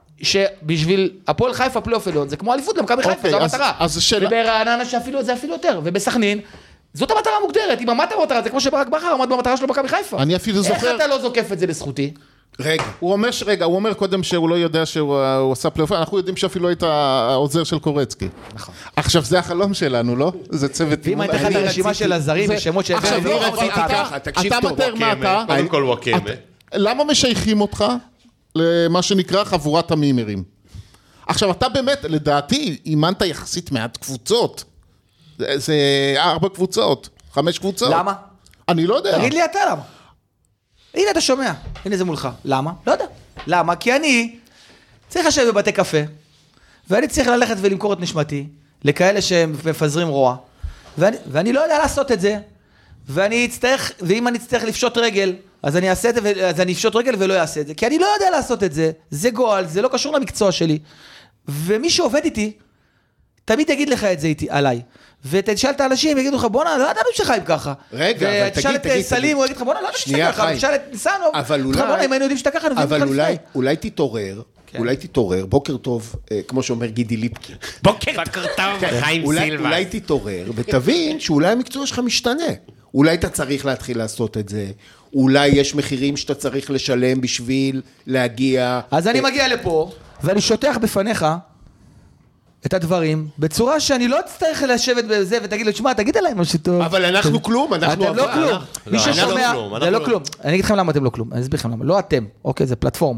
שבשביל הפועל חיפה פלייאוף עליון, זה כמו אליפות למכבי חיפה, אוקיי, זו אז- המטרה. אז השאלה- וברעננה שאפילו, זה אפילו יותר, ובסכנין, זאת המטרה המוגדרת. אם עמדת במטרה, זה כמו שברק בכר עמד במטרה שלו במכבי חיפה. אני אפילו איך זוכר- אתה לא זוקף את זה לזכותי? רגע, הוא אומר, ש- רגע, הוא אומר קודם שהוא לא יודע שהוא הוא עשה פלייאוף, אנחנו יודעים שאפילו היית העוזר של קורצקי. נכון. עכשיו, זה החלום שלנו, לא? זה צוות... ואם הייתה לך את אני הרשימה רציתי- של הזרים, זה- ושמות של... עכשיו, אני לא, רציתי אבל אתה- ככה, תקשיב אתה טוב, מתאר מה אתה... קודם כל וואקמה. למה משייכים אותך למה שנקרא חבורת המימרים? עכשיו, אתה באמת, לדעתי, אימנת יחסית מעט קבוצות. זה- זה ארבע קבוצות, חמש קבוצות. למה? אני לא יודע. תגיד לי אתה למה. הנה אתה שומע, הנה זה מולך. למה? לא יודע. למה? כי אני צריך לשבת בבתי קפה, ואני צריך ללכת ולמכור את נשמתי, לכאלה שמפזרים רוע, ואני, ואני לא יודע לעשות את זה, ואני אצטרך, ואם אני אצטרך לפשוט רגל, אז אני אעשה את זה, אז אני אפשוט רגל ולא אעשה את זה, כי אני לא יודע לעשות את זה, זה גועל, זה לא קשור למקצוע שלי, ומי שעובד איתי, תמיד יגיד לך את זה איתי, עליי. ותשאל את האנשים, יגידו לך, בוא'נה, לא ידענו שחיים ככה. רגע, אבל תגיד, ותשאל את תגיד, סלים, תגיד. הוא יגיד לך, בוא'נה, לא ידענו שאתה שנייה, ככה. חיים. ותשאל את ניסנוב, אבל לך, אולי- בוא'נה, אם היינו יודעים שאתה ככה, נביא אותך אבל אולי, לפני. אולי תתעורר, אולי תתעורר, בוקר טוב, אה, כמו שאומר גידי ליפקין. בוקר טוב, חיים אולי, סילבס. אולי תתעורר ותבין שאולי המקצוע שלך משתנה. אולי אתה צריך להתחיל לעשות את זה, אולי יש מחירים שאתה צריך לשלם בשביל להגיע... אז אני מגיע לפה, ואני שוטח בפניך את הדברים, בצורה שאני לא אצטרך לשבת בזה ותגיד לו, תשמע, תגיד עליי משהו טוב. אבל אנחנו כלום, אנחנו... אתם לא אבל- כלום. אנחנו- מי לא, אנחנו ששומע, כלום, זה אנחנו לא לא. כלום. אני אגיד לכם למה אתם לא כלום, אני אסביר לכם למה. לא אתם, אוקיי, זה פלטפורמה.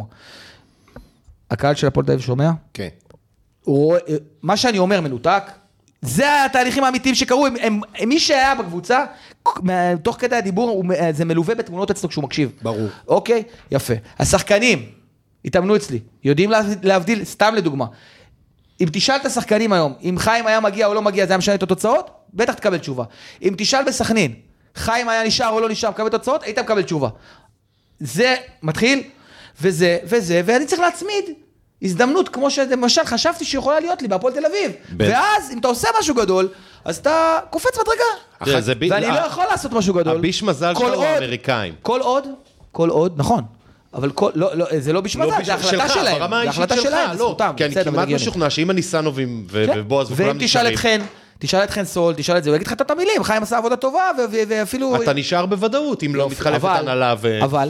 הקהל של הפועל תל אביב שומע? כן. הוא רואה- מה שאני אומר מנותק, זה התהליכים האמיתיים שקרו, הם, הם, הם, מי שהיה בקבוצה, מה- תוך כדי הדיבור, הוא, זה מלווה בתמונות אצלו כשהוא מקשיב. ברור. אוקיי? יפה. השחקנים, התאמנו אצלי, יודעים לה- להבדיל, סתם לדוגמה, אם תשאל את השחקנים היום, אם חיים היה מגיע או לא מגיע, זה היה משנה את התוצאות? בטח תקבל תשובה. אם תשאל בסכנין, חיים היה נשאר או לא נשאר, מקבל תוצאות, היית מקבל תשובה. זה מתחיל, וזה, וזה, ואני צריך להצמיד. הזדמנות, כמו שלמשל חשבתי שיכולה להיות לי בהפועל תל אביב. ואז, אם אתה עושה משהו גדול, אז אתה קופץ מדרגה. תראה, זה ב- ואני ה- לא יכול לעשות משהו גדול. הביש מזל כל שלו הוא עוד- האמריקאים. כל עוד, כל עוד, נכון. אבל כל, לא, לא, זה לא ביש לא מזל, ביש- זה החלטה שלך, שלהם. ברמה זה האישית החלטה שלך, שלהם, זה לא. זכותם. כי אני בסדר, כמעט זה הגיוני. משוכנע שאם הניסנובים ו- כן. ובועז וכולם ואם תשאל את חן, תשאל את חן סול, תשאל את זה, הוא יגיד לך את המילים, חיים עשה עבודה טובה, ו- ו- ואפילו... אתה נשאר בוודאות אם לא יופי, מתחלפת אבל- הנהלה ו... אבל,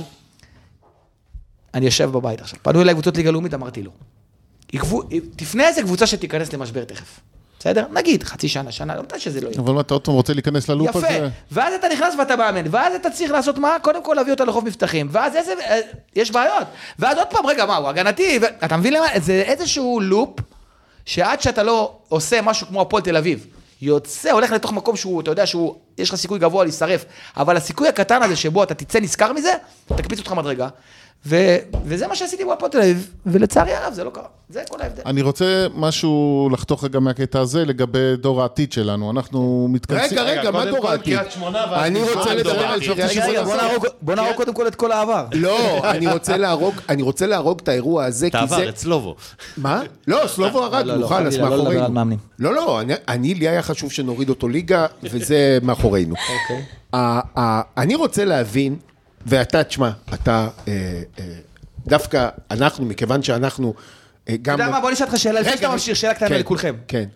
אני יושב בבית עכשיו, פנו אליי קבוצות ליגה לאומית, אמרתי לו, יקבו- תפנה איזה קבוצה שתיכנס למשבר תכף, בסדר? נגיד, חצי שנה, שנה, לא יודע שזה לא יהיה. אבל מה, אתה עוד פעם רוצה להיכנס ללופ יפה, הזה? ואז אתה נכנס ואתה מאמן, ואז אתה צריך לעשות מה? קודם כל להביא אותה לחוף מבטחים, ואז איזה, אה, יש בעיות, ואז עוד פעם, רגע, מה, הוא הגנתי, ו- אתה מבין למה? זה איזשהו לופ, שעד שאתה לא עושה משהו כמו הפועל תל אביב, יוצא, הולך לתוך מקום שהוא, אתה יודע שהוא, יש לך סיכוי גבוה להישרף, אבל הסיכוי הקטן הזה שבו אתה תצא נזכר מזה, תקפיץ אותך מדרגה, ו- וזה מה שעשיתי בהפועל תל אביב, ולצערי הרב זה לא קרה, זה כל ההבדל. אני רוצה משהו לחתוך רגע מהקטע הזה לגבי דור העתיד שלנו. אנחנו מתכנסים... רגע, רגע, מה דור העתיד? אני רוצה לדבר על רגע, רגע, בוא נהרוג- בוא נהרוג קודם כל את כל העבר. לא, אני רוצה להרוג, אני רוצה להרוג את האירוע הזה, כי זה... תעבר, אצלובו. מה? לא, סלובו הרג, לא, לא, נוכל, אז חלילה, לא לדבר על מאחורינו. מאמנים. לא, לא, אני- אני, לי היה חשוב שנוריד אותו ליגה, וזה מאחורינו. אוקיי. אני רוצה להבין, ואתה, תשמע, אתה, אה, אה, דווקא אנחנו, מכיוון שאנחנו אה, גם... אתה יודע מה, בוא נשאל אותך שאלה, לפני רגע, שאתה ממשיך, שאלה קטנה כן, לכולכם. כן,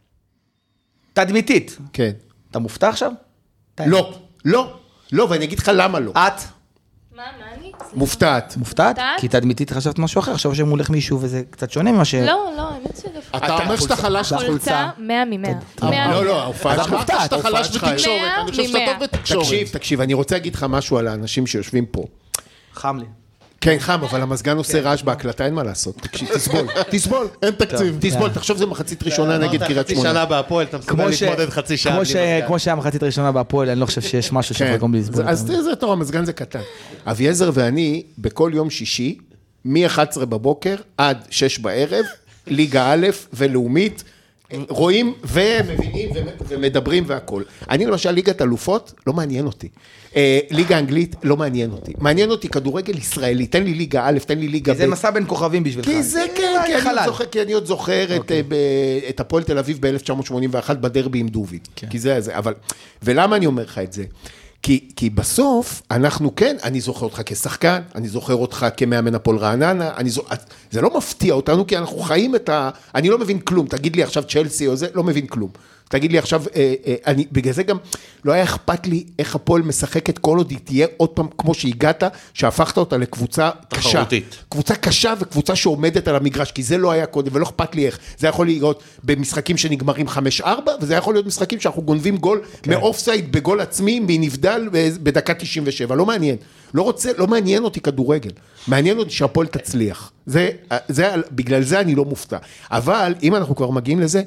תדמיתית, כן. אתה מופתע עכשיו? לא, לא, לא, ואני אגיד לך למה לא. את מה, מה אני? מופתעת. מופתעת? מופתעת? כי תדמיתית חשבת משהו אחר, עכשיו שמולך מישהו וזה קצת שונה ממה ש... לא, לא, האמת שדווקא. אתה אומר שאתה חלש החולצה בחולצה. מאה ממאה. לא, לא, ההופעה אתה שלך... אמרת שאתה ההופעה חלש שלך- בתקשורת, מאה אני חושב שאתה ממאה. טוב בתקשורת. תקשיב, תקשיב, אני רוצה להגיד לך משהו על האנשים שיושבים פה. חם לי. כן, חם, אבל המזגן עושה רעש בהקלטה, אין מה לעשות. תקשיב, תסבול, תסבול. אין תקציב. תסבול, תחשוב זה מחצית ראשונה נגד קריית חצי שמונה. שנה בהפועל, אתה מסוגל כמו ש- להתמודד חצי שעה. כמו בלי ש- מזגן. כמו שהיה מחצית ראשונה בהפועל, אני לא חושב שיש משהו שיכול כן, גם לסבול. אז אותנו. זה טוב, המזגן זה קטן. אביעזר ואני, בכל יום שישי, מ-אחת עשרה בבוקר עד שש בערב, ליגה א' ולאומית, רואים ומבינים ומדברים והכל. אני למשל, ליגת אלופות, לא מעניין אותי. אה, ליגה אנגלית, לא מעניין אותי. מעניין אותי כדורגל ישראלי, תן לי ליגה א', תן לי ליגה ב'. זה מסע בין כוכבים בשבילך. כי זה כן, כי אני עוד חלל. זוכר, כי אני עוד זוכר את, אה, ב- את הפועל תל אביב ב-אלף תשע מאות שמונים ואחת בדרבי עם דוביד. כי זה זה, אבל... ולמה אני אומר לך את זה? כי, כי בסוף, אנחנו כן, אני זוכר אותך כשחקן, אני זוכר אותך כמאמן הפועל רעננה, אני זוכר, זה לא מפתיע אותנו, כי אנחנו חיים את ה... אני לא מבין כלום, תגיד לי עכשיו צ'לסי או זה, לא מבין כלום. תגיד לי עכשיו, אה, אה, אני, בגלל זה גם לא היה אכפת לי איך הפועל משחקת כל עוד היא תהיה עוד פעם כמו שהגעת, שהפכת אותה לקבוצה קשה. תחרותית. קבוצה קשה וקבוצה שעומדת על המגרש, כי זה לא היה קודם, ולא אכפת לי איך. זה יכול להיות במשחקים שנגמרים חמש ארבע, וזה יכול להיות משחקים שאנחנו גונבים גול כן. מאופסייד בגול עצמי, מנבדל בדקה תשעים ושבע. לא מעניין. לא רוצה, לא מעניין אותי כדורגל. מעניין אותי שהפועל תצליח. זה, זה, בגלל זה אני לא מופתע. אבל אם אנחנו כבר מגיעים לזה,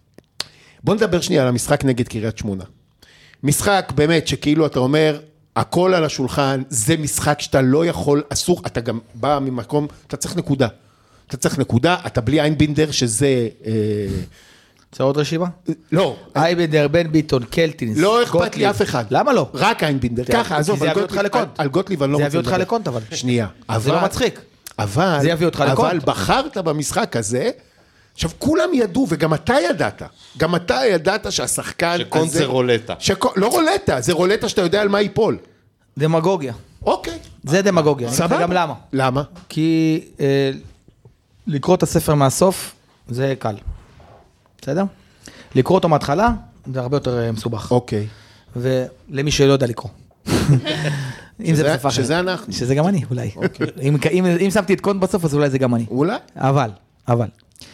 בוא נדבר שנייה על המשחק נגד קריית שמונה. משחק באמת שכאילו אתה אומר, הכל על השולחן, זה משחק שאתה לא יכול, אסור, אתה גם בא ממקום, אתה צריך נקודה. אתה צריך נקודה, אתה בלי איינבינדר שזה... אה, זה עוד רשימה? לא. אייבנדר, בן ביטון, קלטינס. לא אכפת גוטליב. לי אף אחד. למה לא? רק איינבינדר. ככה, עזוב, זה על יביא אותך גוטליב- לקונט. על גוטליב אני לא זה רוצה יביא אותך לקונט, אבל. שנייה. זה לא מצחיק. אבל... זה יביא אותך אבל לקונט. בחרת במשחק הזה, עכשיו כולם ידעו, וגם אתה ידעת, גם אתה ידעת שהשחקן הזה... שקונט זה רולטה. שקו- לא רולטה, זה רולטה שאתה יודע על מה ייפול. דמגוגיה. אוקיי. זה דמגוגיה. אני אגיד לך גם למה. למה? כי אה, לקרוא את הספר מהסוף, זה קל. בסדר? לקרוא אותו מההתחלה, זה הרבה יותר אה, מסובך. אוקיי. ולמי שלא יודע לקרוא. אם זה בשפה אחרת. שזה אנחנו. שזה גם אני, אולי. אם, אם, אם שמתי את קונט בסוף, אז אולי זה גם אני. אולי? אבל, אבל.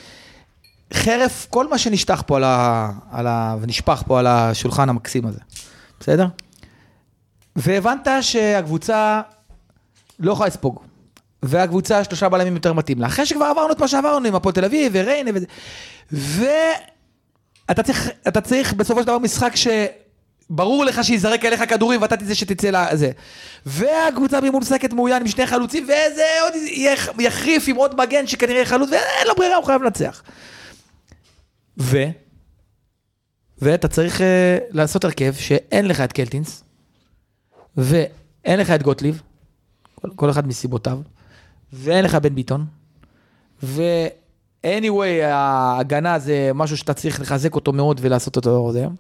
חרף כל מה שנשטח פה על ה, על ה, ונשפך פה על השולחן המקסים הזה. בסדר? והבנת שהקבוצה לא יכולה לספוג. והקבוצה שלושה בלמים יותר מתאים לה. אחרי שכבר עברנו את מה שעברנו עם הפועל תל אביב וריינה וזה. ואתה צריך, אתה צריך בסופו של דבר משחק שברור לך שיזרק אליך כדורים ואתה תזה שתצא לזה. והקבוצה באימון משחקת מאוין עם שני חלוצים וזה עוד יחריף עם עוד מגן שכנראה חלוץ ואין לו ברירה, הוא חייב לנצח. ו... ואתה צריך uh, לעשות הרכב שאין לך את קלטינס ואין לך את גוטליב, כל, כל אחד מסיבותיו, ואין לך בן ביטון, ו-anyway, ההגנה זה משהו שאתה צריך לחזק אותו מאוד ולעשות אותו זה,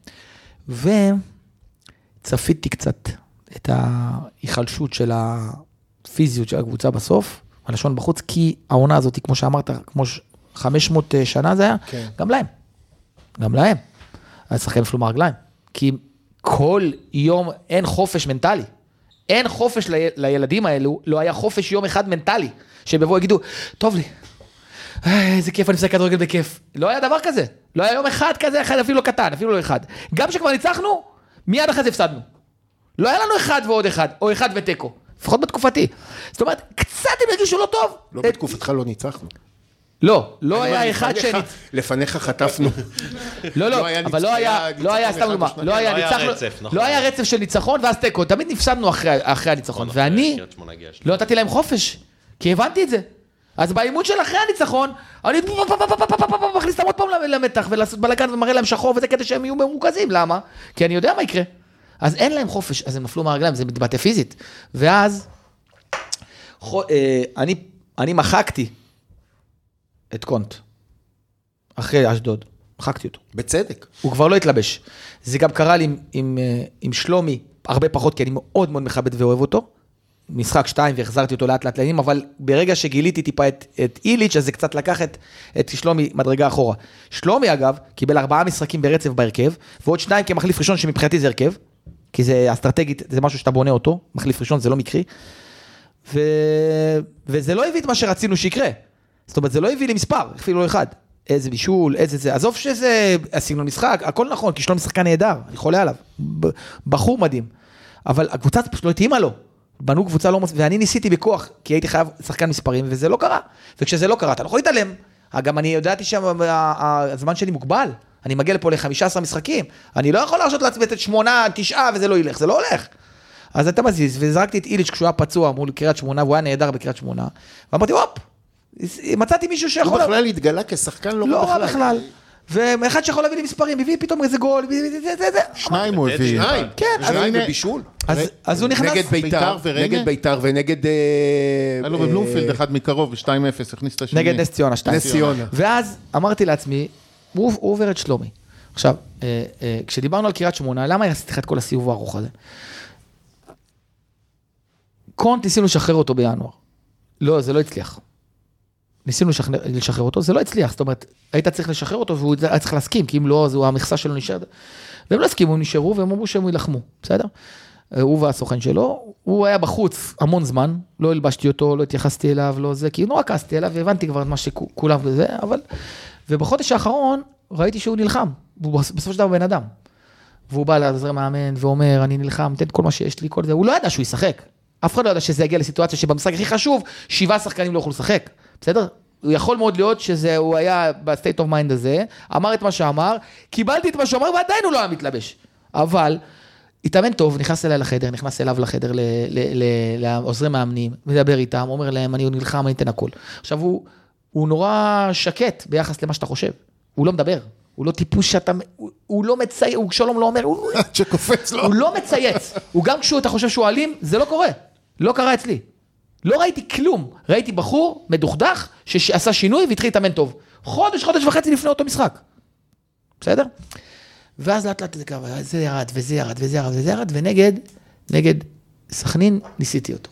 וצפיתי קצת את ההיחלשות של הפיזיות של הקבוצה בסוף, הלשון בחוץ, כי העונה הזאת, כמו שאמרת, כמו חמש מאות שנה זה היה, כן. גם להם, גם להם, אז שחקן נפלו מהרגליים, כי כל יום אין חופש מנטלי, אין חופש ל... לילדים האלו, לא היה חופש יום אחד מנטלי, שבבוא יגידו, טוב לי, איזה כיף, אני משחק כדורגל בכיף. לא היה דבר כזה, לא היה יום אחד כזה, אחד, אפילו לא קטן, אפילו לא אחד. גם שכבר ניצחנו, מיד אחרי זה הפסדנו. לא היה לנו אחד ועוד אחד, או אחד וטקו, לפחות בתקופתי. זאת אומרת, קצת הם הרגישו לא טוב. לא בתקופתך לא ניצחנו. לא, לא היה אחד ש... לפניך חטפנו. לא, לא, אבל לא היה, לא היה, סתם דוגמה, לא היה ניצחון, לא היה רצף של ניצחון, ואז טקו, תמיד נפסדנו אחרי הניצחון, ואני לא נתתי להם חופש, כי הבנתי את זה. אז באימון של אחרי הניצחון, אני מכניס אותם עוד פעם למתח, ולעשות בלגן ומראה להם שחור, וזה כדי שהם יהיו מרוכזים, למה? כי אני יודע מה יקרה. אז אין להם חופש, אז הם נפלו מהרגליים, זה מתבטא פיזית. ואז, אני, אני מחקתי את קונט, אחרי אשדוד, מחקתי אותו. בצדק. הוא כבר לא התלבש. זה גם קרה לי עם, עם, עם שלומי, הרבה פחות, כי אני מאוד מאוד מכבד ואוהב אותו, משחק שתיים והחזרתי אותו לאט לאט לעניינים, אבל ברגע שגיליתי טיפה את, את איליץ', אז זה קצת לקח את, את שלומי מדרגה אחורה. שלומי אגב, קיבל ארבעה משחקים ברצף בהרכב, ועוד שניים כמחליף ראשון שמבחינתי זה הרכב, כי זה אסטרטגית, זה משהו שאתה בונה אותו, מחליף ראשון זה לא מקרי, ו... וזה לא הביא את מה שרצינו שיקרה. זאת אומרת, זה לא הביא לי מספר, אפילו לא אחד. איזה בישול, איזה זה, עזוב שזה הסגנון משחק, הכל נכון, כי שלומי שחקן נהדר, אני חולה עליו, בחור מדהים, אבל הקבוצה פשוט לא התאימה לו, בנו קבוצה לא, ואני ניסיתי בכוח, כי הייתי חייב שחקן מספרים, וזה לא קרה, וכשזה לא קרה, אתה לא יכול להתעלם, גם אני יודעתי שהזמן שלי מוגבל, אני מגיע לפה ל-חמישה עשר משחקים, אני לא יכול להרשות לעצמי את שמונה, תשעה, וזה לא ילך, זה לא הולך. אז אתה מזיז, וזרקתי את איליץ' כשהוא היה פצוע מול קריית שמונה, והוא היה נהדר בקריית שמונה, ואמרתי, הופ, מצאתי מישהו שיכול... הוא בכלל התגלה כשחקן לא רע בכלל. לא רע בכלל. ואחד שיכול להביא לי מספרים, הביא פתאום איזה גול, שניים הוא הביא. שניים, שניים ובישול. אז הוא נכנס... נגד ביתר, נגד ביתר ונגד... היה לו בבלומפילד אחד מקרוב, ו-שתיים אפס, הכניס את השני. נגד נס ציונה, שתיים. נס ציונה. ואז אמרתי לעצמי, הוא עובר את שלומי. עכשיו, כשדיברנו על קריית שמונה, למה עשיתי לך את כל הסיבוב הארוך הזה? קונט ניסינו לשחרר אותו בינואר. לא, זה לא הצליח. ניסינו לשחרר אותו, זה לא הצליח, זאת אומרת, היית צריך לשחרר אותו, והוא היה צריך להסכים, כי אם לא, אז המכסה שלו נשאר, והם לא הסכימו, הם נשארו, והם אמרו שהם ילחמו, בסדר? הוא והסוכן שלו, הוא היה בחוץ המון זמן, לא הלבשתי אותו, לא התייחסתי אליו, לא זה, כי נורא כעסתי אליו, והבנתי כבר את מה שכולם וזה, אבל, ובחודש האחרון, ראיתי שהוא נלחם, הוא בסופו של דבר בן אדם, והוא בא לעזר מאמן, ואומר, אני נלחם, תן כל מה שיש לי, כל זה, הוא לא ידע שהוא ישחק, אף אחד לא ידע שזה יגיע לסיטואציה שבמשחק הכי חשוב, שבעה שחקנים לא יכולו לשחק. בסדר? הוא יכול מאוד להיות שזה, הוא היה בסטייט אוף מיינד הזה, אמר את מה שאמר, קיבלתי את מה שאמר, ועדיין הוא לא היה מתלבש. אבל, התאמן טוב, נכנס אליי לחדר, נכנס אליו לחדר, לעוזרי מאמנים, מדבר איתם, אומר להם, אני נלחם, אני אתן הכל. עכשיו, הוא, הוא נורא שקט ביחס למה שאתה חושב. הוא לא מדבר. הוא לא טיפוס שאתה, הוא, הוא לא מצייץ, הוא שלום לא אומר, הוא, שקופץ לו. הוא לא מצייץ. הוא גם כשאתה חושב שהוא אלים, זה לא קורה. לא קרה אצלי. לא ראיתי כלום, ראיתי בחור מדוכדך שעשה שינוי והתחיל להתאמן טוב. חודש, חודש וחצי לפני אותו משחק. בסדר? ואז לאט לאט זה קרה, זה ירד וזה ירד וזה ירד וזה ירד, ונגד, נגד סכנין ניסיתי אותו.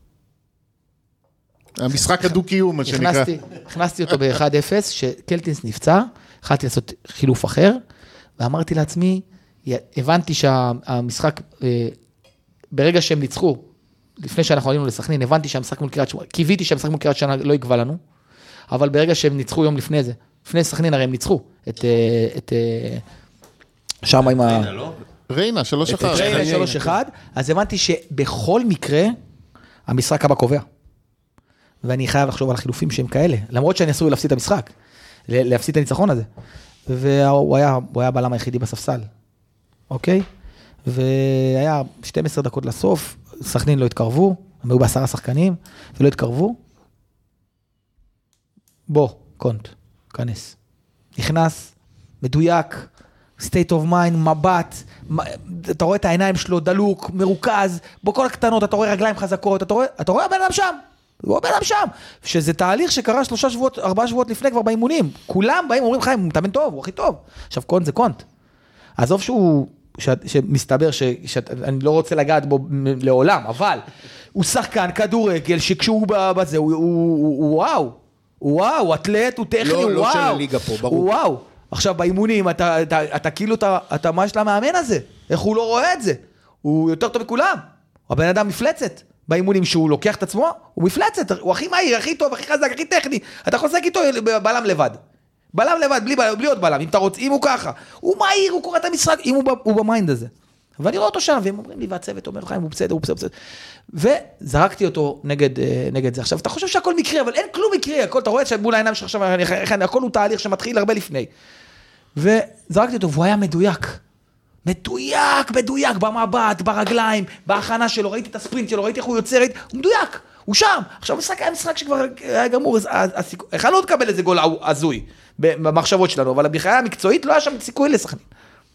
המשחק הדו-קיום, מה שנקרא. הכנסתי, הכנסתי אותו ב-אחד אפס, שקלטינס נפצע, החלטתי לעשות חילוף אחר, ואמרתי לעצמי, הבנתי שהמשחק, ברגע שהם ניצחו, לפני שאנחנו עלינו לסכנין, הבנתי שהמשחק מול קריית שמונה, קיוויתי שהמשחק מול קריית שמונה לא יקבע לנו, אבל ברגע שהם ניצחו יום לפני זה, לפני סכנין הרי הם ניצחו, את, את, שם עם ה... ריינה, שלוש אחד. ריינה, שלוש אחד, אז הבנתי שבכל מקרה, המשחק הבא קובע. ואני חייב לחשוב על החילופים שהם כאלה, למרות שאני אסור להפסיד את המשחק, להפסיד את הניצחון הזה. והוא היה, הוא היה בלם היחידי בספסל, אוקיי? והיה שתים עשרה דקות לסוף, סכנין לא התקרבו, הם היו בעשרה שחקנים, ולא התקרבו. בוא, קונט, כנס. נכנס, מדויק, state of mind, מבט, אתה רואה את העיניים שלו, דלוק, מרוכז, בכל הקטנות, אתה רואה רגליים חזקות, אתה רואה, אתה רואה הבן אדם שם, הוא הבן אדם שם, שזה תהליך שקרה שלושה שבועות, ארבעה שבועות לפני כבר באימונים, כולם באים, אומרים חיים, הוא מתאמן טוב, הוא הכי טוב. עכשיו, קונט זה קונט. עזוב שהוא... שמסתבר שאני לא רוצה לגעת בו לעולם, אבל הוא שחקן כדורגל שכשהוא בזה, הוא וואו, הוא וואו, אתלט, הוא טכני, הוא וואו. לא של הליגה פה, ברור. וואו. עכשיו באימונים, אתה כאילו, אתה מה יש למאמן הזה? איך הוא לא רואה את זה? הוא יותר טוב מכולם. הבן אדם מפלצת. באימונים שהוא לוקח את עצמו, הוא מפלצת, הוא הכי מהיר, הכי טוב, הכי חזק, הכי טכני. אתה יכול לשחק איתו בלם לבד. בלם לבד, בלי, בלי עוד בלם, אם אתה רוצה, אם הוא ככה, הוא מהיר, הוא קורא את המשחק, אם הוא, הוא במיינד הזה. ואני רואה אותו שם, והם אומרים לי, והצוות אומר לך, אם הוא בסדר, הוא בסדר, בסדר. וזרקתי אותו נגד, נגד זה. עכשיו, אתה חושב שהכל מקרי, אבל אין כלום מקרי, הכל, אתה רואה שמול העיניים שלך עכשיו, הכל הוא תהליך שמתחיל הרבה לפני. וזרקתי אותו, והוא היה מדויק. מדויק, מדויק, במבט, ברגליים, בהכנה שלו, ראיתי את הספרינט שלו, ראיתי איך הוא יוצא, ראיתי, הוא מדויק. הוא שם. עכשיו המשחק היה משחק שכבר היה גמור, יכלנו עוד לקבל איזה גול הזוי במחשבות שלנו, אבל הבחירה המקצועית לא היה שם סיכוי לסכנין.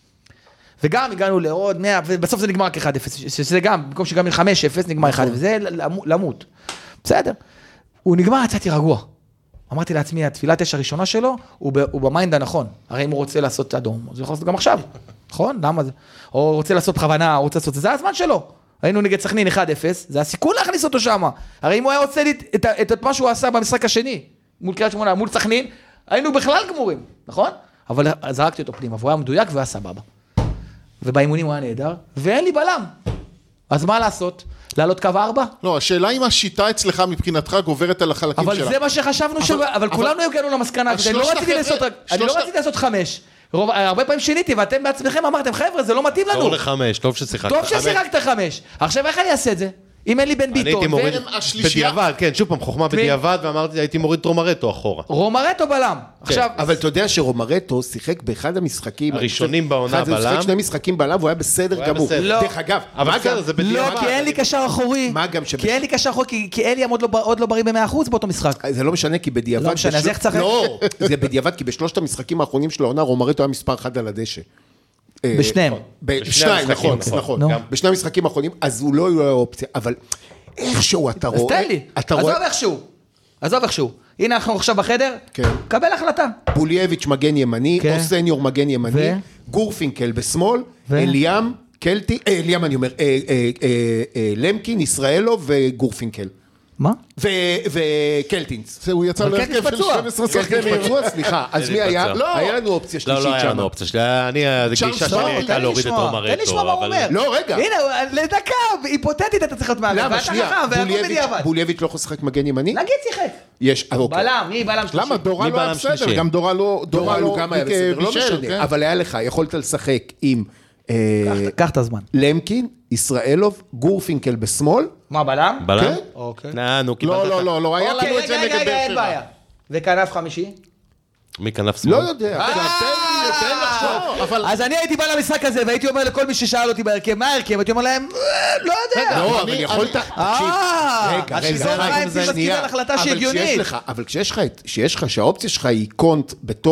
וגם הגענו לעוד מאה, ובסוף זה נגמר רק אחד אפס, שזה גם, במקום שגם חמש אפס נגמר אחד אפס, וזה למות. בסדר. הוא נגמר, יצאתי רגוע. אמרתי לעצמי, התפילת אש הראשונה שלו, הוא במיינד הנכון. הרי אם הוא רוצה לעשות אדום, אז הוא יכול לעשות גם עכשיו. נכון? למה זה? או רוצה לעשות בכוונה, או רוצה לעשות, זה הזמן שלו. היינו נגד סכנין אחד אפס, זה הסיכון להכניס אותו שם. הרי אם הוא היה רוצה את, את, את מה שהוא עשה במשחק השני, מול קריית שמונה, מול סכנין, היינו בכלל גמורים, נכון? אבל זרקתי אותו פנימה, והוא היה מדויק והיה סבבה. ובאימונים הוא היה נהדר, ואין לי בלם. אז מה לעשות? לעלות קו ארבע? לא, השאלה אם השיטה אצלך מבחינתך גוברת על החלקים שלה. אבל זה מה שחשבנו, אבל כולנו הגענו למסקנה, אני לא רציתי לעשות חמש. הרבה פעמים שיניתי, ואתם בעצמכם אמרתם, חבר'ה, זה לא מתאים לנו. טוב לחמש, טוב ששיחקת חמש. טוב ששיחקת חמש. עכשיו איך אני אעשה את זה? אם אין לי בן ביטון. הייתי מוריד בדיעבד, כן, שוב פעם, חוכמה בדיעבד, ואמרתי, הייתי מוריד רומרטו אחורה. רומרטו בלם. עכשיו, אבל אתה יודע שרומרטו שיחק באחד המשחקים הראשונים בעונה בלם. הוא שיחק שני משחקים בלם, והוא היה בסדר גמור. דרך אגב, אבל בסדר, זה בדיעבד. לא, כי אין לי קשר אחורי. מה גם ש... כי אין לי קשר אחורי, כי אלי עוד לא בריא ב-מאה אחוז באותו משחק. זה לא משנה, כי בדיעבד... לא משנה, אז איך צריך... לא, זה בדיעבד, כי בשלושת המשחקים האחרונים של העונה, רומרטו היה מספר אחד על הדשא. בשניהם. בשניים, נכון, נכון. בשני המשחקים האחרונים, אז הוא לא יהיה אופציה, אבל איכשהו אתה רואה... אז תן לי, עזוב איכשהו, עזוב איכשהו. הנה אנחנו עכשיו בחדר, קבל החלטה. בולייביץ' מגן ימני, או סניור מגן ימני, גורפינקל בשמאל, אליאם, קלטי, אליאם אני אומר, למקין, ישראלו וגורפינקל. מה? וקלטינס. הוא יצא להרכב של שנים עשר שחקנים. פצוע, סליחה. אז מי היה? היה לנו אופציה שלישית שם. לא, לא היה לנו אופציה שלישית. אני, הגישה שלי הייתה להוריד את רומרטו. תן לשמוע מה הוא אומר. לא, רגע. הנה, לדקה, היפותטית אתה צריך להיות מאמן. למה, שנייה, בולייביץ' לא יכול לשחק מגן ימני? נגיד שיחק. יש, אוקיי. בלם, מי בלם שלישי? למה? דורה לא היה בסדר. גם דורה לא... דורה לא גם היה בסדר. לא משנה. אבל היה לך, יכולת לשחק עם... קח את הזמן. למקין, ישראלוב, גורפינקל בשמאל. מה, בלם? בלם? אוקיי. לא, לא, לא, לא, היה לנו את זה נגד באר שבע. וכנף חמישי? מי כנף שמאל? לא יודע. תן לחשוב. אז אני הייתי בא למשחק הזה, והייתי אומר לכל מי ששאל אותי בהרכב, מה ההרכב? הייתי אומר להם, לא יודע. לא, אבל יכולת... אה, רגע, רגע, אבל כשיש לך, שהאופציה שלך היא קונט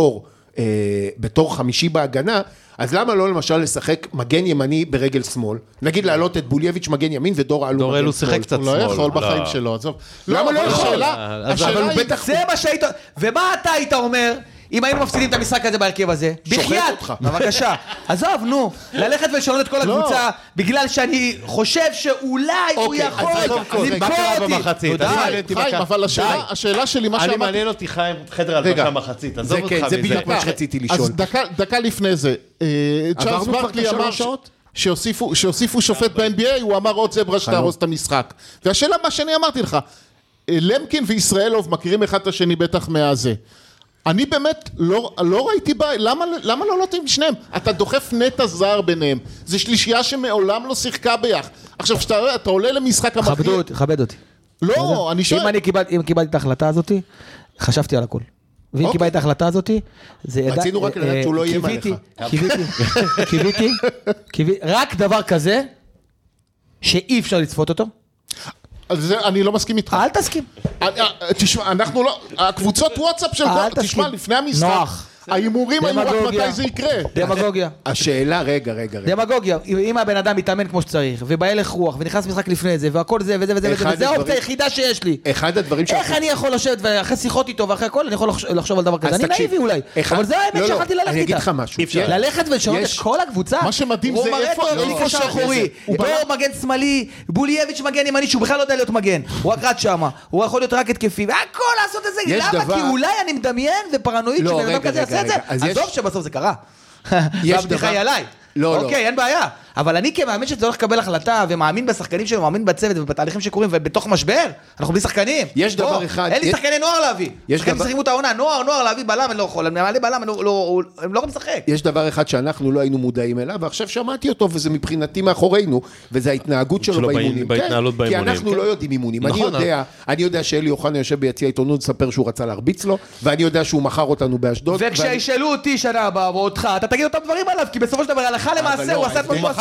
בתור חמישי בהגנה, אז למה לא למשל לשחק מגן ימני ברגל שמאל? נגיד להעלות את בולייביץ' מגן ימין ודור אלו דור אלו שיחק קצת שמאל. הוא לא יכול בחיים שלו, עזוב. למה לא יכול? השאלה היא... זה מה שהיית... ומה אתה היית אומר אם היינו מפסידים את המשחק הזה בהרכב הזה? שוחט אותך. בבקשה. עזוב, נו. ללכת ולשנות את כל הקבוצה בגלל שאני חושב שאולי הוא יכול למכור אותי. חיים, אבל השאלה שלי, מה אני שאמרתי... מעניין אותי חיים חדר הלבשה מחצית. זה כן, זה בדיוק מה שרציתי לשאול. אז דקה לפני זה, צ'ארלס ברקלי אמר שהוסיפו שופט ב-אן בי איי, הוא אמר עוד זברה שתהרוס את המשחק. והשאלה מה שאני אמרתי לך, למקין וישראלוב מכירים אחד את השני בטח מהזה. אני באמת לא, לא ראיתי בה, למה, למה לא נותנים שניהם? אתה דוחף נטע זר ביניהם. זה שלישייה שמעולם לא שיחקה ביח. עכשיו, שאתה, אתה עולה למשחק המכריע... כבדו אותי, כבד אותי. לא, אני שואל... אם אני קיבלתי, אם קיבלתי את ההחלטה הזאת, חשבתי על הכל. ואם קיבלתי את ההחלטה הזאת, זה... רצינו רק לדעת שהוא לא יהיה מעליך. קיוויתי, קיוויתי, קיוויתי, רק דבר כזה, שאי אפשר לצפות אותו. אז אני לא מסכים איתך. אל תסכים. תשמע, אנחנו לא... הקבוצות וואטסאפ של... תשמע, לפני המשחק... נוח. האימורים היו רק מתי זה יקרה. דמגוגיה. השאלה, רגע, רגע, רגע. דמגוגיה. אם הבן אדם מתאמן כמו שצריך, ובהלך רוח, ונכנס משחק לפני זה, והכל זה וזה וזה וזה, וזה האופציה היחידה שיש לי. אחד הדברים איך אני יכול לשבת, ואחרי שיחות איתו, ואחרי הכל, אני יכול לחשוב על דבר כזה. אני נאיבי אולי. אבל זה האמת שיכולתי ללכת איתה. אני אגיד לך משהו. ללכת ולשנות את כל הקבוצה. מה שמדהים זה איפה מגן שמאלי, בולייביץ' מגן ימני, שהוא בכלל לא יודע להיות מגן. הוא רק רץ שמה. הוא יכול להיות רק התקפי, והכל לעשות את זה. למה? כי אולי אני מדמיין ופרנואיד שבן אדם כזה יעשה את זה. עזוב שבסוף זה קרה. והבדיחה היא עליי. אוקיי, אין בעיה. אבל אני כמאמין שזה הולך לקבל החלטה, ומאמין בשחקנים שלו, מאמין בצוות ובתהליכים שקורים, ובתוך משבר, אנחנו בלי שחקנים. יש דבר אחד... אין לי שחקני נוער להביא. שחקנים שחקים את העונה, נוער, נוער להביא בלם, אני לא יכול. אני מעלה בלם, הם לא יכולים לשחק. יש דבר אחד שאנחנו לא היינו מודעים אליו, ועכשיו שמעתי אותו, וזה מבחינתי מאחורינו, וזה ההתנהגות שלו באימונים. בהתנהלות באימונים. כי אנחנו לא יודעים אימונים. אני יודע, אני יודע שאלי אוחנה יושב ביציע העיתונות, ספר שהוא רצה להרביץ לו, ואני יודע שהוא מכר אותנו באשדוד. וכשישאלו אותי שנה הבאה ואותך, אתה תגיד אותם דברים עליו, כי בסופו של דבר, הלכה למעשה, הוא עשה את מה שהוא עשה.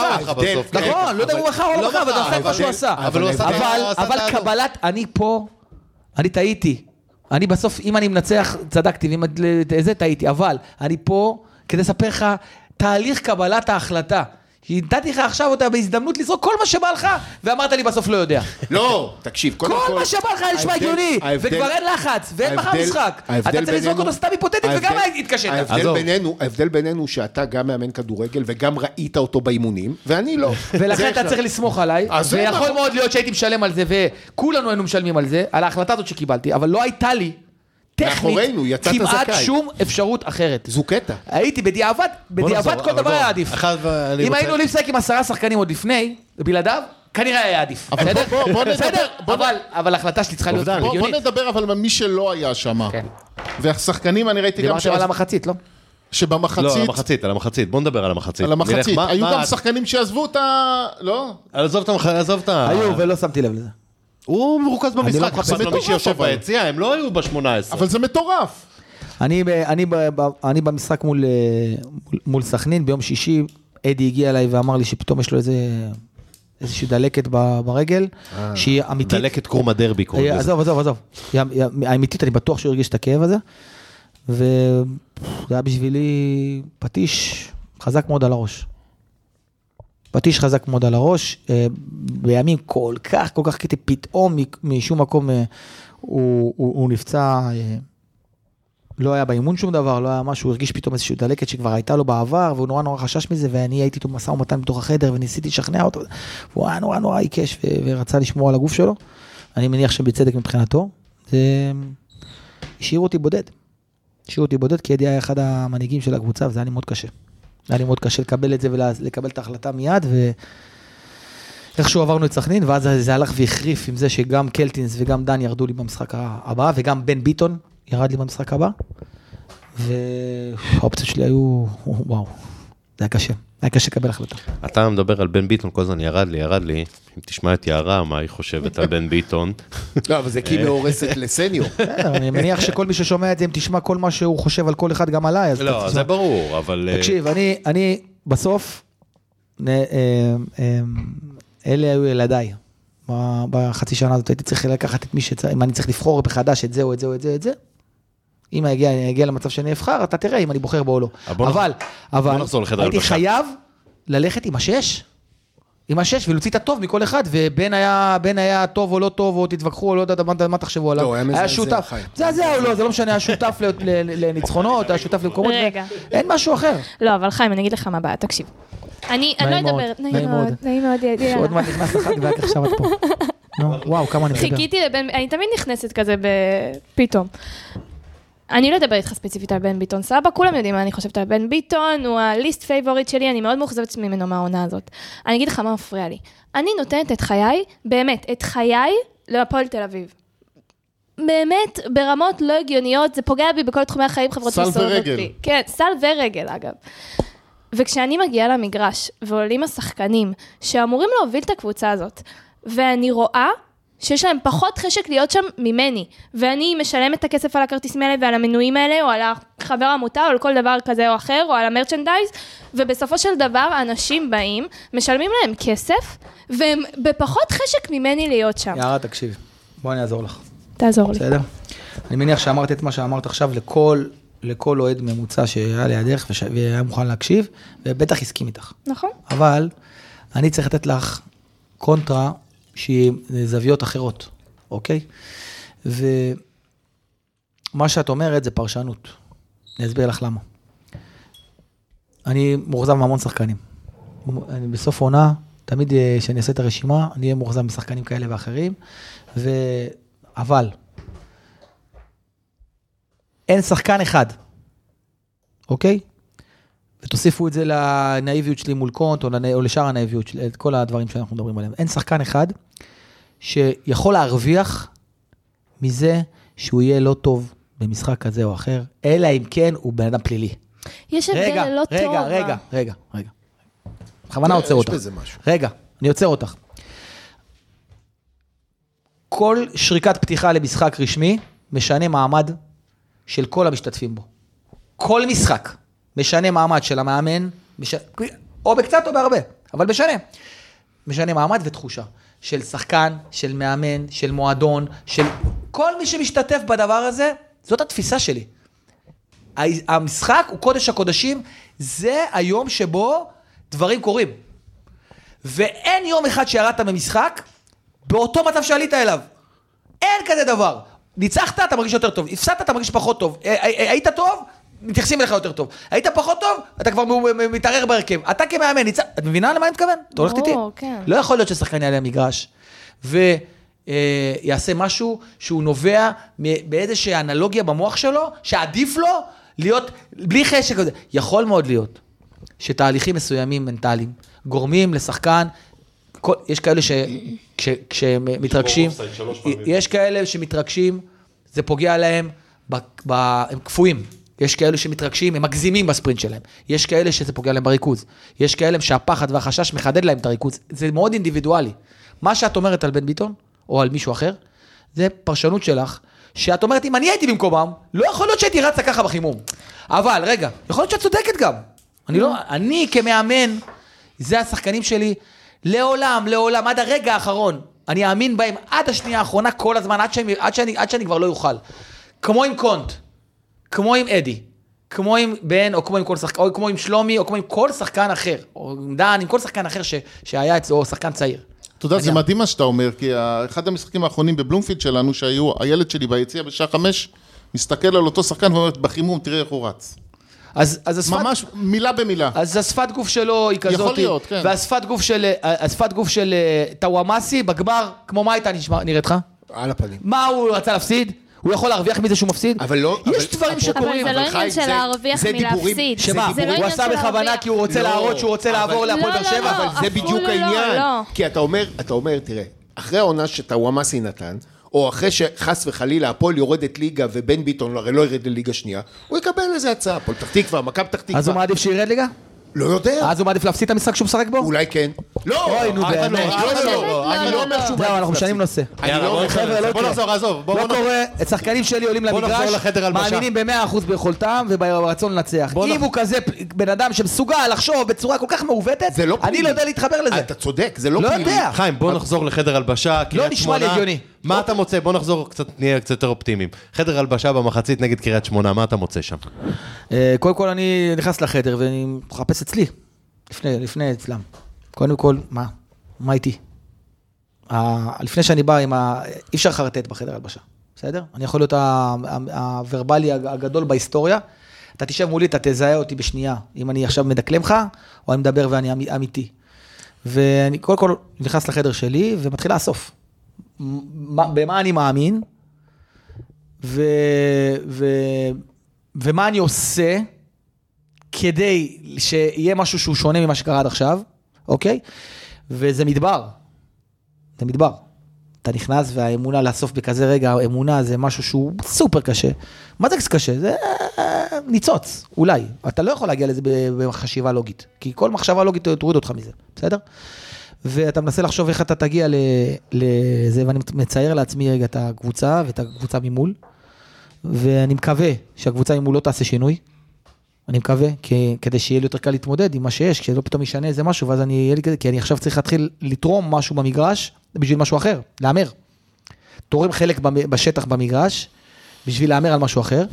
בחר אותך בסוף. כן. נכון, לא יודע אם הוא בחר או לא בחר, אבל זה מה שהוא עשה. אבל הוא עשה- אבל- עשה אבל את האדום. קבלת, אני פה, אני טעיתי. אני בסוף, אם אני מנצח, צדקתי, ואם זה טעיתי, אבל אני פה כדי לספר לך תהליך קבלת ההחלטה. נתתי לך עכשיו אותה בהזדמנות לזרוק כל מה שבא לך, ואמרת לי בסוף לא יודע. לא, תקשיב, קודם כל... כל מה שבא לך נשמע ההבדל- הגיוני, ההבדל- וכבר אין לחץ, ואין מחר ההבדל- משחק. אתה ההבדל צריך לזרוק בינינו- אותו סתם היפותטית, וגם ההבדל- התקשת. ההבדל עזוב. בינינו, ההבדל בינינו שאתה גם מאמן כדורגל וגם ראית אותו באימונים, ואני לא. ולכן זה אתה עכשיו. צריך לסמוך עליי, אז זה ויכול נכון. מאוד להיות שהייתי משלם על זה, וכולנו היינו משלמים על זה, על ההחלטה הזאת שקיבלתי, אבל לא הייתה לי, טכנית, מאחורינו, יצאת כמעט זכאי. שום אפשרות אחרת. זו קטע. הייתי בדיעבד, בדיעבד נחזור, כל אבל דבר בוא, היה עדיף. אחד, ואני אם רוצה- היינו לשחק עם עשרה שחקנים עוד לפני, בלעדיו, כנראה היה עדיף. אבל בסדר? בוא- בוא נדבר- בסדר? בוא- אבל- אבל ההחלטה שלי צריכה להיות אובדן. בוא, בוא הגיונית. נדבר אבל על מי שלא היה שם. כן. והשחקנים, אני ראיתי גם דיברתם שעז- על המחצית, לא? שבמחצית, לא, על המחצית, על המחצית. בוא נדבר על המחצית. על המחצית, נלך, מה- היו מה- גם שחקנים שעזבו את ה... לא? עזוב את המח... עזוב את ה... היו, ולא שמתי לב לזה. הוא מרוכז לא במשחק. מחפש. עכשיו זה מי מטורף, שיושב אבל. ביציע, הם לא היו ב-שמונה עשרה. אבל זה מטורף. אני, ב- אני, ב- ב- אני במשחק מול, אה, מול, מול סכנין, ביום שישי, אדי הגיע אליי ואמר לי שפתאום יש לו איזה, איזושהי דלקת ב- ברגל, שהיא אמיתית. דלקת קרום הדרבי קוראים אה, לזה. עזוב, עזוב, עזוב. היא- היא- האמיתית, אני בטוח שהוא הרגיש את הכאב הזה, וזה היה בשבילי פטיש חזק מאוד על הראש. פטיש חזק מאוד על הראש, אה, בימים כל כך, כל כך קטי, פתאום משום מקום אה, הוא, הוא, הוא נפצע, אה, לא היה באימון שום דבר, לא היה משהו, הוא הרגיש פתאום איזושהי דלקת שכבר הייתה לו בעבר, והוא נורא נורא חשש מזה, ואני הייתי איתו משא ומתן בתוך החדר, וניסיתי לשכנע אותו, והוא היה נורא נורא עיקש, ו- ורצה לשמור על הגוף שלו. אני מניח שבצדק מבחינתו, זה... השאירו אותי בודד. השאירו אותי בודד, כי אדי היה אחד המנהיגים של הקבוצה, וזה היה לי מאוד קשה. היה לי מאוד קשה לקבל את זה ולקבל את ההחלטה מיד, ואיכשהו עברנו את סכנין, ואז זה הלך והחריף עם זה שגם קלטינס וגם דן ירדו לי במשחק הבא, וגם בן ביטון ירד לי במשחק הבא, והאופציות שלי היו, וואו, זה היה קשה. היה קשה לקבל החלטה. אתה מדבר על בן ביטון, כל הזמן ירד לי, ירד לי. אם תשמע את יערה, מה היא חושבת על בן ביטון. לא, אבל זה כי מאורסת לסניור. אני מניח שכל מי ששומע את זה, אם תשמע כל מה שהוא חושב על כל אחד גם עליי, אז לא, זה ברור, אבל... תקשיב, אני, אני בסוף, נ- אה, אה, אלה היו ילדיי. ב- בחצי שנה הזאת הייתי צריך לקחת את מי שצריך, אם אני צריך לבחור בחדש את זה או את זה או את זה, את זה. אם אני אגיע, אני אגיע למצב שאני אבחר, אתה תראה אם אני בוחר בו או לא. בוא אבל, אבל, נחזור לחדר הייתי הלבשה. חייב ללכת עם השש. עם השש, ולהוציא את הטוב מכל אחד, ובן היה, בן היה טוב או לא טוב, או תתווכחו, או לא יודעת מה, מה תחשבו עליו. לא, היה מזעזע, שותף. חיים. זה זה או לא, זה לא משנה, היה שותף ל- ל- לניצחונות, היה שותף למקומות, רגע. אין משהו אחר. לא, אבל חיים, אני אגיד לך מה הבעיה, תקשיב. אני אני לא נעים מאוד, אדבר, נעים נעים מאוד. מאוד, נעים מאוד, ידיעה. עוד מעט נכנס אחד, ורק עכשיו את פה. נו, וואו, כמה אני מדבר. חיכיתי לבן, אני תמיד נכנסת כזה פתאום. אני לא אדבר איתך ספציפית על בן ביטון, סבא, כולם יודעים מה אני חושבת על בן ביטון, הוא הליסט פייבוריט שלי, אני מאוד מאוכזבת ממנו מהעונה הזאת. אני אגיד לך מה מפריע לי. אני נותנת את חיי, באמת, את חיי להפועל תל אביב. באמת, ברמות לא הגיוניות, זה פוגע בי בכל תחומי החיים, חברות סל מסורת ורגל. אותי. כן, סל ורגל אגב. וכשאני מגיעה למגרש, ועולים השחקנים, שאמורים להוביל את הקבוצה הזאת, ואני רואה שיש להם פחות חשק להיות שם ממני, ואני משלמת את הכסף על הכרטיסים האלה, ועל המנויים האלה, או על החבר עמותה, או על כל דבר כזה או אחר, או על המרצ'נדייז, ובסופו של דבר, אנשים באים, משלמים להם כסף, והם בפחות חשק ממני להיות שם. יערה, תקשיב, בוא אני אעזור לך. תעזור לי. בסדר? אני מניח שאמרת את מה שאמרת עכשיו לכל, לכל אוהד ממוצע שהיה לידך וש... והיה מוכן להקשיב, ובטח הסכים איתך. נכון? אבל אני צריך לתת לך קונטרה שהיא זוויות אחרות, אוקיי? ומה שאת אומרת זה פרשנות. אני אסביר לך למה. אני מורזב מהמון שחקנים. אני בסוף עונה, תמיד כשאני אעשה את הרשימה, אני אהיה מורזב משחקנים כאלה ואחרים, ו... אבל אין שחקן אחד, אוקיי? ותוסיפו את זה לנאיביות שלי מול קונט, או, לנא... או לשאר הנאיביות שלי, את כל הדברים שאנחנו מדברים עליהם. אין שחקן אחד שיכול להרוויח מזה שהוא יהיה לא טוב במשחק כזה או אחר, אלא אם כן הוא בן אדם פלילי. יש הבדל לא טוב. רגע, רגע, רגע, רגע. בכוונה עוצר אותך. יש בזה משהו. רגע, אני עוצר אותך. כל שריקת פתיחה למשחק רשמי משנה מעמד של כל המשתתפים בו. כל משחק משנה מעמד של המאמן, מש... או בקצת או בהרבה, אבל משנה. משנה מעמד ותחושה. של שחקן, של מאמן, של מועדון, של כל מי שמשתתף בדבר הזה, זאת התפיסה שלי. המשחק הוא קודש הקודשים, זה היום שבו דברים קורים. ואין יום אחד שירדת במשחק, באותו מצב שעלית אליו. אין כזה דבר. ניצחת, אתה מרגיש יותר טוב. הפסדת, אתה מרגיש פחות טוב. היית טוב, מתייחסים אליך יותר טוב. היית פחות טוב, אתה כבר מתערער בהרכב. אתה כמאמן, ניצח... את מבינה למה אני מתכוון? אתה הולכת איתי? לא יכול להיות ששחקן יעלה למגרש, ויעשה משהו שהוא נובע באיזושהי אנלוגיה במוח שלו, שעדיף לו להיות בלי חשק. יכול מאוד להיות שתהליכים מסוימים מנטליים גורמים לשחקן, יש כאלה שמתרגשים, יש כאלה שמתרגשים, זה פוגע להם, הם כפויים. יש כאלה שמתרגשים, הם מגזימים בספרינט שלהם. יש כאלה שזה פוגע להם בריכוז. יש כאלה שהפחד והחשש מחדד להם את הריכוז. זה מאוד אינדיבידואלי. מה שאת אומרת על בן ביטון, או על מישהו אחר, זה פרשנות שלך, שאת אומרת, אם אני הייתי במקומם, לא יכול להיות שהייתי רצה ככה בחימום. אבל, רגע, יכול להיות שאת צודקת גם. אני לא, אני כמאמן, זה השחקנים שלי, לעולם, לעולם, עד הרגע האחרון, אני אאמין בהם עד השנייה האחרונה, כל הזמן, עד שאני, עד שאני, עד שאני כבר לא יוכל. כמו עם קונט, כמו עם אדי, כמו עם בן, או כמו עם כל שחקן, או כמו עם שלומי, או כמו עם כל שחקן אחר, או עם דן, עם כל שחקן אחר ש, שהיה אצלו, או שחקן צעיר. אתה יודע, זה מדהים מה שאתה אומר, כי אחד המשחקים האחרונים בבלומפילד שלנו, שהיו, הילד שלי ביציע בשעה חמש, מסתכל על אותו שחקן ואומר, בחימום, תראה איך הוא רץ. אז, אז השפת, ממש מילה במילה. אז השפת גוף שלו היא כזאת. יכול להיות, כן. והשפת גוף של, השפת גוף של טוואמאסי, בגמר, כמו מה הייתה נראית? על הפנים. מה הוא רצה להפסיד? הוא יכול להרוויח מזה שהוא מפסיד? אבל לא... יש דברים שקורים. אבל זה לא עניין של להרוויח מלהפסיד. שמה? הוא עשה בכוונה כי הוא רוצה להראות שהוא רוצה לעבור להפועל באר שבע. אבל זה בדיוק העניין. כי אתה אומר, אתה אומר, תראה, אחרי העונה שטוואמאסי נתן, או אחרי שחס וחלילה הפועל יורדת ליגה ובן ביטון הרי לא ירד לליגה שנייה, הוא יקבל איזה הצעה, הפועל פתח תקווה, מכבי פתח תקווה. אז הוא מעדיף שירד ליגה? לא יודע. אז הוא מעדיף להפסיד את המשחק שהוא משחק בו? אולי כן. לא! אוי, נו באמת. אני לא אומר שהוא... זהו, אנחנו משנים נושא. בוא נחזור, עזוב. לא קורה, השחקנים שלי עולים למגרש, מאמינים ב-מאה אחוז ביכולתם וברצון לנצח. אם הוא כזה בן אדם שמסוגל לחשוב בצורה כל כך מעוותת, אני לא יודע להתחבר לזה. אתה צודק, זה לא לא פלילי. יודע. חיים, בוא נחזור לחדר הלבשה, קריית נשמע לי שמונה. הגיוני. מה אתה מוצא? בוא נחזור קצת, נהיה קצת יותר אופטימיים. חדר הלבשה במחצית נגד קריית שמונה, מה אתה מוצא שם? קודם כל אני נכנס לחדר ואני מחפש אצלי, לפני, לפני אצלם. קודם כל, מה? מה איתי? לפני שאני בא עם ה... אי אפשר חרטט בחדר הלבשה, בסדר? אני יכול להיות הוורבלי הגדול בהיסטוריה, אתה תשב מולי, אתה תזהה אותי בשנייה, אם אני עכשיו מדקלם לך, או אני מדבר ואני אמיתי. ואני קודם כל נכנס לחדר שלי ומתחיל לאסוף. במה אני מאמין, ו, ו, ומה אני עושה, כדי שיהיה משהו שהוא שונה ממה שקרה עד עכשיו, אוקיי? וזה מדבר. זה מדבר. אתה נכנס והאמונה לאסוף בכזה רגע, האמונה זה משהו שהוא סופר קשה. מה זה קשה? זה ניצוץ, אולי. אתה לא יכול להגיע לזה בחשיבה לוגית, כי כל מחשבה לוגית תוריד אותך מזה, בסדר? ואתה מנסה לחשוב איך אתה תגיע לזה, ואני מצייר לעצמי רגע את הקבוצה ואת הקבוצה ממול, ואני מקווה שהקבוצה ממול לא תעשה שינוי, אני מקווה, כי, כדי שיהיה לי יותר קל להתמודד עם מה שיש, כשלא פתאום ישנה איזה משהו, ואז אני אהיה לי כזה, כי אני עכשיו צריך להתחיל לתרום משהו במגרש, בשביל משהו אחר, לאמר. תורם חלק בשטח במגרש, בשביל לאמר על משהו אחר,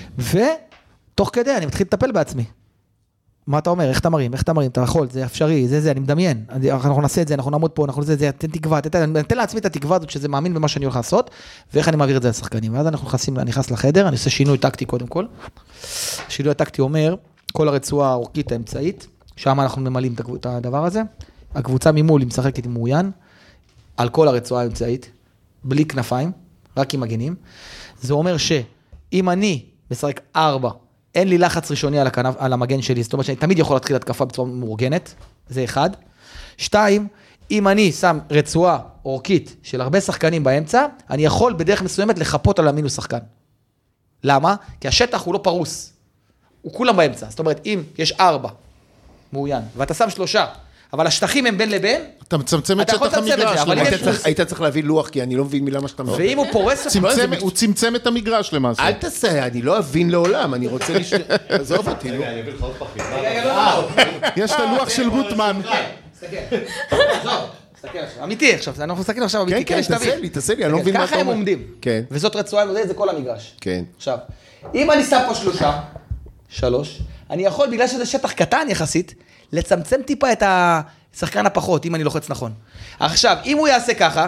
ותוך כדי אני מתחיל לטפל בעצמי. מה אתה אומר? איך אתה מרים? איך אתה מרים? אתה יכול, זה אפשרי, זה זה, אני מדמיין. אנחנו נעשה את זה, אנחנו נעמוד פה, אנחנו נעשה את זה, תן תקווה, אני אתן לעצמי את התקווה הזאת, שזה מאמין במה שאני הולך לעשות, ואיך אני מעביר את זה לשחקנים. ואז אנחנו נכנסים, אני נכנס לחדר, אני עושה שינוי טקטי קודם כל. שינוי הטקטי אומר, כל הרצועה האורכית האמצעית, שם אנחנו ממלאים את הדבר הזה. הקבוצה ממול, היא משחקת עם מעוין, על כל הרצועה האמצעית, בלי כנפיים, רק עם מגנים. זה אומר שאם אני משחק ארבע, אין לי לחץ ראשוני על, הכנף, על המגן שלי, זאת אומרת שאני תמיד יכול להתחיל התקפה בצורה מאורגנת, זה אחד. שתיים, אם אני שם רצועה אורכית של הרבה שחקנים באמצע, אני יכול בדרך מסוימת לחפות על המינוס שחקן. למה? כי השטח הוא לא פרוס, הוא כולם באמצע. זאת אומרת, אם יש ארבע, מעוין, ואתה שם שלושה, אבל השטחים הם בין לבין, אתה מצמצם את שטח המגרש. היית צריך להביא לוח, כי אני לא מבין מילה מה שאתה אומר. ואם הוא פורס... הוא צמצם את המגרש למעשה. אל תעשה, אני לא אבין לעולם, אני רוצה לש... עזוב אותי. רגע, אני אביא לך עוד פחים. יש את הלוח של גוטמן. תסתכל עכשיו, אמיתי עכשיו, אנחנו מסתכלים עכשיו אמיתי, כן, כן, תעשה לי, תעשה לי, אני לא מבין מה אתה ככה הם אומר. עומדים. כן. וזאת רצועה, זה כל המגרש. כן. עכשיו, אם אני שם פה שלושה, שלוש, אני יכול, בגלל שזה שטח קטן יחסית, לצמצם טיפה את השחקן הפחות, אם אני לוחץ נכון. עכשיו, אם הוא יעשה ככה,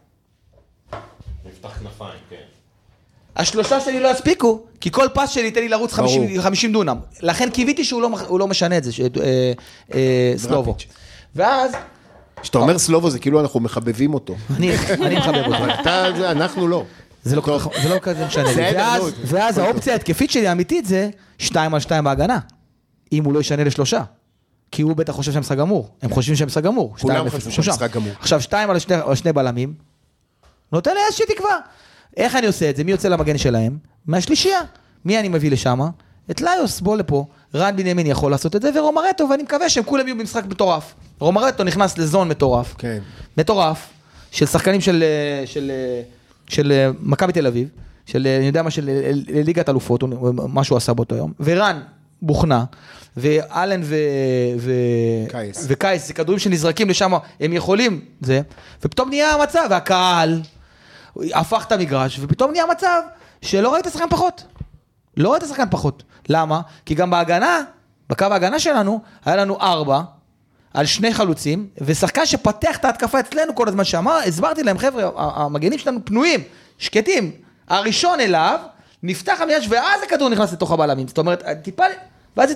נפתח כנפיים, כן. השלושה שלי לא יספיקו, כי כל פס שלי ייתן לי לרוץ חמישים, חמישים דונם. לכן קיוויתי שהוא לא, הוא לא משנה את זה, ש, אה, אה, סלובו. ואז... כשאתה אומר סלובו, זה כאילו אנחנו מחבבים אותו. אני, אני מחבב אותו. אתה, זה, אנחנו לא. זה לא, זה לא כזה משנה. ואז, ואז האופציה ההתקפית שלי האמיתית זה שתיים על שתיים בהגנה. אם הוא לא ישנה לשלושה. כי הוא בטח חושב שהמשחק גמור. הם חושבים שהמשחק גמור. כולם חושבים שהמשחק גמור. עכשיו, שתיים על שני, על שני בלמים, נותן לי איזושהי תקווה. איך אני עושה את זה? מי יוצא למגן שלהם? מהשלישייה. מי אני מביא לשם? את ליוס, בוא לפה. רן בנימין יכול לעשות את זה, ורומרטו, ואני מקווה שהם כולם יהיו במשחק מטורף. רומרטו נכנס לזון מטורף. כן. מטורף. של שחקנים של, של, של מכבי תל אביב, של, אני יודע מה, של ליגת אלופות, מה שהוא עשה באותו יום. ורן בוכנה, ואלן ו... ו... קייס. וקייס, זה כדורים שנזרקים לשם, הם יכולים, זה, ופתאום נהיה המצב, והקהל הפך את המגרש, ופתאום נהיה מצב שלא ראית שחקן פחות. לא ראית שחקן פחות. למה? כי גם בהגנה, בקו ההגנה שלנו, היה לנו ארבע, על שני חלוצים, ושחקן שפתח את ההתקפה אצלנו כל הזמן שאמר, הסברתי להם, חבר'ה, המגנים שלנו פנויים, שקטים, הראשון אליו, נפתח המגרש, ואז הכדור נכנס לתוך הבלמים. זאת אומרת, טיפה, ואז,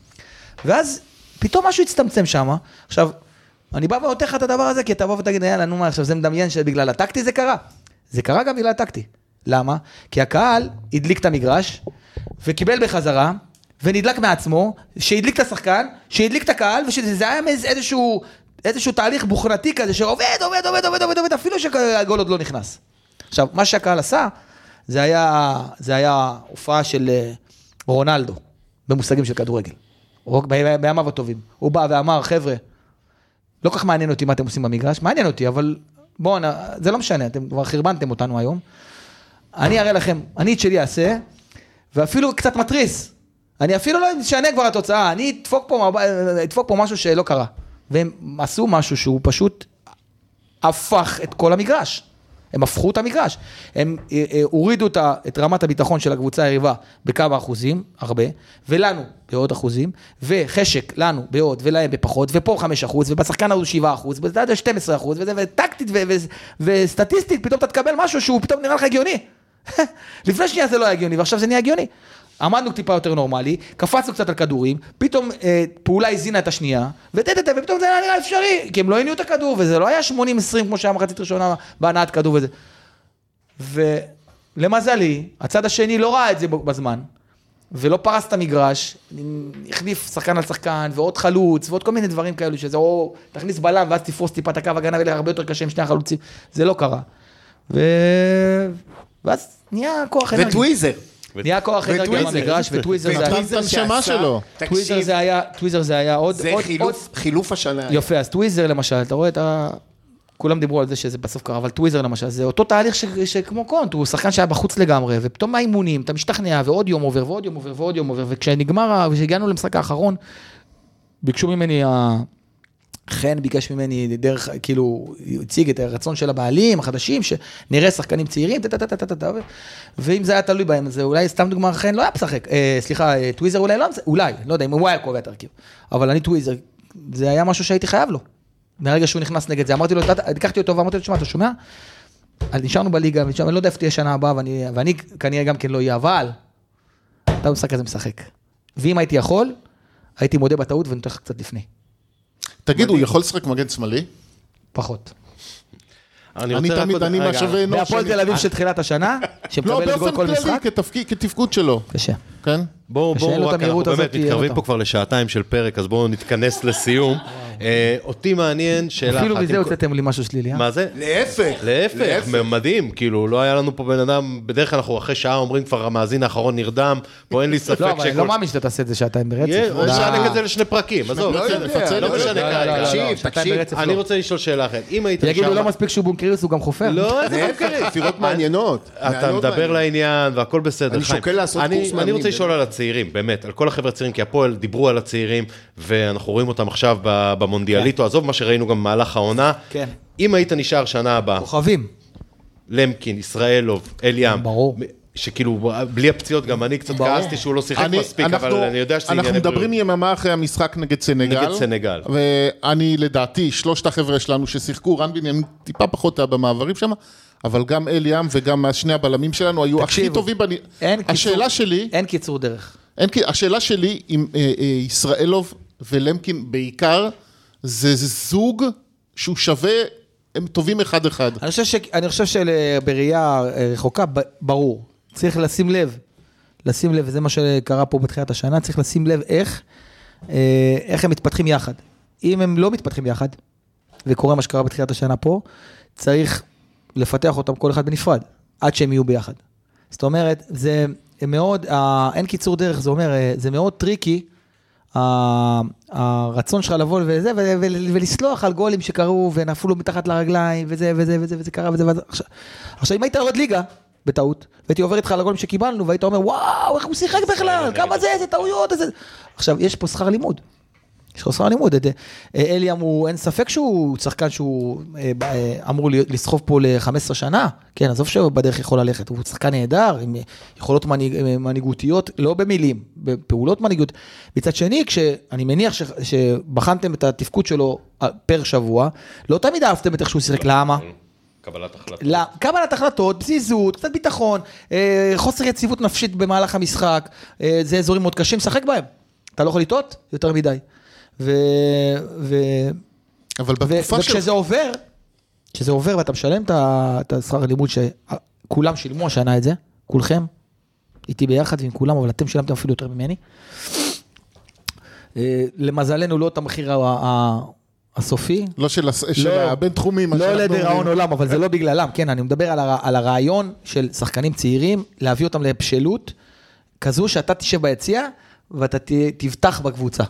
ואז פתאום משהו הצטמצם שם. עכשיו, אני בא ונותן לך את הדבר הזה, כי תבוא ותגיד, יאללה, נו מה, עכשיו זה מדמיין שבגלל הטקטי זה קרה. זה קרה גם בגלל הטקטי. למה? כי הקהל הדליק את המגרש, וקיבל בחזרה, ונדלק מעצמו, שהדליק את השחקן, שהדליק את הקהל, ושזה היה איזשהו, איזשהו תהליך בוכנתי כזה, שעובד, עובד, עובד, עובד, עובד, עובד, אפילו שהגול עוד לא נכנס. עכשיו, מה שהקהל עשה, זה היה, זה היה הופעה של רונלדו, במושגים של כדורגל. בימיו הטובים. הוא בא ואמר, חבר'ה, לא כך מעניין אותי מה אתם עושים במגרש, מעניין אותי, אבל בואו, זה לא משנה, אתם כבר חרבנתם אותנו היום. אני אראה לכם, אני את שלי אעשה, ואפילו קצת מטריס. אני אפילו לא משנה כבר התוצאה, אני אדפוק פה, אדפוק פה משהו שלא קרה. והם עשו משהו שהוא פשוט הפך את כל המגרש. הם הפכו את המגרש. הם הורידו את רמת הביטחון של הקבוצה היריבה בכמה אחוזים, הרבה, ולנו בעוד אחוזים, וחשק לנו בעוד ולהם בפחות, ופה חמישה אחוז, ובשחקן הזה שבעה אחוז, וזה שתים עשרה אחוז, וטקטית וסטטיסטית, פתאום אתה תקבל משהו שהוא פתאום נראה לך הגיוני. לפני שנייה זה לא היה הגיוני, ועכשיו זה נהיה הגיוני. עמדנו טיפה יותר נורמלי, קפצנו קצת על כדורים, פתאום אה, פעולה הזינה את השנייה, ותתת, ופתאום זה היה נראה אפשרי, כי הם לא הניעו את הכדור, וזה לא היה שמונים עשרים כמו שהיה מחצית ראשונה בהנעת כדור וזה. ולמזלי, הצד השני לא ראה את זה בזמן, ולא פרס את המגרש, החליף שחקן על שחקן, ועוד חלוץ, ועוד כל מיני דברים כאלו, שזה או תכניס בלם, ואז תפרוס טיפה את הקו הגנה, ולהרבה הרבה יותר קשה עם שני החלוצים, זה לא קרה. ו... ואז נהיה כוח אנרגיה. וטוויזר. נהיה כוח אנרגיה במגרש, וטוויזר זה היה... הנשמה שלו. טוויזר זה היה, טוויזר זה היה עוד... זה חילוף השנה. יפה, אז טוויזר למשל, אתה רואה את ה... כולם דיברו על זה שזה בסוף קרה, אבל טוויזר למשל, זה אותו תהליך שכמו קונט, הוא שחקן שהיה בחוץ לגמרי, ופתאום מהאימונים, אתה משתכנע, ועוד יום עובר, ועוד יום עובר, ועוד יום עובר, וכשנגמר, וכשהגענו למשחק האחרון, ביקשו ממני, חן ביקש ממני דרך, כאילו, הוא הציג את הרצון של הבעלים החדשים, שנראה שחקנים צעירים, ואם זה היה תלוי בהם, זה אולי סתם דוגמה, חן לא היה משחק, סליחה, טוויזר אולי לא, אולי, לא יודע, אם הוא היה קובע את הרכיב, אבל אני טוויזר, זה היה משהו שהייתי חייב לו. מהרגע שהוא נכנס נגד זה, אמרתי לו, לקחתי אותו ואמרתי לו, שמה, אתה שומע? נשארנו בליגה, אני לא יודע איפה תהיה שנה הבאה, ואני כנראה גם כן לא אהיה, אבל אתה משחק כזה משחק. ואם הייתי יכול, הייתי מודה בטעות ונותן לך קצת לפני. תגיד, הוא יכול לשחק מגן שמאלי? פחות. אני תמיד, אני מהשווה אנוש. בהפועל תל אביב של תחילת השנה, שמקבל את גול כל משחק. לא, באופן כללי, כתפקוד שלו. קשה. כן? בואו, בואו, אנחנו באמת מתקרבים פה כבר לשעתיים של פרק, אז בואו נתכנס לסיום. אותי מעניין שאלה אחת. אפילו מזה הוצאתם לי משהו שלילי, אה? מה זה? להפך. להפך, מדהים, כאילו, לא היה לנו פה בן אדם, בדרך כלל אנחנו אחרי שעה אומרים כבר המאזין האחרון נרדם, פה אין לי ספק שכל... לא, אבל אני לא מאמין שאתה תעשה את זה שעתיים ברצף. או שעלק את זה לשני פרקים, עזוב, לא משנה כרגע. תקשיב, תקשיב. אני רוצה לשאול שאלה אחרת, אם היית שם... יגידו, לא מספיק שהוא בונקריוס, הוא גם חופר. לא, זה בונקריס. חפירות מעניינות. אתה מדבר לעניין והכל בסדר. אני שוקל לעשות קורס מאמנים. אני רוצה לשאול על הצעירים. הצעירים, באמת, על כל החבר'ה הצעירים, כי הפועל דיברו על הצעירים, ואנחנו רואים אותם עכשיו במונדיאליטו, עזוב מה שראינו גם במהלך העונה. כן. אם היית נשאר שנה הבאה, כוכבים. למקין, ישראלוב, אליאם, ברור. שכאילו, בלי הפציעות, גם אני קצת כעסתי שהוא לא שיחק מספיק, אבל אני יודע שזה ענייני בריאות. אנחנו מדברים יממה אחרי המשחק נגד סנגל. נגד סנגל. ואני, לדעתי, שלושת החבר'ה שלנו ששיחקו, רן בנימין טיפה פחות במעברים שם, אבל גם אליאם וגם שני הבלמים שלנו היו הכי טובים. השאלה שלי... אין קיצור דרך. השאלה שלי עם ישראלוב ולמקין בעיקר, זה זוג שהוא שווה, הם טובים אחד אחד. אני חושב שבראייה רחוקה, ברור. צריך לשים לב, לשים לב, וזה מה שקרה פה בתחילת השנה, צריך לשים לב איך, איך הם מתפתחים יחד. אם הם לא מתפתחים יחד, וקורה מה שקרה בתחילת השנה פה, צריך לפתח אותם כל אחד בנפרד, עד שהם יהיו ביחד. זאת אומרת, זה מאוד, אין קיצור דרך, זה אומר, זה מאוד טריקי, הרצון שלך לבוא וזה, ולסלוח על גולים שקרו, ונפלו מתחת לרגליים, וזה, וזה, וזה, וזה קרה, וזה, וזה. עכשיו, אם היית יורד ליגה, בטעות, והייתי עובר איתך על הגולים שקיבלנו, והיית אומר, וואו, איך הוא שיחק בכלל, כמה זה, איזה טעויות, איזה... עכשיו, יש פה שכר לימוד. יש פה שכר לימוד. אליאם הוא, אין ספק שהוא שחקן שהוא אמור לסחוב פה ל-חמש עשרה שנה. כן, עזוב שבדרך יכול ללכת. הוא שחקן נהדר, עם יכולות מנהיגותיות, לא במילים, בפעולות מנהיגות. מצד שני, כשאני מניח שבחנתם את התפקוד שלו פר שבוע, לא תמיד אהבתם את איך שהוא שיחק, למה? קבלת החלטות. קבלת החלטות, פזיזות, קצת ביטחון, חוסר יציבות נפשית במהלך המשחק, זה אזורים מאוד קשים, שחק בהם. אתה לא יכול לטעות יותר מדי. ו... ו... אבל בתקופה ו... וכשזה עובר, כשזה עובר ואתה משלם את השכר הלימוד שכולם שילמו השנה את זה, כולכם, איתי ביחד ועם כולם, אבל אתם שילמתם אפילו יותר ממני. למזלנו לא את המחיר ה... הסופי. לא של הבן תחומים. לא לדראון עולם, אבל זה לא בגללם. כן, אני מדבר על הרעיון של שחקנים צעירים, להביא אותם לבשלות, כזו שאתה תשב ביציע, ואתה תבטח בקבוצה.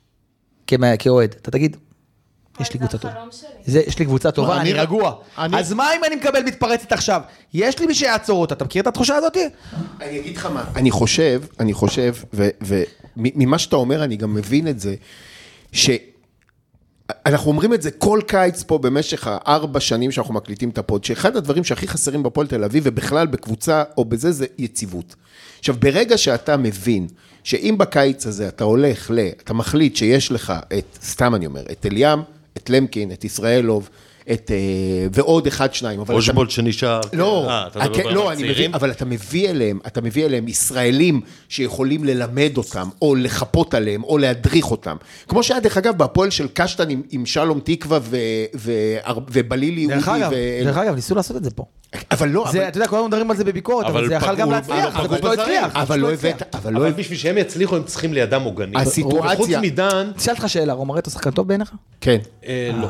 כאוהד. אתה תגיד, יש לי קבוצה טובה. יש לי קבוצה טובה, אני רגוע. אז מה אם אני מקבל מתפרצת עכשיו? יש לי מי שיעצור אותה. אתה מכיר את התחושה הזאת? אני אגיד לך מה. אני חושב, אני חושב, וממה שאתה אומר, אני גם מבין את זה, ש... אנחנו אומרים את זה כל קיץ פה במשך הארבע שנים שאנחנו מקליטים את הפוד, שאחד הדברים שהכי חסרים בפועל תל אביב, ובכלל בקבוצה או בזה, זה יציבות. עכשיו, ברגע שאתה מבין, שאם בקיץ הזה אתה הולך ל... אתה מחליט שיש לך את, סתם אני אומר, את אליאם, את למקין, את ישראלוב, את, ועוד אחד, שניים. אושבולט שנשאר. לא, לא, אני מבין, אבל אתה מביא אליהם, אתה מביא אליהם ישראלים שיכולים ללמד אותם, או לחפות עליהם, או להדריך אותם. כמו שהיה, דרך אגב, בהפועל של קשטן עם, עם שלום תקווה ו, ו, ובלילי יהודי. דרך אגב, ו... דרך אגב, ניסו לעשות את זה פה. אבל לא, זה, אבל... אתה יודע, כולנו מדברים על זה בביקורת, אבל, אבל זה יכול גם להצליח, אבל לא הצליח. אבל לא הבאת, אבל לא... אבל בשביל שהם יצליחו, הם צריכים לידם עוגנים. הסיטואציה... וחוץ מדן... תשאל לך שאלה, רומרטו שחקן טוב בעיניך? כן. לא.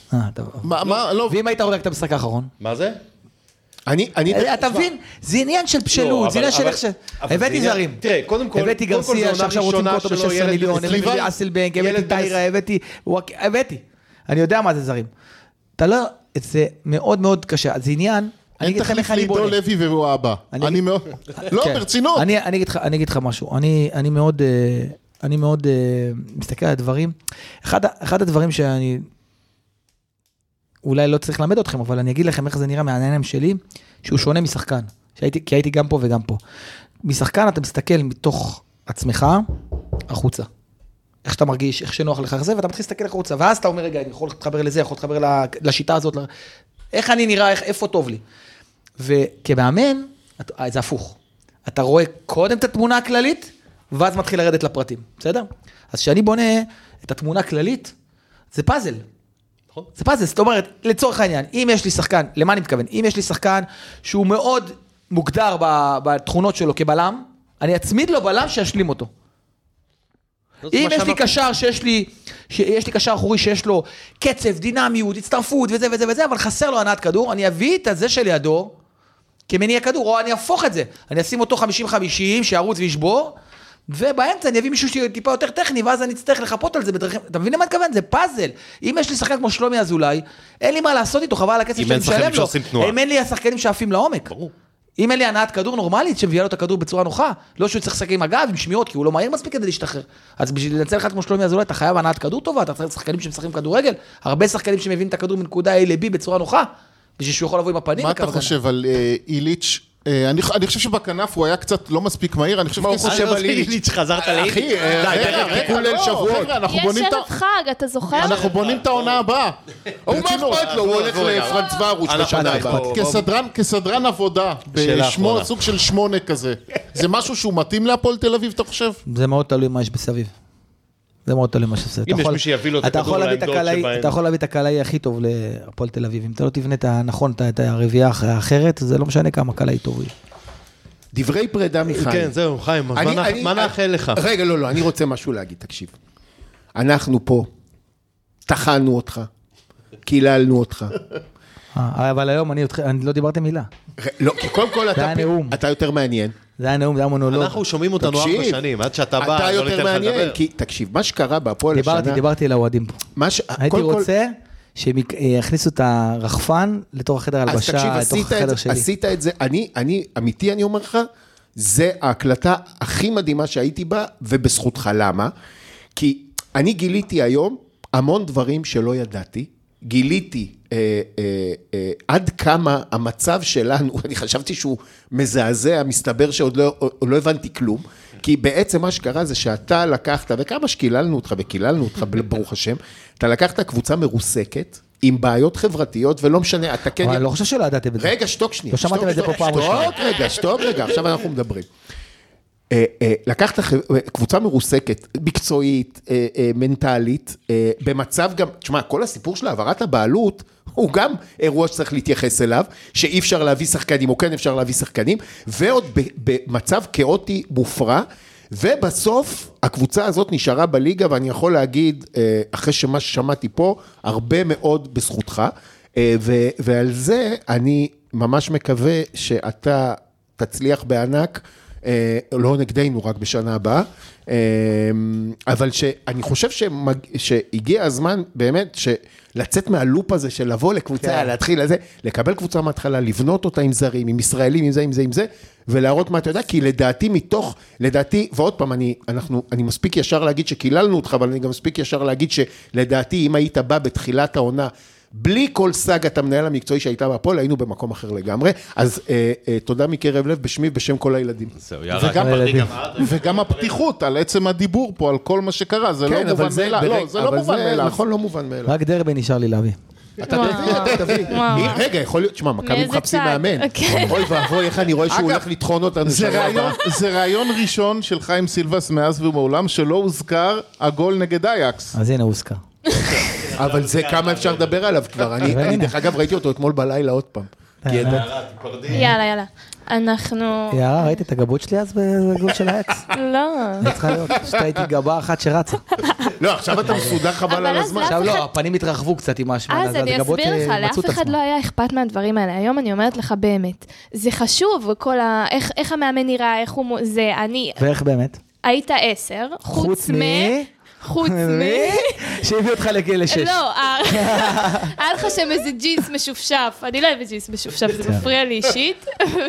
ואם היית הורג את המשחק האחרון? מה זה? אני, אני... אתה מבין? זה עניין של בשלות, זה עניין של איך ש... הבאתי זרים. תראה, קודם כל... הבאתי גרסיה, שעכשיו רוצים פה אותו ב-שש עשרה מיליון, הבאתי אסלבנק, הבאתי טיירה, הבאתי... הבאתי. אני יודע מה זה זרים. אתה לא... זה מאוד מאוד קשה. זה עניין... אין תחליף לידו לוי והוא הבא. אני מאוד... לא, ברצינות. אני אגיד לך משהו. אני מאוד... אני מאוד מסתכל על הדברים. אחד הדברים שאני... אולי לא צריך ללמד אתכם, אבל אני אגיד לכם איך זה נראה מהעיניים שלי, שהוא שונה משחקן, שהייתי, כי הייתי גם פה וגם פה. משחקן אתה מסתכל מתוך עצמך, החוצה. איך שאתה מרגיש, איך שנוח לך זה, ואתה מתחיל להסתכל החוצה, ואז אתה אומר, רגע, אני יכול להתחבר לזה, יכול להתחבר לשיטה הזאת, איך אני נראה, איך, איפה טוב לי. וכמאמן, זה הפוך. אתה רואה קודם את התמונה הכללית, ואז מתחיל לרדת לפרטים, בסדר? אז כשאני בונה את התמונה הכללית, זה פאזל. זה פאזל, זאת אומרת, לצורך העניין, אם יש לי שחקן, למה אני מתכוון? אם יש לי שחקן שהוא מאוד מוגדר בתכונות שלו כבלם, אני אצמיד לו בלם שישלים אותו. אם יש לי קשר שיש לי, יש לי קשר אחורי שיש לו קצב, דינמיות, הצטרפות וזה וזה וזה, אבל חסר לו הנעת כדור, אני אביא את זה שלידו כמניע כדור, או אני אפוך את זה, אני אשים אותו חמישים חמישים, שירוץ וישבור, ובאמצע אני אביא מישהו שטיפה יותר טכני, ואז אני אצטרך לחפות על זה בדרכים, אתה מבין למה התכוון? זה פאזל. אם יש לי שחקן כמו שלומי אזולאי, אין לי מה לעשות איתו, חבל על הכסף שאני משלם לו. אם אין לי השחקנים שעפים לעומק. אם אין לי הנעת כדור נורמלית, שמביאה לו את הכדור בצורה נוחה, לא שהוא צריך לשחק עם הגב, עם שמיעות, כי הוא לא מהיר מספיק כדי להשתחרר. אז בשביל לנצל לך כמו שלומי אזולאי, אתה חייב הנעת כדור טובה, אתה צריך שחקנים שמשחקים כדורגל, הרבה שחקנים שמביאים את הכדור מנקודה A ל-B בצורה נוחה, בשביל שהוא יכול לבוא עם הפנים. מה אתה חושב על איליץ'? אני חושב שבכנף הוא היה קצת לא מספיק מהיר, אני חושב מה הוא חושב על איליץ'? חזרת לאיליץ'? אחי, רגע, חיכו ליל שבועות. יש ערב חג, אתה זוכר? אנחנו בונים את העונה הבאה. הוא מה אכפת לו, הוא הולך לפרנץ ורוש בשנה הבאה. כסדרן עבודה, סוג של שמונה כזה. זה משהו שהוא מתאים להפועל תל אביב, אתה חושב? זה מאוד תלוי מה יש בסביב. זה מאוד תלוי מה שעושה. אם יש מי שיביא לו את הכדור לעמדות שבהן. אתה יכול להביא את הקלעי הכי טוב להפועל תל אביב. אם אתה לא תבנה את הנכון, את הרביעייה האחרת, זה לא משנה כמה קלעי טוב. דברי פרידה מחיים. כן, זהו, חיים, מה נאחל לך? רגע, לא, לא, אני רוצה משהו להגיד, תקשיב. אנחנו פה, טחנו אותך, קיללנו אותך. אבל היום אני לא דיברתי מילה. לא, כי קודם כל אתה יותר מעניין. זה היה נאום, זה היה מונולוג. אנחנו שומעים אותנו ארבע שנים, עד שאתה בא, אתה לא ניתן יותר לך מעניין, לדבר. כי תקשיב, מה שקרה בהפועל השנה... דיברתי, דיברתי לאוהדים פה. הייתי רוצה שהם יכניסו את הרחפן לתוך החדר הלבשה, לתוך החדר שלי. עשית את זה, אני, אני, אמיתי אני אומר לך, זה ההקלטה הכי מדהימה שהייתי בה, ובזכותך, למה? כי אני גיליתי היום המון דברים שלא ידעתי, גיליתי אה, אה, אה, עד כמה המצב שלנו, אני חשבתי שהוא מזעזע, מסתבר שעוד לא, לא הבנתי כלום, כי בעצם מה שקרה זה שאתה לקחת, וכמה שקיללנו אותך וקיללנו אותך, ברוך השם, אתה לקחת קבוצה מרוסקת, עם בעיות חברתיות, ולא משנה, אתה כן... אני לא חושב שלא ידעתם את זה. רגע, שתוק שנייה. לא שמעתם את זה פה פעם ראשונה. שתוק רגע, שתוק רגע, עכשיו אנחנו מדברים. לקחת קבוצה מרוסקת, מקצועית, מנטלית, במצב גם, תשמע, כל הסיפור של העברת הבעלות, הוא גם אירוע שצריך להתייחס אליו, שאי אפשר להביא שחקנים, או כן אפשר להביא שחקנים, ועוד במצב כאוטי מופרע, ובסוף הקבוצה הזאת נשארה בליגה, ואני יכול להגיד, אחרי שמה ששמעתי פה, הרבה מאוד בזכותך, ועל זה אני ממש מקווה שאתה תצליח בענק, לא נגדנו רק בשנה הבאה, אבל שאני חושב שהגיע הזמן באמת לצאת מהלופ הזה של לבוא לקבוצה, להתחיל לזה, לקבל קבוצה מההתחלה, לבנות אותה עם זרים, עם ישראלים, עם זה, עם זה, עם זה, ולהראות מה אתה יודע, כי לדעתי מתוך, לדעתי, ועוד פעם, אני, אנחנו, אני מספיק ישר להגיד שקיללנו אותך, אבל אני גם מספיק ישר להגיד שלדעתי, אם היית בא בתחילת העונה, בלי כל סגת המנהל המקצועי שהייתה בהפועל, היינו במקום אחר לגמרי. אז אה, אה, תודה מקרב לב בשמי בשם כל הילדים. וגם, וגם הפתיחות על עצם הדיבור פה, על כל מה שקרה, זה כן, לא מובן מאליו. לא, זה לא מובן מאליו. נכון, לא מובן מאליו. רק דרבי נשאר לי להביא. אתה תביא, אתה תביא. רגע, יכול להיות, תשמע, מכבי מחפשים מאמן. אוי ואבוי, איך אני רואה שהוא הולך לטחון אותנו. זה רעיון ראשון של חיים סילבס מאז ומעולם, שלא הוזכר הגול נגד אייקס. אז הנה הוזכר. אבל זה כמה אפשר לדבר עליו כבר. אני דרך אגב ראיתי אותו אתמול בלילה עוד פעם. יאללה, יאללה. אנחנו... יאללה, ראית את הגבות שלי אז בגול של האקס? לא. אני צריכה להיות, שתהייתי גבה אחת שרצה. לא, עכשיו אתה מסודר חבל על הזמן. עכשיו לא, הפנים התרחבו קצת עם השמן. אז אני אסביר לך, לאף אחד לא היה אכפת מהדברים האלה. היום אני אומרת לך באמת, זה חשוב, כל ה... איך המאמן נראה, איך הוא... זה אני... ואיך באמת? היית עשר, חוץ מ... חוץ מ... שהביא אותך לגיל לשש. לא, היה לך שם איזה ג'ינס משופשף, אני לא אוהבת ג'ינס משופשף, זה מפריע לי אישית,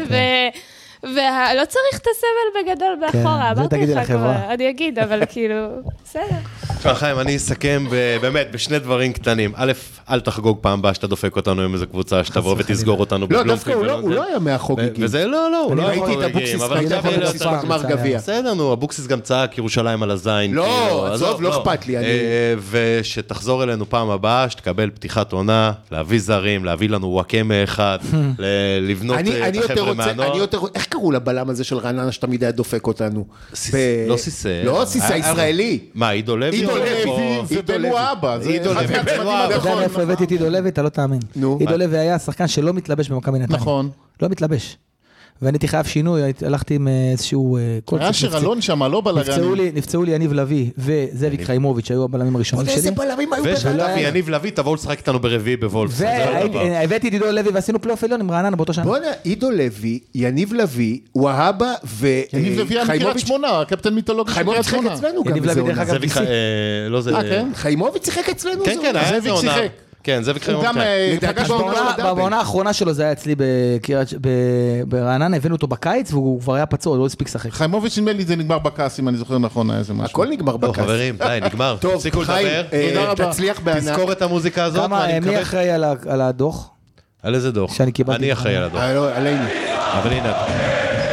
ולא צריך את הסבל בגדול באחורה, אמרתי לך כבר, אני אגיד, אבל כאילו, בסדר. תשמע חיים, אני אסכם באמת בשני דברים קטנים. א', אל תחגוג פעם הבאה שאתה דופק אותנו עם איזה קבוצה, שתבוא ותסגור אותנו. לא, דווקא הוא לא היה מהחוגגים. וזה לא, לא, הוא לא היה ראיתי את אבוקסיס, ראיתי את אבוקסיס בגמר גביע. בסדר, נו, אבוקסיס גם צעק ירושלים על הזין. לא, עזוב, לא אכפת לי. ושתחזור אלינו פעם הבאה, שתקבל פתיחת עונה, להביא זרים, להביא לנו וואקמה אחד, לבנות את החבר'ה מהנוער. איך קראו לבלם הזה של רעננה שתמיד היה דופק אותנו? לא סיסה. לא סיסה, ישראלי. מה, עידו לוי? עידו לוי, ובנו האבא. עידו לוי. אתה יודע מאיפה הבאתי את עידו לוי, אתה לא תאמין. עידו לוי היה שחקן שלא מתלבש במכבי נתניה. נכון. לא מתלבש. ואני הייתי חייב שינוי, הלכתי עם איזשהו... היה שרלון שם, לא בלגנים. נפצעו לי יניב לוי וזאביק חיימוביץ', היו הבלמים הראשונים שלי. איזה בלמים היו ושאתה יניב לוי, תבואו לשחק איתנו ברביעי בוולף. והבאתי את עידו לוי ועשינו פלייאוף עליון עם רעננה באותו שנה. בוא'נה, עידו לוי, יניב לוי, והאבא וחיימוביץ'. יניב לוי היה מקריית שמונה, הקפטן מיתולוגי של קריית שמונה. חיימוביץ' שיחק אצלנו גם. יניב לוי דרך אגב ניסי. לא זה... חיימוביץ' שיחק אצלנו. כן, כן, היה זה עונה. כן, זה וקרם הוא גם אה, פגש אותו בעונה- בעונה האחרונה שלו זה היה אצלי בקריית- ב- ברעננה, הבאנו אותו בקיץ והוא כבר היה פצוע, הוא לא הספיק לשחק. חיימוביץ' נדמה לי זה נגמר בכעס, אם אני זוכר נכון, היה איזה משהו. הכל נגמר טוב, בכס. חברים, די, נגמר. טוב, תפסיקו חיים, לדבר. אה, תודה רבה. תצליח בענק. תזכור את המוזיקה הזאת, כמה, ואני מי מקווה... אחראי על ה- על הדוח? על איזה דוח? שאני קיבלתי. אני אחראי על הדוח. אה, לא, עלינו. אבל הנה,